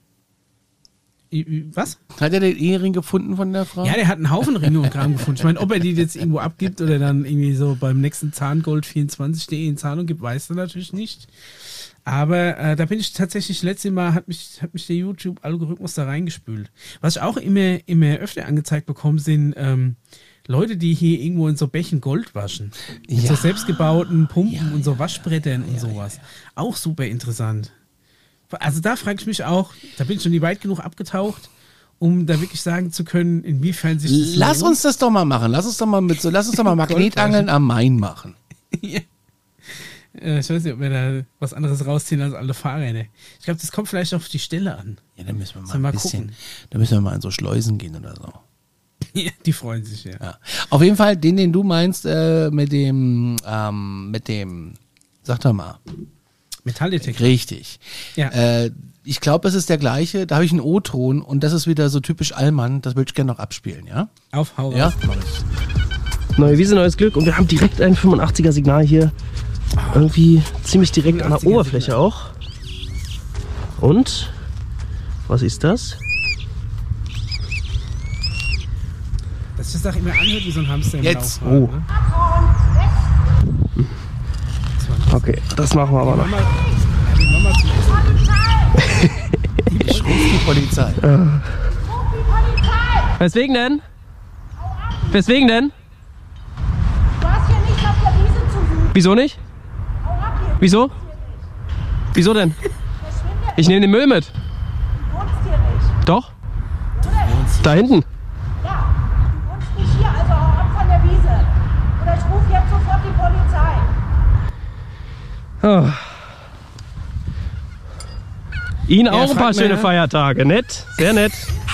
Was? Hat er den Ehering gefunden von der Frau? Ja, der hat einen Haufen Ringe und Kram gefunden. Ich meine, ob er die jetzt irgendwo abgibt oder dann irgendwie so beim nächsten Zahngold24.de in Zahlung gibt, weiß er natürlich nicht. Aber da bin ich tatsächlich, letztes Mal hat mich der YouTube-Algorithmus da reingespült. Was ich auch immer öfter angezeigt bekomme, sind Leute, die hier irgendwo in so Bächen Gold waschen. Mit so selbstgebauten Pumpen und so Waschbrettern und sowas. Auch super interessant. Also da frage ich mich auch, da bin ich schon nie weit genug abgetaucht, um da wirklich sagen zu können, inwiefern sich das Lass uns das doch mal machen. Lass uns doch mal Magnetangeln am Main machen. Ja. Ich weiß nicht, ob wir da was anderes rausziehen als alle Fahrräder. Ich glaube, das kommt vielleicht auf die Stelle an. Ja, dann müssen wir mal ein bisschen, da müssen wir mal in so Schleusen gehen oder so. Ja, die freuen sich, ja. Auf jeden Fall, den du meinst, mit dem, sag doch mal. Metalldetektor. Richtig. Ja. Ich glaube, es ist der gleiche. Da habe ich einen O-Ton und das ist wieder so typisch Allmann. Das würde ich gerne noch abspielen, ja? Hau ja? Mach ich. Neue Wiese, neues Glück. Und wir haben direkt ein 85er Signal hier. Irgendwie ziemlich direkt an der Oberfläche Signal. Auch. Und? Was ist das? Das ist doch immer anhört wie so ein Hamster im Jetzt. Laufbahn, ne? Okay, das machen wir aber noch. Ich rufe die Polizei. Weswegen denn? Weswegen denn? Du hast hier nicht auf der Wiese zu suchen. Wieso nicht? Wieso? Wieso denn? Ich nehme den Müll mit. Du wohnst hier nicht. Doch? Da hinten. Ja, du wohnst nicht hier, also hau ab von der Wiese. Oder ich rufe jetzt sofort die Polizei. Oh. Ihnen auch ein paar schöne Feiertage. Nett, sehr nett.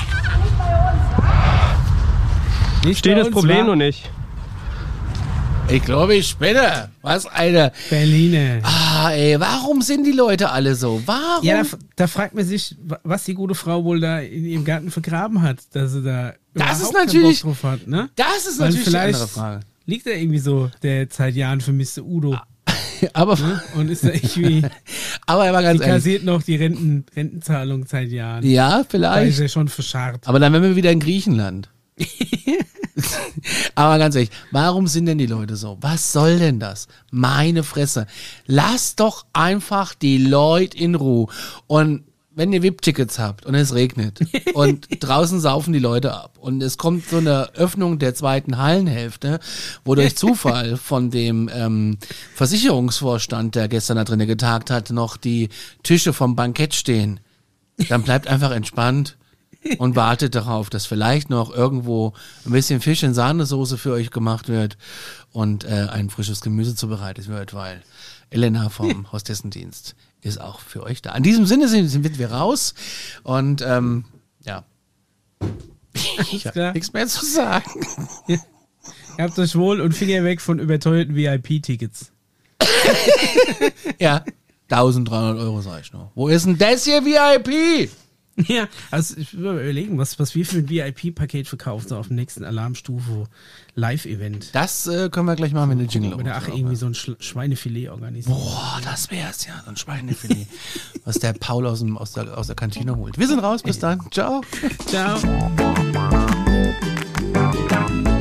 Nicht Steht das Problem noch nicht. Ich glaube, ich spinne. Was eine... Berliner. Ey, warum sind die Leute alle so? Warum? Ja, da fragt man sich, was die gute Frau wohl da in ihrem Garten vergraben hat, dass sie da das ist natürlich, keinen Bock drauf hat, ne? Das ist natürlich die andere Frage. Liegt da irgendwie so der seit Jahren vermisste Udo. Aber ne? Und ist da irgendwie... aber er war ganz ehrlich. Kassiert noch die Rentenzahlung seit Jahren. Ja, vielleicht. Da ist er schon verscharrt. Aber dann wären wir wieder in Griechenland. Aber ganz ehrlich, warum sind denn die Leute so? Was soll denn das? Meine Fresse. Lasst doch einfach die Leute in Ruhe. Und wenn ihr VIP-Tickets habt und es regnet und draußen saufen die Leute ab und es kommt so eine Öffnung der zweiten Hallenhälfte, wo durch Zufall von dem Versicherungsvorstand, der gestern da drinnen getagt hat, noch die Tische vom Bankett stehen, dann bleibt einfach entspannt und wartet darauf, dass vielleicht noch irgendwo ein bisschen Fisch in Sahnesoße für euch gemacht wird und ein frisches Gemüse zubereitet wird, weil Elena vom Hostessendienst ist auch für euch da. In diesem Sinne sind wir raus und ja, ich habe nichts mehr zu sagen. Ja. Ihr habt euch wohl und Finger weg von überteuerten VIP-Tickets. Ja, 1.300 € sag ich noch. Wo ist denn das hier VIP? Ja, also ich will mal überlegen, was wir für ein VIP-Paket verkaufen, so auf dem nächsten Alarmstufe Live-Event. Das können wir gleich machen, wenn der Jingle oder irgendwie so ein Schweinefilet organisieren. Boah, das wär's ja, so ein Schweinefilet, was der Paul aus der Kantine holt. Wir sind raus, bis dann. Ciao. Ciao.